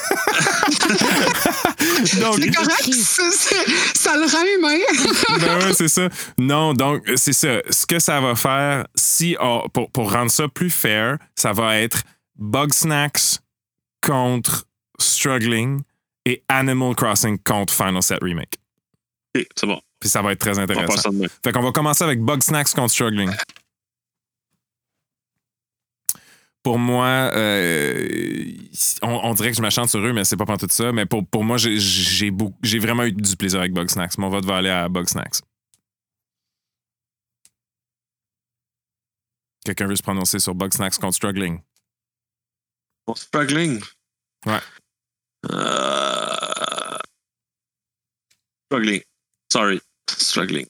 Donc, C'est correct, c'est- c'est- ça le rend humain. ben ouais, c'est ça. Non, donc, c'est ça. Ce que ça va faire, si on- pour, pour rendre ça plus fair, ça va être Bugsnax contre Struggling et Animal Crossing contre Final Set Remake. OK, c'est bon. Puis ça va être très On va faire intéressant. ça de même. Fait qu'on va commencer avec Bugsnax contre Struggling. pour moi, euh, on, on dirait que je m'achante sur eux, mais c'est pas pour tout ça. Mais pour, pour moi, j'ai, j'ai, beaucoup, j'ai vraiment eu du plaisir avec Bugsnax. Mon vote va aller à Bugsnax. Quelqu'un veut se prononcer sur Bugsnax contre Struggling? Pour Struggling? Ouais. Euh... Struggling. Sorry. Struggling.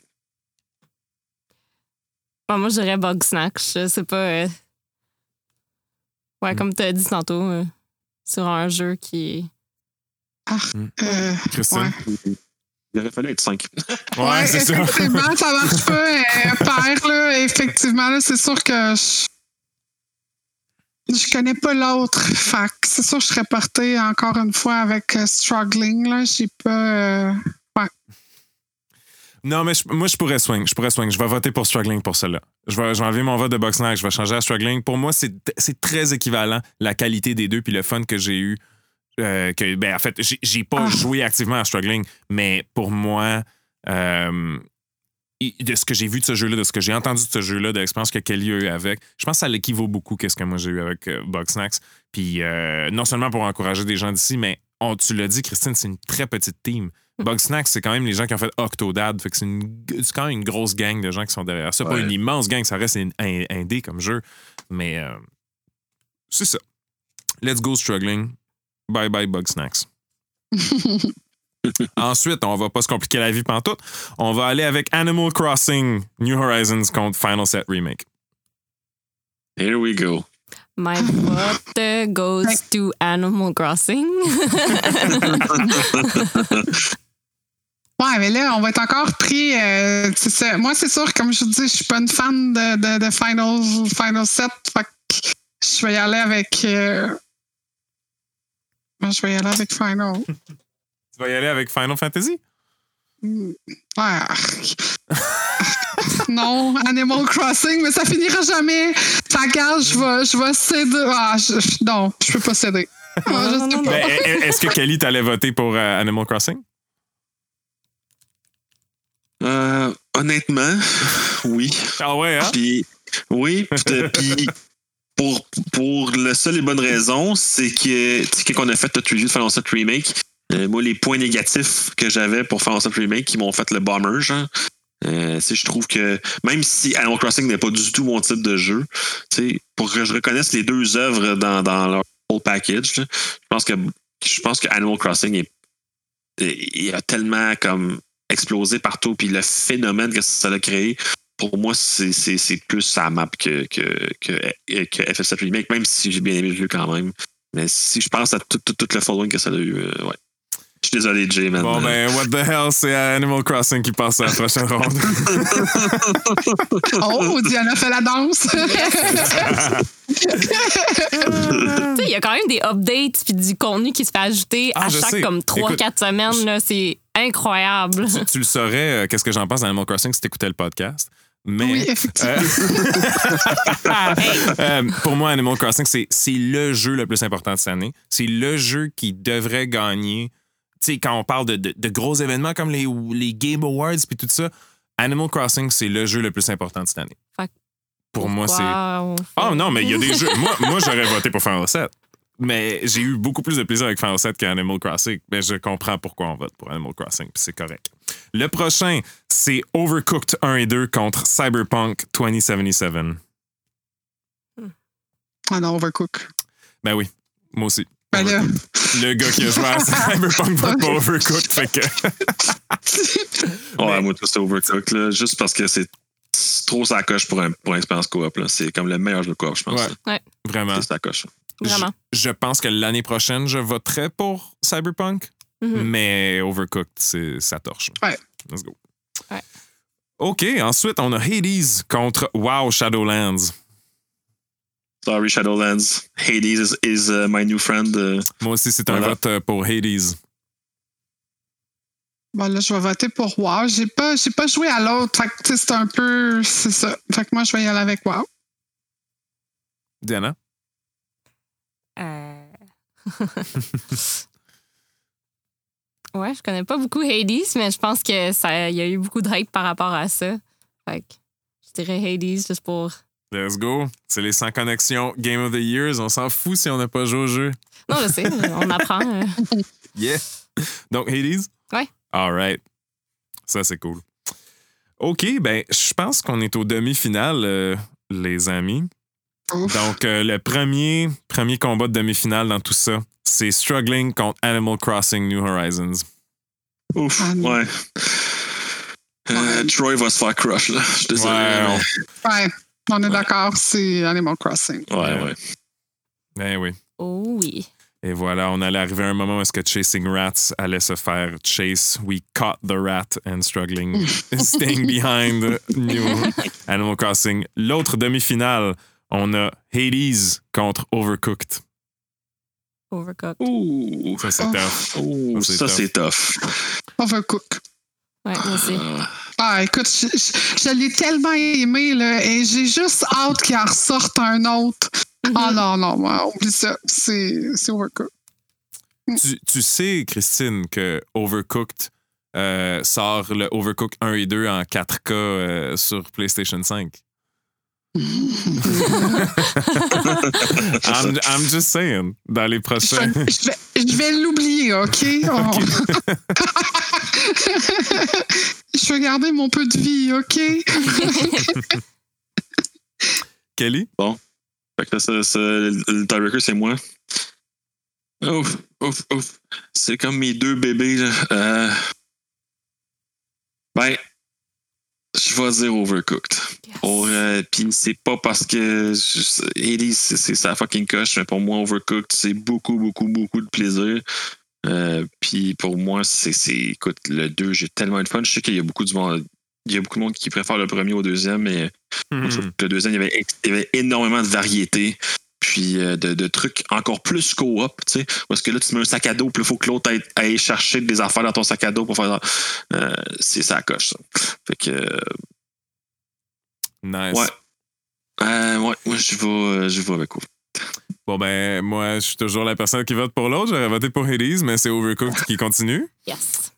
Bon, moi, je dirais Bugsnax. Je sais pas. Euh... Ouais, mm. comme tu as dit tantôt, euh, sur un jeu qui est. Ah, mm. euh, Christine? Ouais. Il aurait fallu être cinq. Ouais, ouais, c'est ça. Effectivement, ça marche pas. Euh, pair, là, effectivement, là, c'est sûr que je. Je connais pas l'autre. Fait que c'est sûr que je serais portée encore une fois avec uh, Struggling. Là. J'ai pas. Euh... Ouais. Non, mais je, moi, je pourrais swing. Je pourrais swing. Je vais voter pour Struggling pour cela. Je vais, je vais enlever mon vote de Bugsnax. Je vais changer à Struggling. Pour moi, c'est, c'est très équivalent, la qualité des deux puis le fun que j'ai eu. Euh, que, ben, en fait, j'ai, j'ai pas ah. joué activement à Struggling, mais pour moi, euh, de ce que j'ai vu de ce jeu-là, de ce que j'ai entendu de ce jeu-là, de l'expérience que Kelly a eu avec, je pense que ça l'équivaut beaucoup à ce que moi j'ai eu avec euh, Bugsnax. Puis euh, non seulement pour encourager des gens d'ici, mais on, tu l'as dit, Christine, c'est une très petite team. Bugsnax, c'est quand même les gens qui ont fait Octodad. Fait que c'est, une, c'est quand même une grosse gang de gens qui sont derrière ça. Ouais. Pas une immense gang, ça reste un, un, un dé comme jeu. Mais euh, c'est ça. Let's go Struggling. Bye bye Bugsnax. Ensuite, on va pas se compliquer la vie pantoute. On va aller avec Animal Crossing New Horizons contre Final Set Remake. Here we go. My vote goes to Animal Crossing. Ouais, mais là, on va être encore pris. Euh, c'est ça. Moi, c'est sûr, comme je vous dis, je suis pas une fan de, de, de Final, Final Set. Fait que je vais y aller avec. Euh, je vais y aller avec Final. Tu vas y aller avec Final Fantasy? Ouais. Non, Animal Crossing, mais ça finira jamais. Fait que je vais, je vais céder. Ah, je, non, je peux pas céder. Ah, je sais pas. Ben, est-ce que Kelly t'allait voter pour euh, Animal Crossing? Euh, honnêtement, oui. Ah ouais, hein? Puis, oui, puis pour, pour la seule et bonne raison, c'est que, tu sais, quand on a fait notre review de Final Set Remake, euh, moi, les points négatifs que j'avais pour Final Set Remake qui m'ont fait le bomber, genre, euh, je trouve que même si Animal Crossing n'est pas du tout mon type de jeu, pour que je reconnaisse les deux œuvres dans, dans leur whole package, là, je pense que je pense que Animal Crossing est, il a tellement comme explosé partout, puis le phénomène que ça a créé, pour moi, c'est, c'est, c'est plus sa map que, que, que, que F F sept Remake, même si j'ai bien aimé le jeu quand même. Mais si je pense à tout, tout, tout le following que ça a eu, euh, ouais. Je suis désolé, Jay, man. Bon, ben, what the hell, c'est Animal Crossing qui passe à la prochaine ronde. Oh, Diana fait la danse! Tu sais, il y a quand même des updates puis du contenu qui se fait ajouter ah, à chaque sais. comme trois quatre semaines. Là, c'est incroyable. Tu, tu le saurais, euh, qu'est-ce que j'en pense d'Animal Crossing si tu écoutais le podcast. Mais, oui, effectivement. Euh, euh, pour moi, Animal Crossing, c'est, c'est le jeu le plus important de cette année. C'est le jeu qui devrait gagner. Tu sais, quand on parle de, de, de gros événements comme les, les Game Awards et tout ça, Animal Crossing, c'est le jeu le plus important de cette année. Fait pour moi, c'est... Fait... Oh non, mais il y a des jeux... Moi, moi, j'aurais voté pour Final Set. Mais j'ai eu beaucoup plus de plaisir avec Final Set qu'Animal Crossing. Mais je comprends pourquoi on vote pour Animal Crossing, puis c'est correct. Le prochain, c'est Overcooked un et deux contre Cyberpunk vingt soixante-dix-sept. Ah non, Overcooked. Ben oui, moi aussi. Ben là. Le gars qui a joué à Cyberpunk vote pour Overcooked, fait que... Ouais, mais... moi, tout c'est Overcooked, là, juste parce que c'est trop sa coche pour, un, pour une expérience coop. Là. C'est comme le meilleur jeu de coop, je pense. Ouais, ouais. Vraiment. C'est sa coche. Vraiment. Je, je pense que l'année prochaine, je voterai pour Cyberpunk, mm-hmm. mais Overcooked, c'est sa torche. Ouais. Let's go. Ouais. OK, ensuite, on a Hades contre WoW Shadowlands. Sorry, Shadowlands. Hades is, is uh, my new friend. Uh, Moi aussi, c'est un voilà. vote pour Hades. Bon, là, je vais voter pour WoW. J'ai pas, j'ai pas joué à l'autre. Fait que, c'est un peu... C'est ça. Fait que moi, je vais y aller avec WoW. Diana? Euh... ouais, je connais pas beaucoup Hades, mais je pense que ça, y a eu beaucoup de hype par rapport à ça. Fait que je dirais Hades juste pour Let's go. C'est les sans connexion Game of the Years. On s'en fout si on n'a pas joué au jeu. Non, je sais, on apprend. euh. Yeah. Donc, Hades? Ouais. All right. Ça, c'est cool. OK, ben, je pense qu'on est aux demi-finales, euh, les amis. Ouf. Donc, euh, le premier, premier combat de demi-finale dans tout ça, c'est Struggling contre Animal Crossing New Horizons. Ouf, Ah, non. ouais. Euh, Ouais. Troy va se faire crush, là. Je suis désolé. Ouais, mais- Ouais, on est d'accord, c'est Animal Crossing. Ouais, ouais. Ben oui. Oh oui. Et voilà, on allait arriver à un moment où est-ce que Chasing Rats allait se faire chase. We caught the rat and struggling, staying behind New Animal Crossing. L'autre demi-finale, on a Hades contre Overcooked. Overcooked. Ouh. Ça, c'est Oh. tough. Ouh, Ça, c'est ça, tough. c'est tough. Overcook. Ouais, moi aussi. Ah, écoute, je, je- je l'ai tellement aimé, là, et j'ai juste hâte qu'il en ressorte un autre. Ah non, non, moi, oublie ça. C'est c'est Overcooked. Tu, tu sais, Christine, que Overcooked euh, sort le Overcooked un et deux en quatre K euh, sur PlayStation cinq. I'm, I'm just saying, dans les Je prochains... vais, je vais, je vais l'oublier, OK? Oh. Je vais garder mon peu de vie, OK? Kelly? Fait que là, ça, ça, le tiebreaker, c'est moi. Ouf, ouf, ouf. C'est comme mes deux bébés, là. Euh... Ben, je vais dire Overcooked. Yes. Pour, euh, Puis c'est pas parce que je- Hades, c'est c'est sa fucking coche, mais pour moi, Overcooked, c'est beaucoup, beaucoup, beaucoup de plaisir. Euh, Puis pour moi, c'est, c'est. Écoute, le deux, j'ai tellement eu de fun. Je sais qu'il y a beaucoup de monde. Il y a beaucoup de monde qui préfère le premier au deuxième, mais moi, je trouve que le deuxième, il y avait, il y avait énormément de variété. Puis euh, de, de trucs encore plus co-op, tu sais. Parce que là, tu mets un sac à dos, puis il faut que l'autre aille, aille chercher des affaires dans ton sac à dos pour faire. Euh, c'est ça coche, ça. Fait que. euh, Nice. Ouais. Euh, ouais, moi, je vais, euh, je vais avec vous. Bon, ben, moi, je suis toujours la personne qui vote pour l'autre. J'aurais voté pour Hades, mais c'est Overcooked qui continue. Yes.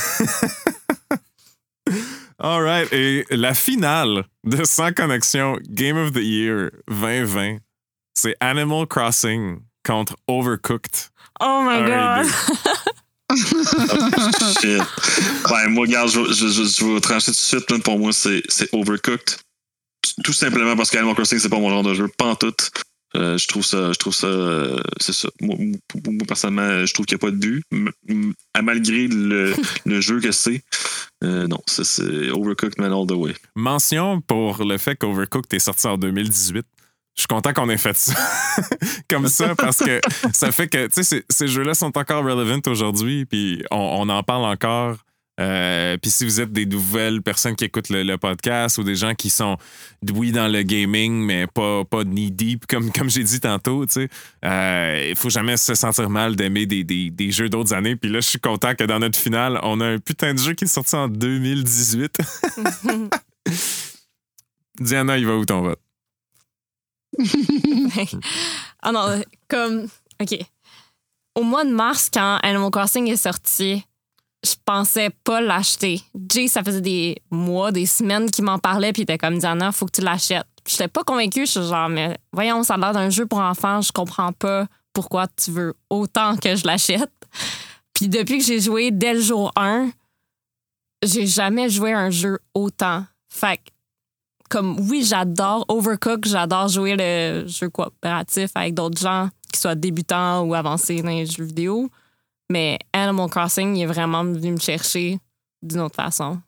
All right. Et la finale de Sans Connexion Game of the Year vingt vingt, c'est Animal Crossing contre Overcooked. Oh my Un et god. Shit. Ben, moi, regarde, je, je, je, je vais trancher tout de suite. Là, pour moi, c'est, c'est Overcooked. Tout simplement parce qu'Animal Crossing, c'est pas mon genre de jeu. Pas en tout. Euh, je trouve ça, je trouve ça, euh, c'est ça. Moi, moi, personnellement, je trouve qu'il n'y a pas de but, m- m- malgré le, le jeu que c'est. Euh, non, ça, c'est Overcooked Man all the way. Mention pour le fait qu'Overcooked est sorti en deux mille dix-huit. Je suis content qu'on ait fait ça comme ça parce que ça fait que, tu sais, ces, ces jeux-là sont encore relevant aujourd'hui, puis on, on en parle encore. Euh, puis si vous êtes des nouvelles personnes qui écoutent le, le podcast ou des gens qui sont, oui, dans le gaming, mais pas, pas knee deep, comme, comme j'ai dit tantôt, tu sais, euh, il faut jamais se sentir mal d'aimer des, des, des jeux d'autres années. Puis là, je suis content que dans notre finale, on a un putain de jeu qui est sorti en deux mille dix-huit. Diana, il va où ton vote? Ah non, euh, comme. OK. Au mois de mars, quand Animal Crossing est sorti, je pensais pas l'acheter. Jay, ça faisait des mois, des semaines qu'il m'en parlait, puis il était comme Diana, faut que tu l'achètes. J'étais pas convaincue, je suis genre, mais voyons, ça a l'air d'un jeu pour enfants, je comprends pas pourquoi tu veux autant que je l'achète. Puis depuis que j'ai joué dès le jour un, j'ai jamais joué à un jeu autant. Fait que, comme, oui, j'adore Overcooked, j'adore jouer le jeu coopératif avec d'autres gens, qui soient débutants ou avancés dans les jeux vidéo. Mais Animal Crossing, il est vraiment venu me chercher d'une autre façon.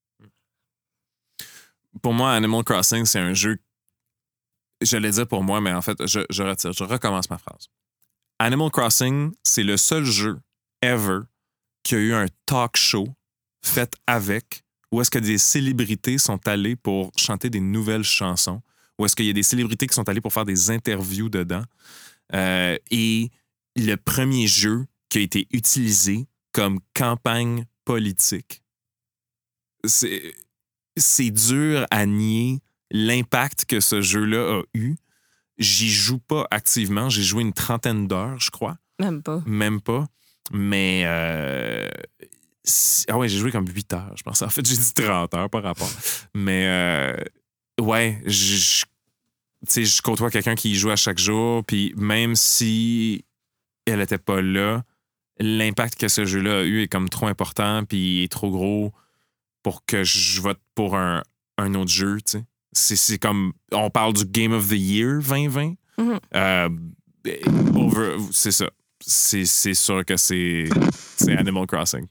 Pour moi, Animal Crossing, c'est un jeu. Je l'ai dit pour moi, mais en fait, je, je retire. Je recommence ma phrase. Animal Crossing, c'est le seul jeu ever qui a eu un talk show fait avec, où est-ce que des célébrités sont allées pour chanter des nouvelles chansons, où est-ce qu'il y a des célébrités qui sont allées pour faire des interviews dedans. Euh, et le premier jeu qui a été utilisé comme campagne politique. C'est, c'est dur à nier l'impact que ce jeu-là a eu. J'y joue pas activement. J'ai joué une trentaine d'heures, je crois. Même pas. Même pas. Mais... Euh, si- ah ouais, j'ai joué comme huit heures, je pense. En fait, j'ai dit trente heures par rapport. Mais... Euh, ouais, je sais, je côtoie quelqu'un qui y joue à chaque jour, puis même si elle était pas là, l'impact que ce jeu-là a eu est comme trop important, puis il est trop gros pour que je vote pour un, un autre jeu, tu sais. C'est, c'est comme, on parle du Game of the Year vingt vingt. Mm-hmm. Euh, over, c'est ça. C'est, c'est sûr que c'est, c'est Animal Crossing.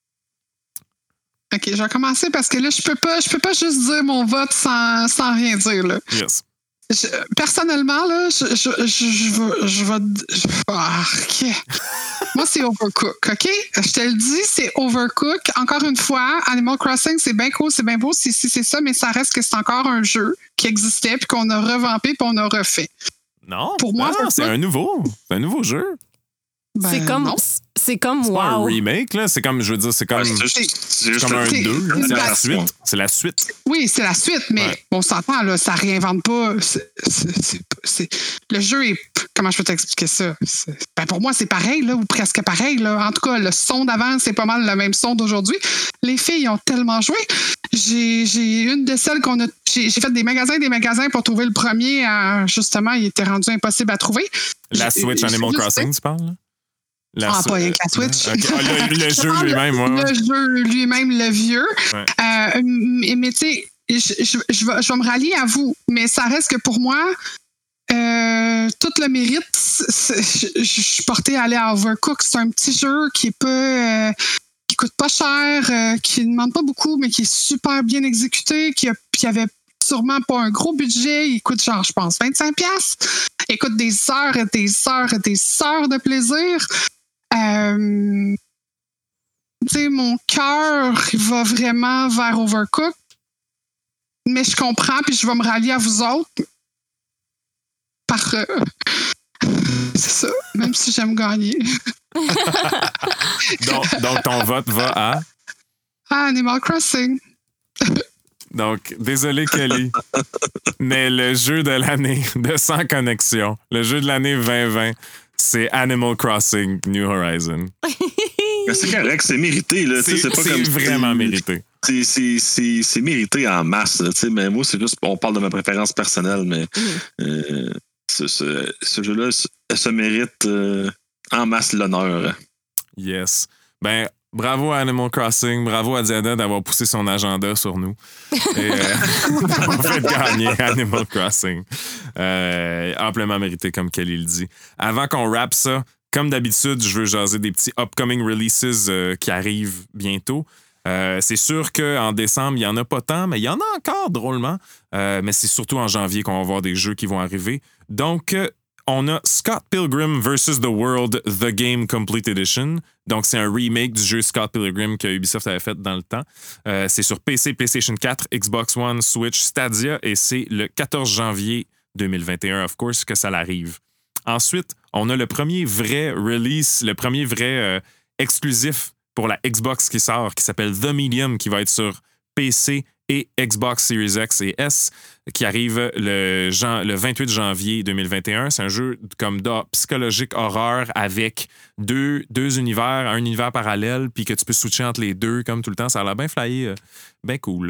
OK, je vais commencer parce que là, je peux pas, je peux pas juste dire mon vote sans, sans rien dire, là. Yes. Je, personnellement, là, je, je, je, je, vais... Je vais je, ah, OK. Moi, c'est Overcook, OK? Je te le dis, c'est Overcook. Encore une fois, Animal Crossing, c'est bien cool, c'est bien beau, si c'est, c'est ça, mais ça reste que c'est encore un jeu qui existait, puis qu'on a revampé, puis on a refait. Non, pour moi, non, c'est un nouveau. C'est un nouveau jeu. Ben, c'est comme... Non. C'est comme c'est wow. pas un remake, là. C'est comme, je veux dire, c'est comme, ouais, c'est juste, c'est juste comme un deux. C'est la suite. C'est la suite. Oui, c'est la suite, mais ouais. On s'entend, là, ça réinvente pas. C'est, c'est, c'est, c'est, le jeu est... Comment je peux t'expliquer ça? C'est, ben pour moi, c'est pareil, là, ou presque pareil. Là. En tout cas, le son d'avant, c'est pas mal le même son d'aujourd'hui. Les filles ont tellement joué. J'ai, j'ai une de celles qu'on a... J'ai, j'ai fait des magasins des magasins pour trouver le premier. À, justement, il était rendu impossible à trouver. La j'ai, Switch Animal Crossing, tu parles, là? La ah, su- pas rien que la Switch. Okay. Ah, le, le jeu lui-même, ouais. Le jeu lui-même, le vieux. Ouais. Euh, mais mais tu sais, je, je, je, vais, je vais me rallier à vous, mais ça reste que pour moi, euh, tout le mérite, c'est, je, je suis portée à aller à Overcook. C'est un petit jeu qui est pas... Euh, qui coûte pas cher, euh, qui ne demande pas beaucoup, mais qui est super bien exécuté, qui, a, qui avait sûrement pas un gros budget. Il coûte genre, je pense, vingt-cinq dollars. Il coûte des heures et des heures et des heures de plaisir. Euh, tu sais, mon cœur va vraiment vers Overcook, mais je comprends, puis je vais me rallier à vous autres. Par. Euh, c'est ça, même si j'aime gagner. donc, donc, ton vote va à? À Animal Crossing. Donc, désolé, Kelly, mais le jeu de l'année de Sans Connexion, le jeu de l'année vingt vingt, c'est Animal Crossing New Horizon. Mais c'est correct, c'est mérité. Là. C'est, c'est, pas c'est comme vraiment c'est, mérité. C'est, c'est, c'est, c'est mérité en masse. Là, mais moi, c'est juste, on parle de ma préférence personnelle, mais euh, ce, ce, ce jeu-là se, se mérite euh, en masse l'honneur. Yes. Ben, bravo à Animal Crossing, bravo à Diana d'avoir poussé son agenda sur nous. Et euh, on fait gagner Animal Crossing. Euh, amplement mérité, comme Kelly le dit. Avant qu'on rappe ça, comme d'habitude, je veux jaser des petits upcoming releases euh, qui arrivent bientôt. Euh, c'est sûr qu'en décembre, il n'y en a pas tant, mais il y en a encore drôlement. Euh, mais c'est surtout en janvier qu'on va voir des jeux qui vont arriver. Donc, euh, on a Scott Pilgrim versus. The World, The Game Complete Edition. Donc, c'est un remake du jeu Scott Pilgrim que Ubisoft avait fait dans le temps. Euh, c'est sur P C, PlayStation quatre, Xbox One, Switch, Stadia, et c'est le quatorze janvier deux mille vingt et un, of course, que ça l'arrive. Ensuite, on a le premier vrai release, le premier vrai euh, exclusif pour la Xbox qui sort, qui s'appelle The Medium, qui va être sur P C et Xbox Series X et S, qui arrive le, jan- le vingt-huit janvier deux mille vingt et un. C'est un jeu comme de psychologique horreur avec deux, deux univers, un univers parallèle, puis que tu peux switcher entre les deux comme tout le temps. Ça a l'air bien flyé, euh, bien cool.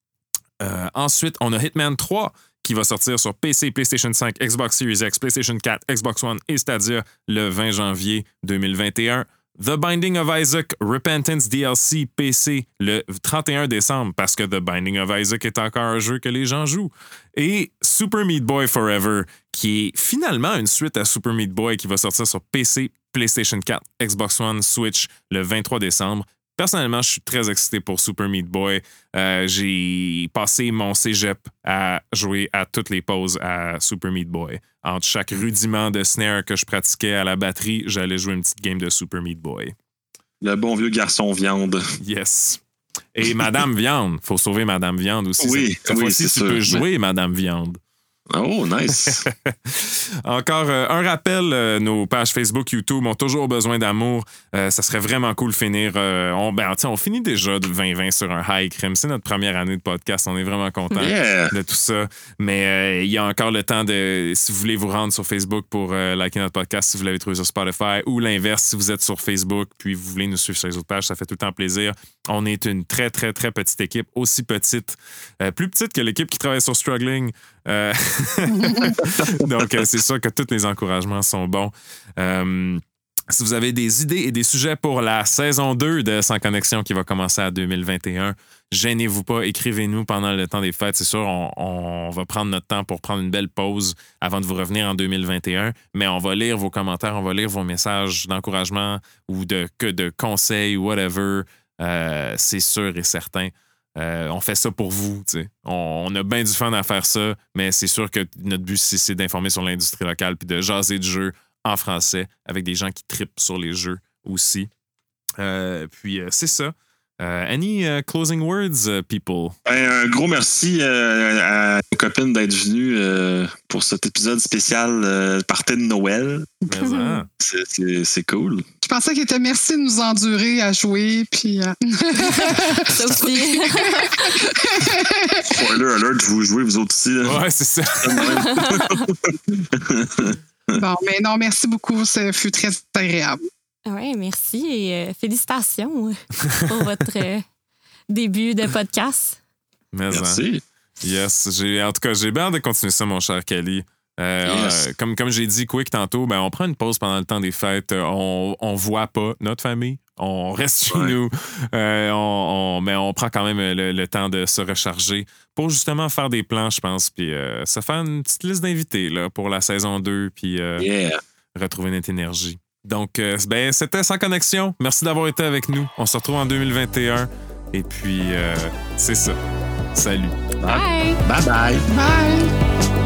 Euh, ensuite, on a Hitman trois, qui va sortir sur P C, PlayStation cinq, Xbox Series X, PlayStation quatre, Xbox One et Stadia le vingt janvier deux mille vingt et un. The Binding of Isaac Repentance D L C P C le trente et un décembre, parce que The Binding of Isaac est encore un jeu que les gens jouent. Et Super Meat Boy Forever, qui est finalement une suite à Super Meat Boy, qui va sortir sur P C, PlayStation quatre, Xbox One, Switch le vingt-trois décembre. Personnellement, je suis très excité pour Super Meat Boy. Euh, j'ai passé mon cégep à jouer à toutes les pauses à Super Meat Boy. Entre chaque rudiment de snare que je pratiquais à la batterie, j'allais jouer une petite game de Super Meat Boy. Le bon vieux garçon viande. Yes. Et Madame Viande. Faut sauver Madame Viande aussi. Oui, Cette oui, fois-ci, tu sûr. peux jouer Madame Viande. Oh, nice. Encore euh, un rappel, euh, nos pages Facebook, YouTube ont toujours besoin d'amour. Euh, ça serait vraiment cool de finir. Euh, on, ben, on finit déjà de vingt vingt sur un high crime. C'est notre première année de podcast. On est vraiment contents yeah. de tout ça. Mais euh, il y a encore le temps de, si vous voulez vous rendre sur Facebook pour euh, liker notre podcast, si vous l'avez trouvé sur Spotify, ou l'inverse, si vous êtes sur Facebook puis vous voulez nous suivre sur les autres pages, ça fait tout le temps plaisir. On est une très, très, très petite équipe, aussi petite, euh, plus petite que l'équipe qui travaille sur Struggling. Euh... Donc, euh, c'est sûr que tous les encouragements sont bons. Euh... Si vous avez des idées et des sujets pour la saison deux de Sans Connexion qui va commencer en deux mille vingt et un, gênez-vous pas, écrivez-nous pendant le temps des fêtes. C'est sûr, on, on va prendre notre temps pour prendre une belle pause avant de vous revenir en deux mille vingt et un, mais on va lire vos commentaires, on va lire vos messages d'encouragement ou de, que de conseils ou whatever. Euh, c'est sûr et certain. Euh, on fait ça pour vous. T'sais. On, on a bien du fun à faire ça, mais c'est sûr que notre but, c'est, c'est d'informer sur l'industrie locale puis de jaser de jeux en français avec des gens qui trippent sur les jeux aussi. Euh, puis euh, c'est ça. Uh, any uh, closing words, uh, people? Ben, un gros merci euh, à nos copines d'être venues euh, pour cet épisode spécial euh, party de Noël. Mais, hein. c'est, c'est, c'est cool. Je pensais qu'il était merci de nous endurer à jouer. Puis, euh... Ça aussi. Spoiler alert, vous jouez vous autres aussi. Là. Ouais, c'est ça. Bon, mais non, merci beaucoup. Ça fut très agréable. Oui, merci et euh, félicitations pour votre euh, début de podcast. Mais, merci. Hein. Yes. J'ai, en tout cas, j'ai bien hâte de continuer ça, mon cher Kelly. Euh, yes. euh, comme, comme j'ai dit quick tantôt, ben, on prend une pause pendant le temps des fêtes. On on voit pas notre famille. On reste chez ouais. nous. Euh, on, on, mais on prend quand même le, le temps de se recharger pour justement faire des plans, je pense. Puis euh, ça fait une petite liste d'invités là, pour la saison deux. Puis euh, yeah. retrouver notre énergie. Donc, euh, ben, c'était Sans Connexion. Merci d'avoir été avec nous. On se retrouve en deux mille vingt et un. Et puis, euh, c'est ça. Salut. Bye. Bye bye. Bye.